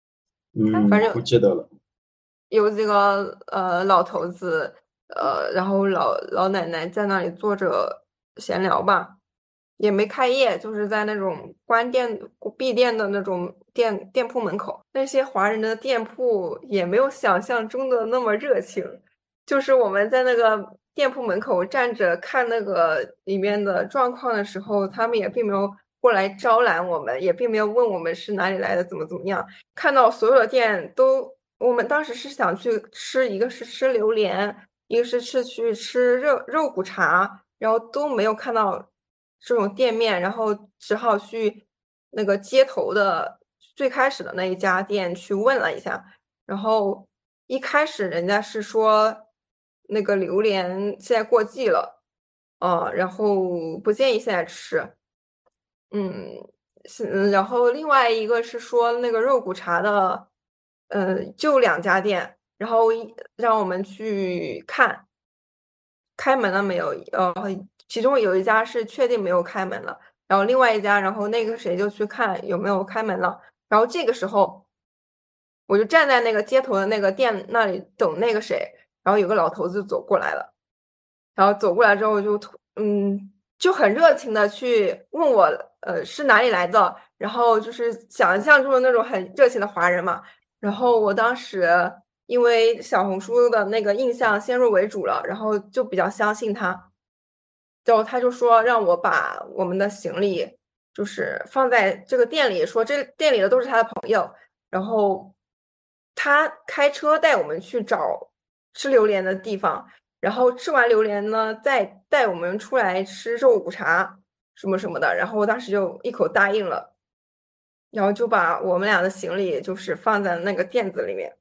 嗯，不反正记得了。 有这个呃老头子，呃，然后老老奶奶在那里坐着闲聊吧，也没开业，就是在那种关店闭店的那种店店铺门口。那些华人的店铺也没有想象中的那么热情，就是我们在那个店铺门口站着看那个里面的状况的时候，他们也并没有过来招揽我们，也并没有问我们是哪里来的，怎么怎么样。看到所有的店都，我们当时是想去吃，一个是吃榴莲，一个是是去吃肉肉骨茶，然后都没有看到这种店面，然后只好去那个街头的最开始的那一家店去问了一下，然后一开始人家是说那个榴莲现在过季了，呃，然后不建议现在吃。嗯，是，嗯然后另外一个是说那个肉骨茶的，呃，就两家店，然后一让我们去看开门了没有，呃，其中有一家是确定没有开门了，然后另外一家，然后那个谁就去看有没有开门了，然后这个时候我就站在那个街头的那个店那里等那个谁，然后有个老头子走过来了。然后走过来之后就突嗯，就很热情的去问我，呃，是哪里来的，然后就是想象中的那种很热情的华人嘛。然后我当时因为小红书的那个印象先入为主了，然后就比较相信他，就他就说让我把我们的行李就是放在这个店里，说这店里的都是他的朋友，然后他开车带我们去找吃榴莲的地方。然后吃完榴莲呢，再带我们出来吃肉骨茶什么什么的，然后我当时就一口答应了，然后就把我们俩的行李就是放在那个垫子里面，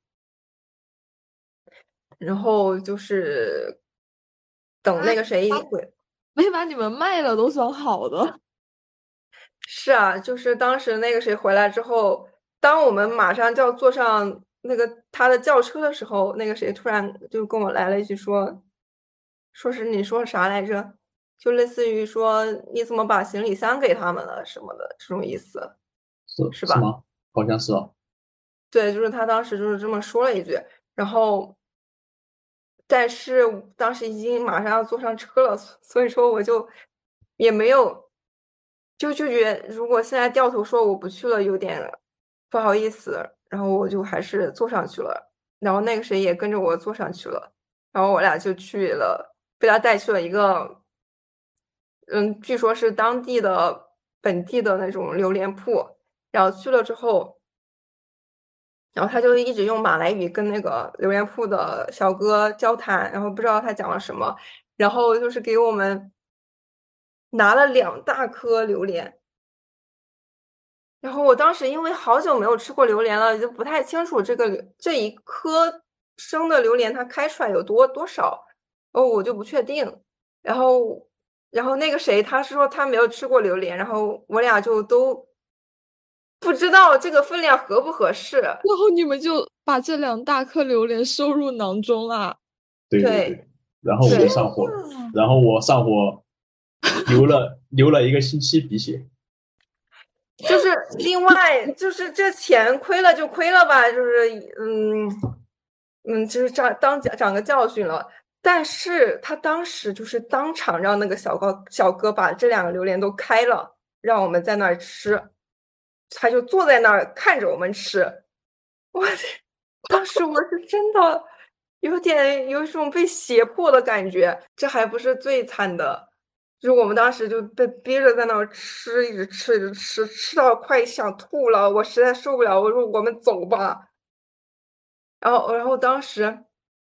然后就是等啊， 那个谁一回。 没把你们卖了都算好的。 是啊，就是当时那个谁回来之后，当我们马上就要坐上那个他的轿车的时候，那个谁突然就跟我来了一句说，说是你说啥来着？就类似于说你怎么把行李箱给他们了什么的这种意思， 是是吧？ 是吗？好像是哦。 对，就是他当时就是这么说了一句，然后，但是当时已经马上要坐上车了，所以说我就也没有，就就觉得如果现在掉头说我不去了，有点不好意思，然后我就还是坐上去了，然后那个谁也跟着我坐上去了，然后我俩就去了，被他带去了一个，嗯，据说是当地的本地的那种榴莲铺，然后去了之后。然后他就一直用马来语跟那个榴莲铺的小哥交谈，然后不知道他讲了什么，然后就是给我们拿了两大颗榴莲，然后我当时因为好久没有吃过榴莲了，就不太清楚这个这一颗生的榴莲它开出来有多多少，哦，我就不确定。然后，然后那个谁他是说他没有吃过榴莲，然后我俩就都不知道这个分量合不合适。 然后你们就把这两大颗榴莲收入囊中啦。 对对对对。然后我就对。 上火了，然后我上火流了流了一个星期鼻血。 就是另外就是这钱亏了就亏了吧，就是嗯嗯，就是长当长长个教训了。但是他当时就是当场让那个小高小哥把这两个榴莲都开了，让我们在那儿吃，他就坐在那儿看着我们吃。我当时我是真的有点有一种被胁迫的感觉，这还不是最惨的。就是我们当时就被逼着在那儿吃，一直吃，一直吃，吃到快想吐了，我实在受不了，我说我们走吧。然后，然后当时，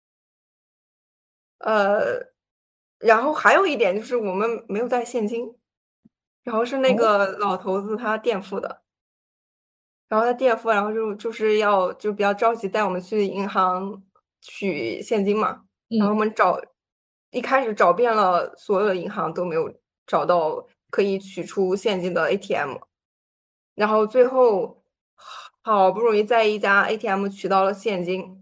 呃，然后还有一点就是我们没有带现金，然后是那哦， 个老头子他垫付的，然后他垫付，然后就就是要就比较着急带我们去银行取现金嘛，然后嗯， 我们找，一开始找遍了所有的银行都没有找到可以取出现金的 A T M。然后最后好不容易在一家 A T M 取到了现金，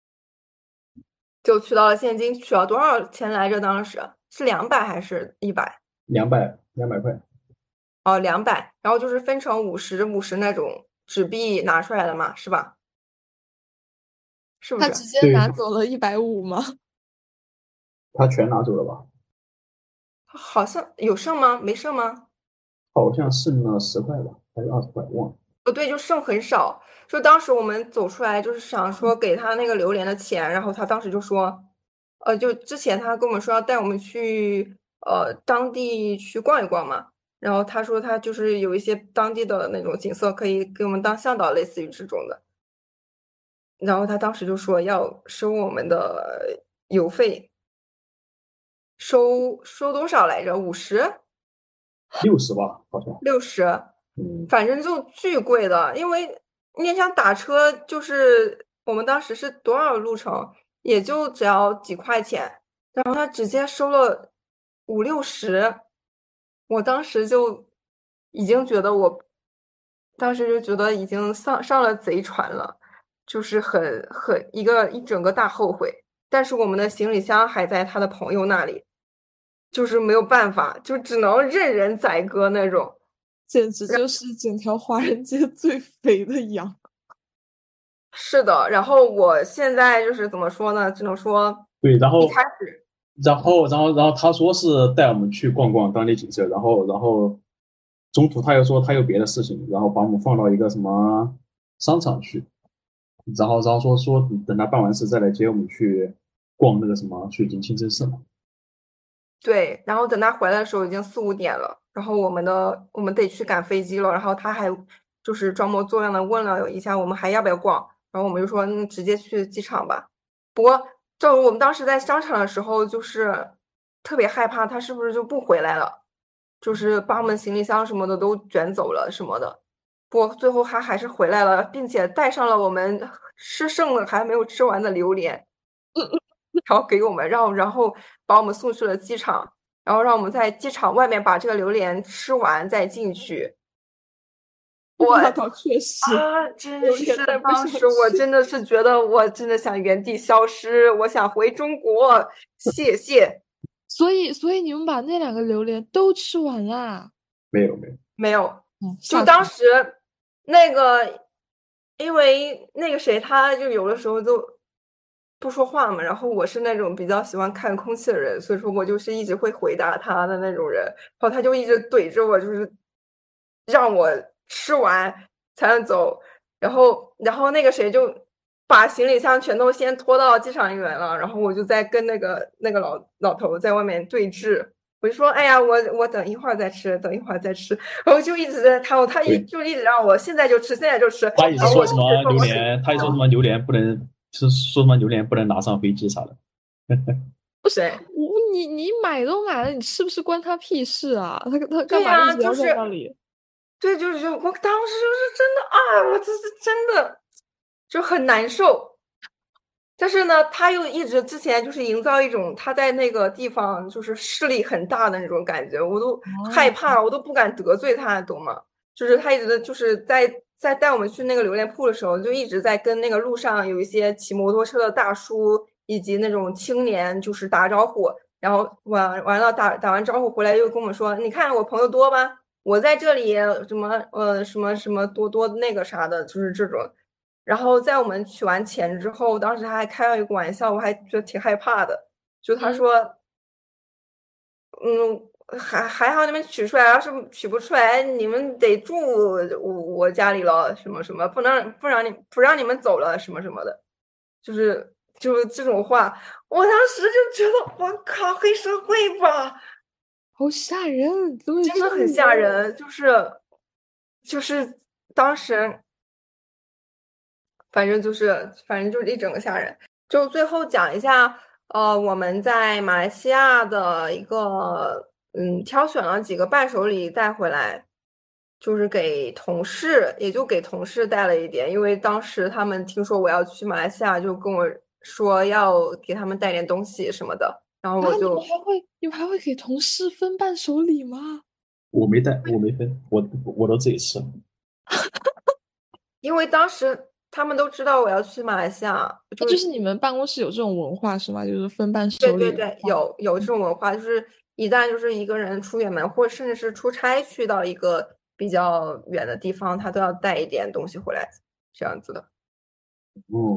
就取到了现金，取了多少钱来着？当时是两百还是一百？ 两百两百块。 哦，两百，然后就是分成五十五十那种纸币拿出来的嘛，是吧？ 是不是？ 他直接对， 拿走了一百五吗？ 他全拿走了吧？ 好像有剩吗？没剩吗？ 好像剩了十块吧，还是二十块，忘了。 不对，就剩很少。就当时我们走出来，就是想说给他那个榴莲的钱，然后他当时就说，呃，就之前他跟我们说要带我们去呃当地去逛一逛嘛，然后他说他就是有一些当地的那种景色可以给我们当向导，类似于这种的。然后他当时就说要收我们的邮费，收收多少来着？五十？ 六十吧，好像。 六十， 嗯， 反正就巨贵的，因为你想打车，就是我们当时是多少路程，也就只要几块钱，然后他直接收了五六十，我当时就已经觉得我，当时就觉得已经上上了贼船了，就是很很一个一整个大后悔。但是我们的行李箱还在他的朋友那里，就是没有办法，就只能任人宰割那种。 简直就是整条华人街最肥的羊。 是的，然后我现在就是怎么说呢？只能说对，然一后， 开始， 然后，然后，然后他说是带我们去逛逛当地景色，然后，然后中途他又说他有别的事情，然后把我们放到一个什么商场去，然后，然后说说等他办完事再来接我们去逛那个什么水晶清真寺嘛。 对，然后等他回来的时候已经四五点了，然后我们的我们得去赶飞机了，然后他还就是装模作样的问了一下我们还要不要逛，然后我们就说嗯直接去机场吧。不过就我们当时在商场的时候，就是特别害怕他是不是就不回来了，就是把我们行李箱什么的都卷走了什么的。不过最后他还是回来了，并且带上了我们吃剩了还没有吃完的榴莲。然后给我们，让然后把我们送去了机场，然后让我们在机场外面把这个榴莲吃完再进去。我那倒确实， 啊，真有点是带不上当时我去。 真的是觉得我真的想原地消失，我想回中国，谢谢。 所以，所以你们把那两个榴莲都吃完啦？ 没有，没有。 没有， 嗯， 就吓死我！ 当时那个，因为那个谁，他就有的时候都不说话嘛，然后我是那种比较喜欢看空气的人，所以说我就是一直会回答他的那种人，然后他就一直怼着我，就是让我吃完才能走，然后然后那个谁就把行李箱全都先拖到机场里面了，然后我就在跟那个那个老老头在外面对峙。我就说，哎呀，我我等一会儿再吃，等一会儿再吃，然后就一直在他，他一对， 就一直让我现在就吃，现在就吃， 他一直然后我一直说什么说我等一榴莲，他一会儿。 说什么榴莲不能，是说什么榴莲不能拿上飞机啥的。 对我你你买都买了，你是不是关他屁事啊？他他干对呀、 嘛一直要就是在那里？ 对，就是就我当时就是真的啊，我这是真的就很难受。但是呢，他又一直之前就是营造一种他在那个地方就是势力很大的那种感觉，我都害哦， 怕，我都不敢得罪他，懂吗？就是他一直就是在在带我们去那个榴莲铺的时候，就一直在跟那个路上有一些骑摩托车的大叔以及那种青年就是打招呼，然后完完了打打完招呼回来又跟我们说，你看我朋友多吧，我在这里什么呃什么什么多多那个啥的，就是这种。然后在我们取完钱之后，当时他还开了一个玩笑，我还觉得挺害怕的。就他嗯， 说，嗯，还还好你们取出来，要是取不出来，你们得住我我家里了，什么什么，不能不让你不让你们走了，什么什么的，就是就是这种话，我当时就觉得，我靠，黑社会吧， 好吓人！怎么有这种真的很吓人？ 人，就是就是当时。反正就是，反正就是一整个吓人。就最后讲一下，呃，我们在马来西亚的一个，嗯，挑选了几个伴手礼带回来，就是给同事，也就给同事带了一点，因为当时他们听说我要去马来西亚，就跟我说要给他们带点东西什么的，然后啊，你们我就， 还会你们还会给同事分伴手礼吗？ 我没带，我没分，我我都自己吃。 因为当时他们都知道我要去马来西亚， 那就是你们办公室有这种文化是吗？就是分伴手礼的对对对，有有这种文化，就是一旦就是一个人出远门，或者甚至是出差去到一个比较远的地方，他都要带一点东西回来，这样子的。 哦，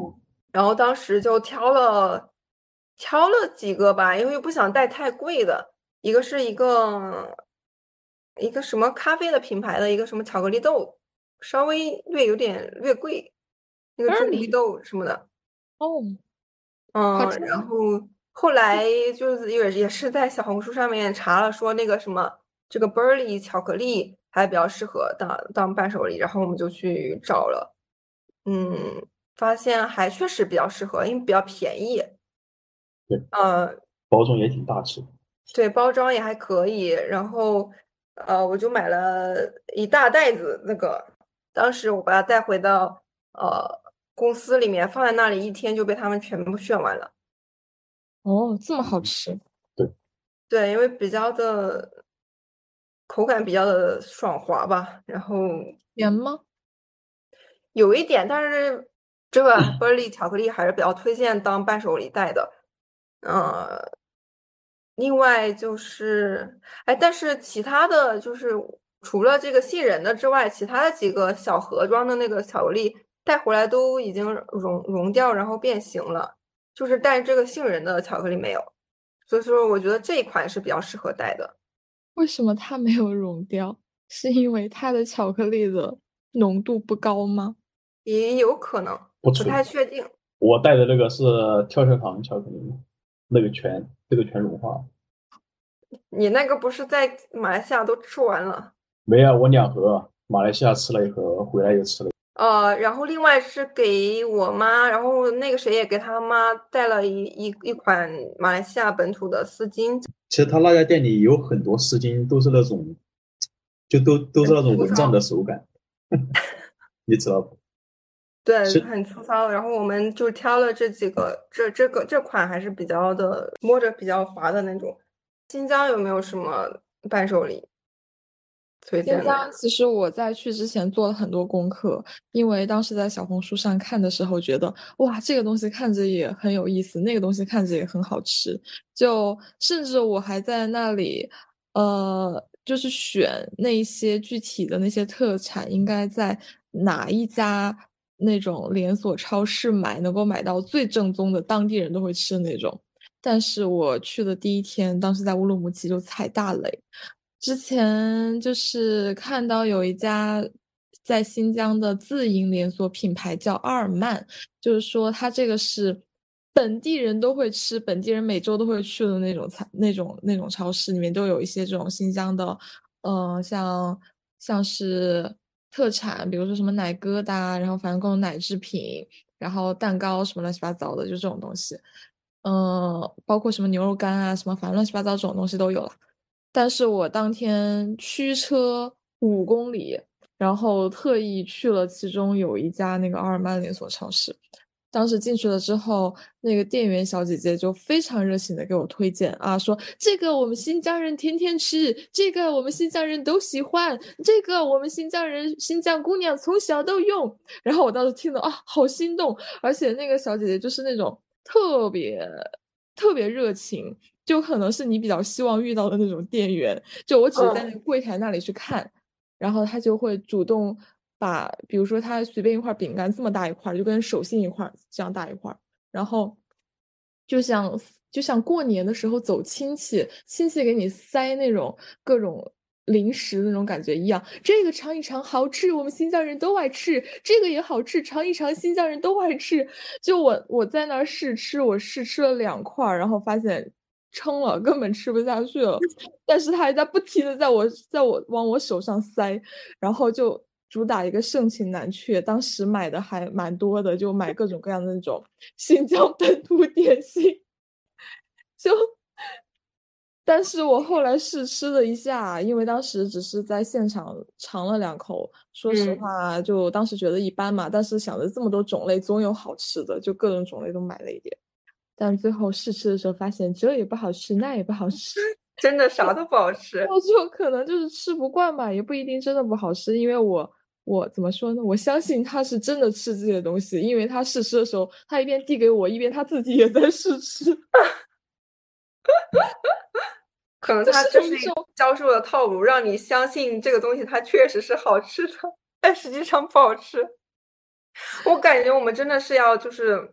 然后当时就挑了挑了几个吧，因为不想带太贵的。一个是一个一个什么咖啡的品牌的一个什么巧克力豆，稍微略有点略贵，那个朱古力 Early 豆什么的。 哦，好嗯， 吃吗？ 然后后来就是也也是在小红书上面查了，说那个什么这个 Burley 巧克力还比较适合当当伴手礼，然后我们就去找了，嗯，发现还确实比较适合，因为比较便宜， 对， 呃， 包装也挺大气。 对，包装也还可以，然后呃，我就买了一大袋子那个，当时我把它带回到呃公司里面，放在那里一天就被他们全部炫完了。 哦，这么好嗯， 吃， 对， 对，因为比较的口感比较的爽滑吧，然后甜吗？ 有一点，但是这个 Burley 巧克力还是比较推荐当伴手礼带的。呃，另外就是，哎，但是其他的就是除了这个杏仁的之外，其他的几个小盒装的那个巧克力带回来都已经融融掉，然后变形了，就是带这个杏仁的巧克力没有，所以说我觉得这一款是比较适合带的， 为什么它没有融掉？是因为它的巧克力的浓度不高吗？ 也有可能，不不纯。 太确定。 我带的那个是跳跳糖巧克力，那个全这个全融化。 你那个不是在马来西亚都吃完了？ 没有，我两盒，马来西亚吃了一盒，回来又吃了一盒。 呃，然后另外是给我妈，然后那个谁也给他妈带了一一一款马来西亚本土的丝巾， 其实他那家店里有很多丝巾都是那种，就都都是很那种蚊帐的粗糙， 手感，你知道不？ 对， 是很粗糙。然后我们就挑了这几个，这这个这款还是比较的，摸着比较滑的那种。新疆有没有什么伴手礼推荐的呀？ 新疆其实我在去之前做了很多功课，因为当时在小红书上看的时候，觉得哇，这个东西看着也很有意思，那个东西看着也很好吃，就甚至我还在那里，呃，就是选那一些具体的那些特产应该在哪一家那种连锁超市买，能够买到最正宗的当地人都会吃的那种。但是我去的第一天，当时在乌鲁木齐就踩大雷。之前就是看到有一家在新疆的自营连锁品牌叫阿尔曼，就是说它这个是本地人都会吃，本地人每周都会去的那种菜，那种那种超市里面都有一些这种新疆的，呃，像像是特产，比如说什么奶疙瘩，然后反正各种奶制品，然后蛋糕什么乱七八糟的，就这种东西。嗯，包括什么牛肉干啊，什么反正乱七八糟这种东西都有了。但是我当天驱车五公里，然后特意去了其中有一家那个奥尔曼连锁超市。当时进去了之后，那个店员小姐姐就非常热情的给我推荐啊，说这个我们新疆人天天吃，这个我们新疆人都喜欢，这个我们新疆人新疆姑娘从小都用。然后我当时听了啊，好心动，而且那个小姐姐就是那种特别特别热情，就可能是你比较希望遇到的那种店员。就我只是在那嗯个柜台那里去看，然后他就会主动把，比如说他随便一块饼干这么大一块，就跟手心一块这样大一块，然后就像就像过年的时候走亲戚，亲戚给你塞那种各种零食的那种感觉一样。这个尝一尝，好吃，我们新疆人都爱吃；这个也好吃，尝一尝，新疆人都爱吃。就我我在那儿试吃，我试吃了两块，然后发现撑了，根本吃不下去了。但是他还在不停的在我在我往我手上塞，然后就主打一个盛情难却。当时买的还蛮多的，就买各种各样的那种新疆本土点心，就。但是我后来试吃了一下，因为当时只是在现场尝了两口，说实嗯， 话，就当时觉得一般嘛。但是想着这么多种类，总有好吃的，就各种种类都买了一点。但最后试吃的时候发现，这也不好吃，那也不好吃， 真的啥都不好吃。 我就可能就是吃不惯吧，也不一定真的不好吃。因为我我怎么说呢？我相信他是真的吃这些东西，因为他试吃的时候，他一边递给我，一边他自己也在试吃， 可能就是他这是一个有一种。 销售的套路，让你相信这个东西它确实是好吃的，但实际上不好吃。我感觉我们真的是要就是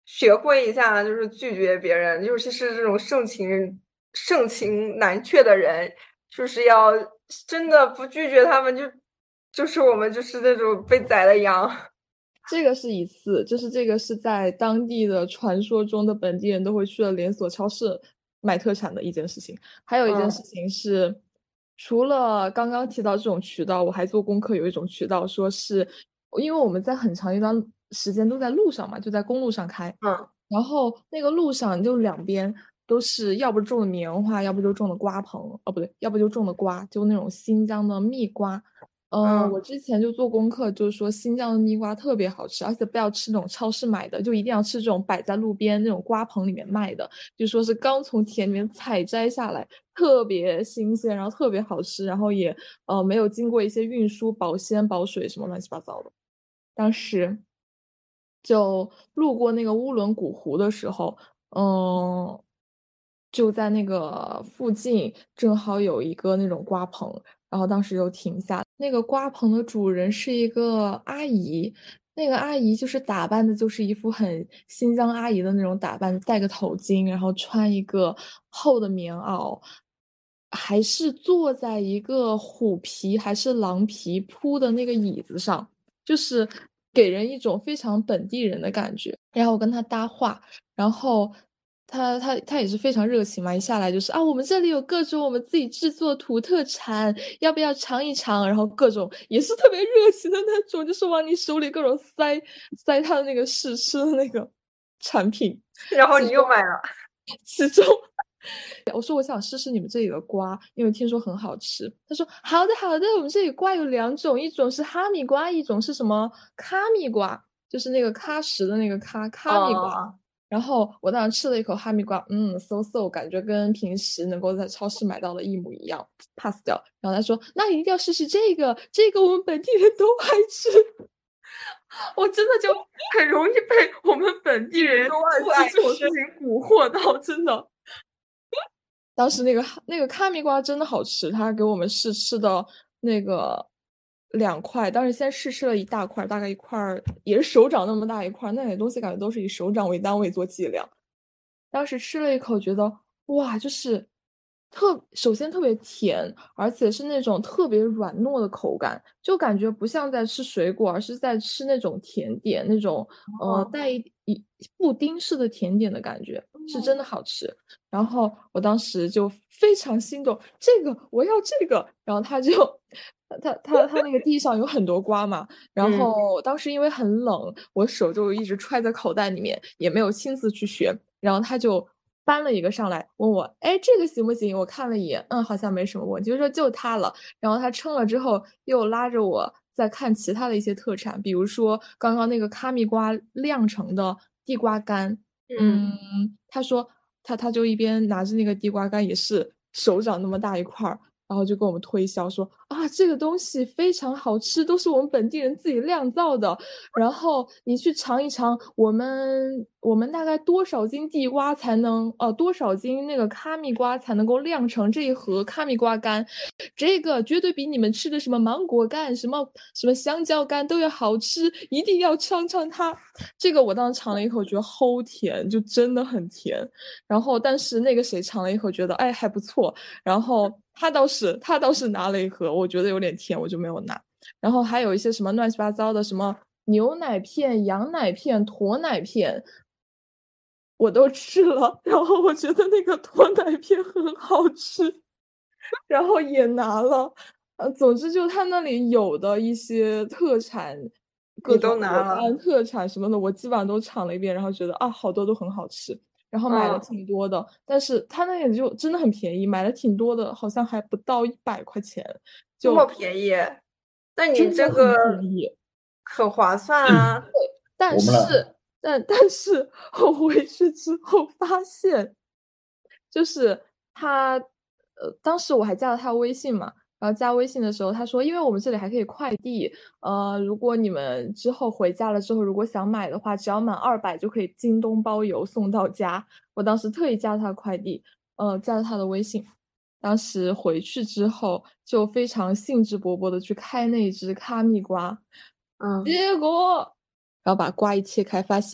学会一下，就是拒绝别人，尤其是这种盛情盛情难却的人，就是要真的不拒绝他们，就就是我们就是那种被宰的羊。 这个是一次，就是这个是在当地的传说中的本地人都会去的连锁超市买特产的一件事情。还有一件事嗯情是，除了刚刚提到这种渠道，我还做功课，有一种渠道说是，因为我们在很长一段时间都在路上嘛，就在公路上开， 嗯然后那个路上就两边都是要不种的棉花，要不就种的瓜棚，哦不对，要不就种的瓜，就那种新疆的蜜瓜。嗯、呃我嗯之前就做功课，就是说新疆的蜜瓜特别好吃，而且不要吃那种超市买的，就一定要吃这种摆在路边那种瓜棚里面卖的，就说是刚从田里面采摘下来，特别新鲜，然后特别好吃，然后也呃没有经过一些运输、保鲜、保水什么乱七八糟的。当时就路过那个乌伦古湖的时候，嗯，就在那个附近，正好有一个那种瓜棚，然后当时就停下。那个瓜棚的主人是一个阿姨，那个阿姨就是打扮的，就是一副很新疆阿姨的那种打扮，戴个头巾，然后穿一个厚的棉袄，还是坐在一个虎皮还是狼皮铺的那个椅子上。就是给人一种非常本地人的感觉。然后我跟他搭话，然后他他他也是非常热情嘛，一下来就是啊，我们这里有各种我们自己制作土特产，要不要尝一尝？然后各种也是特别热情的那种，就是往你手里各种塞塞他的那个试吃的那个产品， 然后你又买了。 其中我说我想试试你们这里的瓜，因为听说很好吃。他说好的好的，我们这里瓜有两种，一种是哈密瓜，一种是什么咖蜜瓜，就是那个喀什的那个咖咖蜜瓜。 哦， 然后我当时吃了一口哈密瓜，嗯，so so，感觉跟平时能够在超市买到的一模一样，pass 掉。然后他说那你一定要试试这个，这个我们本地人都爱吃。我真的就很容易被我们本地人都爱不爱吃这种事情蛊惑到，真的。当时那个那个哈密瓜真的好吃，他给我们试吃的那个两块，当时先试吃了一大块，大概一块也是手掌那么大一块，那些东西感觉都是以手掌为单位做计量。当时吃了一口，觉得哇，就是特首先特别甜，而且是那种特别软糯的口感，就感觉不像在吃水果，而是在吃那种甜点，那种呃哦， 带一一布丁式的甜点的感觉，是真的好吃。然后我当时就非常心动，这个我要这个，然后他就他他他那个地上有很多瓜嘛，然嗯， 后当时因为很冷，我手就一直揣在口袋里面，也没有亲自去选，然后他就搬了一个上来问我，哎，这个行不行？我看了一眼，嗯，好像没什么问题，就说就它了。然后他称了之后，又拉着我再看其他的一些特产，比如说刚刚那个咖蜜瓜晾成的地瓜干， 嗯， 嗯，他说他他就一边拿着那个地瓜干，也是手掌那么大一块儿，然后就跟我们推销说啊，这个东西非常好吃，都是我们本地人自己酿造的。然后你去尝一尝，我们我们大概多少斤地瓜才能呃多少斤那个咖蜜瓜才能够酿成这一盒咖蜜瓜干？这个绝对比你们吃的什么芒果干、什么什么香蕉干都要好吃，一定要尝尝它。这个我当时尝了一口，觉得齁甜，就真的很甜。然后，但是那个谁尝了一口，觉得哎还不错。然后他倒是他倒是拿了一盒，我觉得有点甜，我就没有拿。然后还有一些什么乱七八糟的，什么牛奶片、羊奶片、驼奶片，我都吃了。然后我觉得那个驼奶片很好吃，然后也拿了。呃，总之就他那里有的一些特产，各你种都拿了。 果干特产什么的，我基本上都尝了一遍，然后觉得啊，好多都很好吃，然后买了嗯， 挺多的。但是他那里就真的很便宜，买了挺多的，好像还不到一百块钱， 这么就便宜，那你真的很这个便宜。 很划算啊。 但我们俩是，但但是我回去之后发现，就是他，呃，当时我还加了他微信嘛，然后加微信的时候，他说，因为我们这里还可以快递，呃，如果你们之后回家了之后，如果想买的话，只要满二百就可以京东包邮送到家。我当时特意加他的快递，呃，加了他的微信。当时回去之后，就非常兴致勃勃的去开那只咖蜜瓜， 嗯， 结果，然后把瓜一切开，发现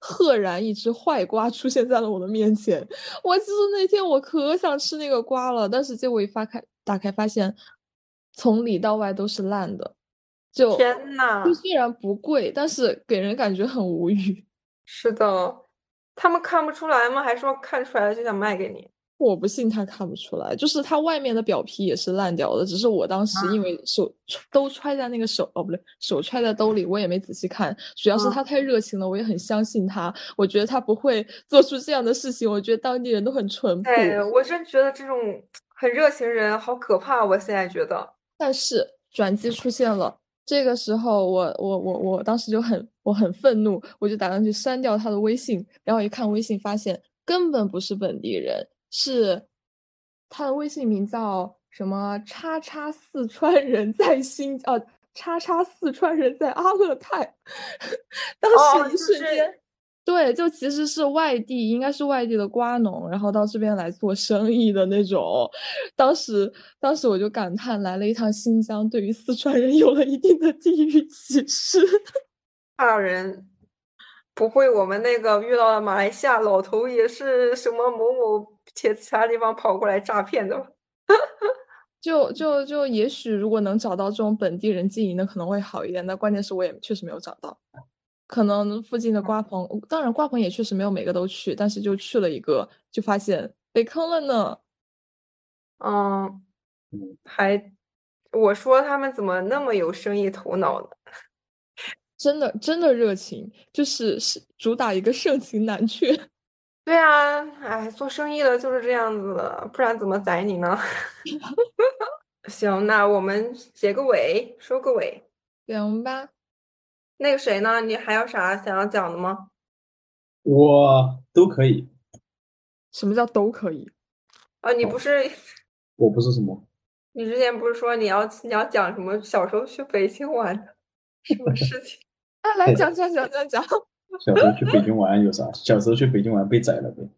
赫然一只坏瓜出现在了我的面前。我其实那天我可想吃那个瓜了，但是结果一发开打开发现，从里到外都是烂的，就天呐， 就虽然不贵，但是给人感觉很无语。 是的，他们看不出来吗？还说看出来了就想卖给你？ 我不信他看不出来，就是它外面的表皮也是烂掉的，只是我当时因啊， 为手都揣在那个手，哦不对，手揣在兜里，我也没仔细看。主要是他嗯， 太热情了，我也很相信他，我觉得他不会做出这样的事情。我觉得当地人都很淳朴， 对，我真觉得这种很热情人好可怕，我现在觉得。 但是转机出现了。这个时候我，我我我当时就很我很愤怒，我就打算去删掉他的微信，然后一看微信，发现根本不是本地人，是他的微信名叫什么“叉叉四川人在新”哦，“叉叉四川人在阿勒泰”，当时哦， 一就是瞬间。对，就其实是外地，应该是外地的瓜农，然后到这边来做生意的那种。当时，当时我就感叹，来了一趟新疆，对于四川人有了一定的地域歧视。 大人，不会我们那个遇到的马来西亚老头也是什么某某其其他地方跑过来诈骗的吧？ 就就就，也许如果能找到这种本地人经营的，可能会好一点。但关键是我也确实没有找到。可能附近的瓜棚，当然瓜棚也确实没有每个都去，但是就去了一个，就发现被坑了呢。 嗯， 嗯， 还我说他们怎么那么有生意头脑呢？ 真的真的热情，就是是主打一个盛情难却。 对啊，哎，做生意的就是这样子的，不然怎么宰你呢？行，那我们结个尾，收个尾。 行吧。 那个谁呢？你还有啥想要讲的吗？ 我都可以。 什么叫都可以？ 啊，你不好， 是我不是什么。 你之前不是说你要你要讲什么小时候去北京玩的什么事情？ 来来讲讲讲讲讲。 小时候去北京玩有啥？小时候去北京玩被宰了呗，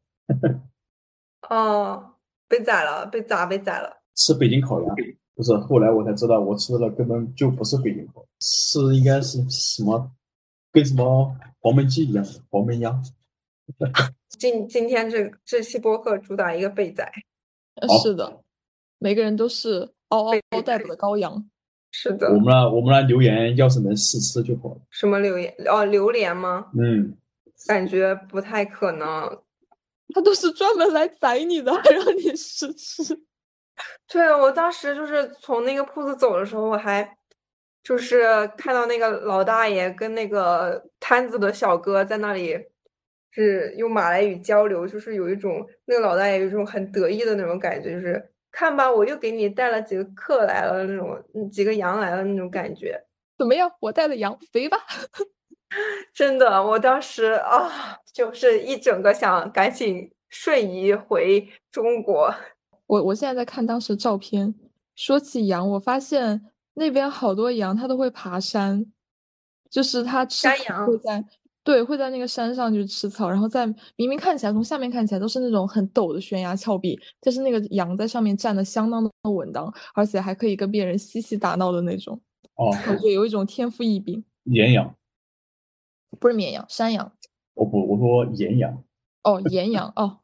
哦，被宰了，被咋被宰了？ 吃北京烤鸭。不是，后来我才知道，我吃的根本就不是北京烤，是应该是什么，跟什么黄焖鸡一样的黄焖鸭。 今今天这这期播客主打一个被宰， 呃是好， 的，每个人都是嗷嗷被宰。 待哺的羔羊。 是的， 我们那我们那留言要是能试吃就好了。 什么榴莲？哦，榴莲吗？ 嗯， 感觉不太可能。 他都是专门来宰你的，还让你试吃。 对，我当时就是从那个铺子走的时候，我还就是看到那个老大爷跟那个摊子的小哥在那里是用马来语交流，就是有一种那个老大爷有一种很得意的那种感觉，就是看吧，我又给你带了几个客来了那种，嗯几个羊来了那种感觉。 怎么样？我带的羊肥吧？ 真的，我当时啊，就是一整个想赶紧瞬移回中国。 我我现在在看当时照片。说起羊，我发现那边好多羊它都会爬山，就是它吃草会山羊， 在，对，会在那个山上去吃草，然后在明明看起来从下面看起来都是那种很陡的悬崖峭壁，但是那个羊在上面站的相当的稳当，而且还可以跟别人嬉戏打闹的那种，我觉哦， 得有一种天赋异禀。 岩羊。 不是绵羊，山羊。 我不，我说岩羊。 哦，岩羊。哦，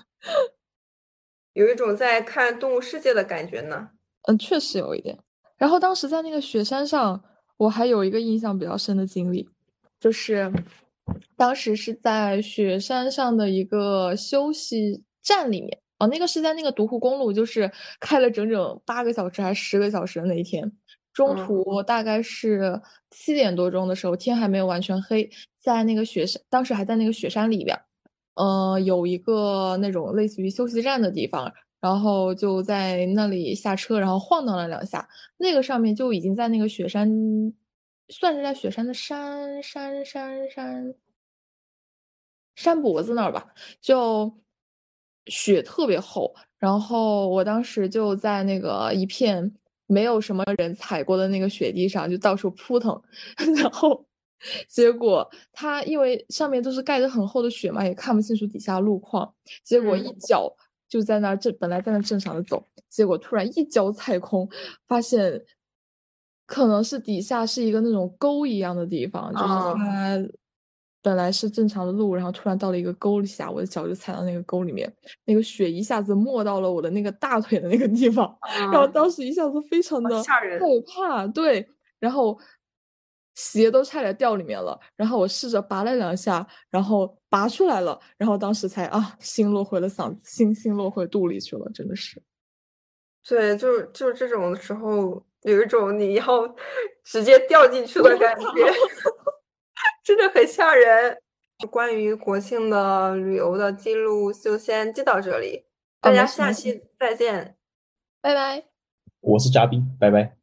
有一种在看动物世界的感觉呢。 嗯，确实有一点。然后当时在那个雪山上，我还有一个印象比较深的经历，就是当时是在雪山上的一个休息站里面。哦，那个是在那个独库公路，就是开了整整八个小时还是十个小时的那一天。中嗯途大概是七点多钟的时候，天还没有完全黑，在那个雪山，当时还在那个雪山里边。呃，有一个那种类似于休息站的地方，然后就在那里下车，然后晃荡了两下。那个上面就已经在那个雪山，算是在雪山的山山山山山脖子那儿吧，就雪特别厚。然后我当时就在那个一片没有什么人踩过的那个雪地上，就到处扑腾。然后结果它因为上面都是盖着很厚的雪嘛，也看不清楚底下路况。结果一嗯， 脚就在那正本来在那正常的走，结果突然一脚踩空，发现可能是底下是一个那种沟一样的地方，就是啊， 它本来是正常的路，然后突然到了一个沟里下，我的脚就踩到那个沟里面，那个雪一下子没到了我的那个大腿的那个地方，然后嗯， 当时一下子非常好的害吓人。 怕，对，然后鞋都差点掉里面了，然后我试着拔了两下，然后拔出来了，然后当时才啊，心落回了嗓，心心落回肚里去了，真的是。 对，就是就是这种时候，有一种你要直接掉进去的感觉，真的很吓人。关于国庆的旅游的记录就先记到这里， 啊， 大家没事没事， 下期再见。 拜拜。 我是嘉宾，拜拜。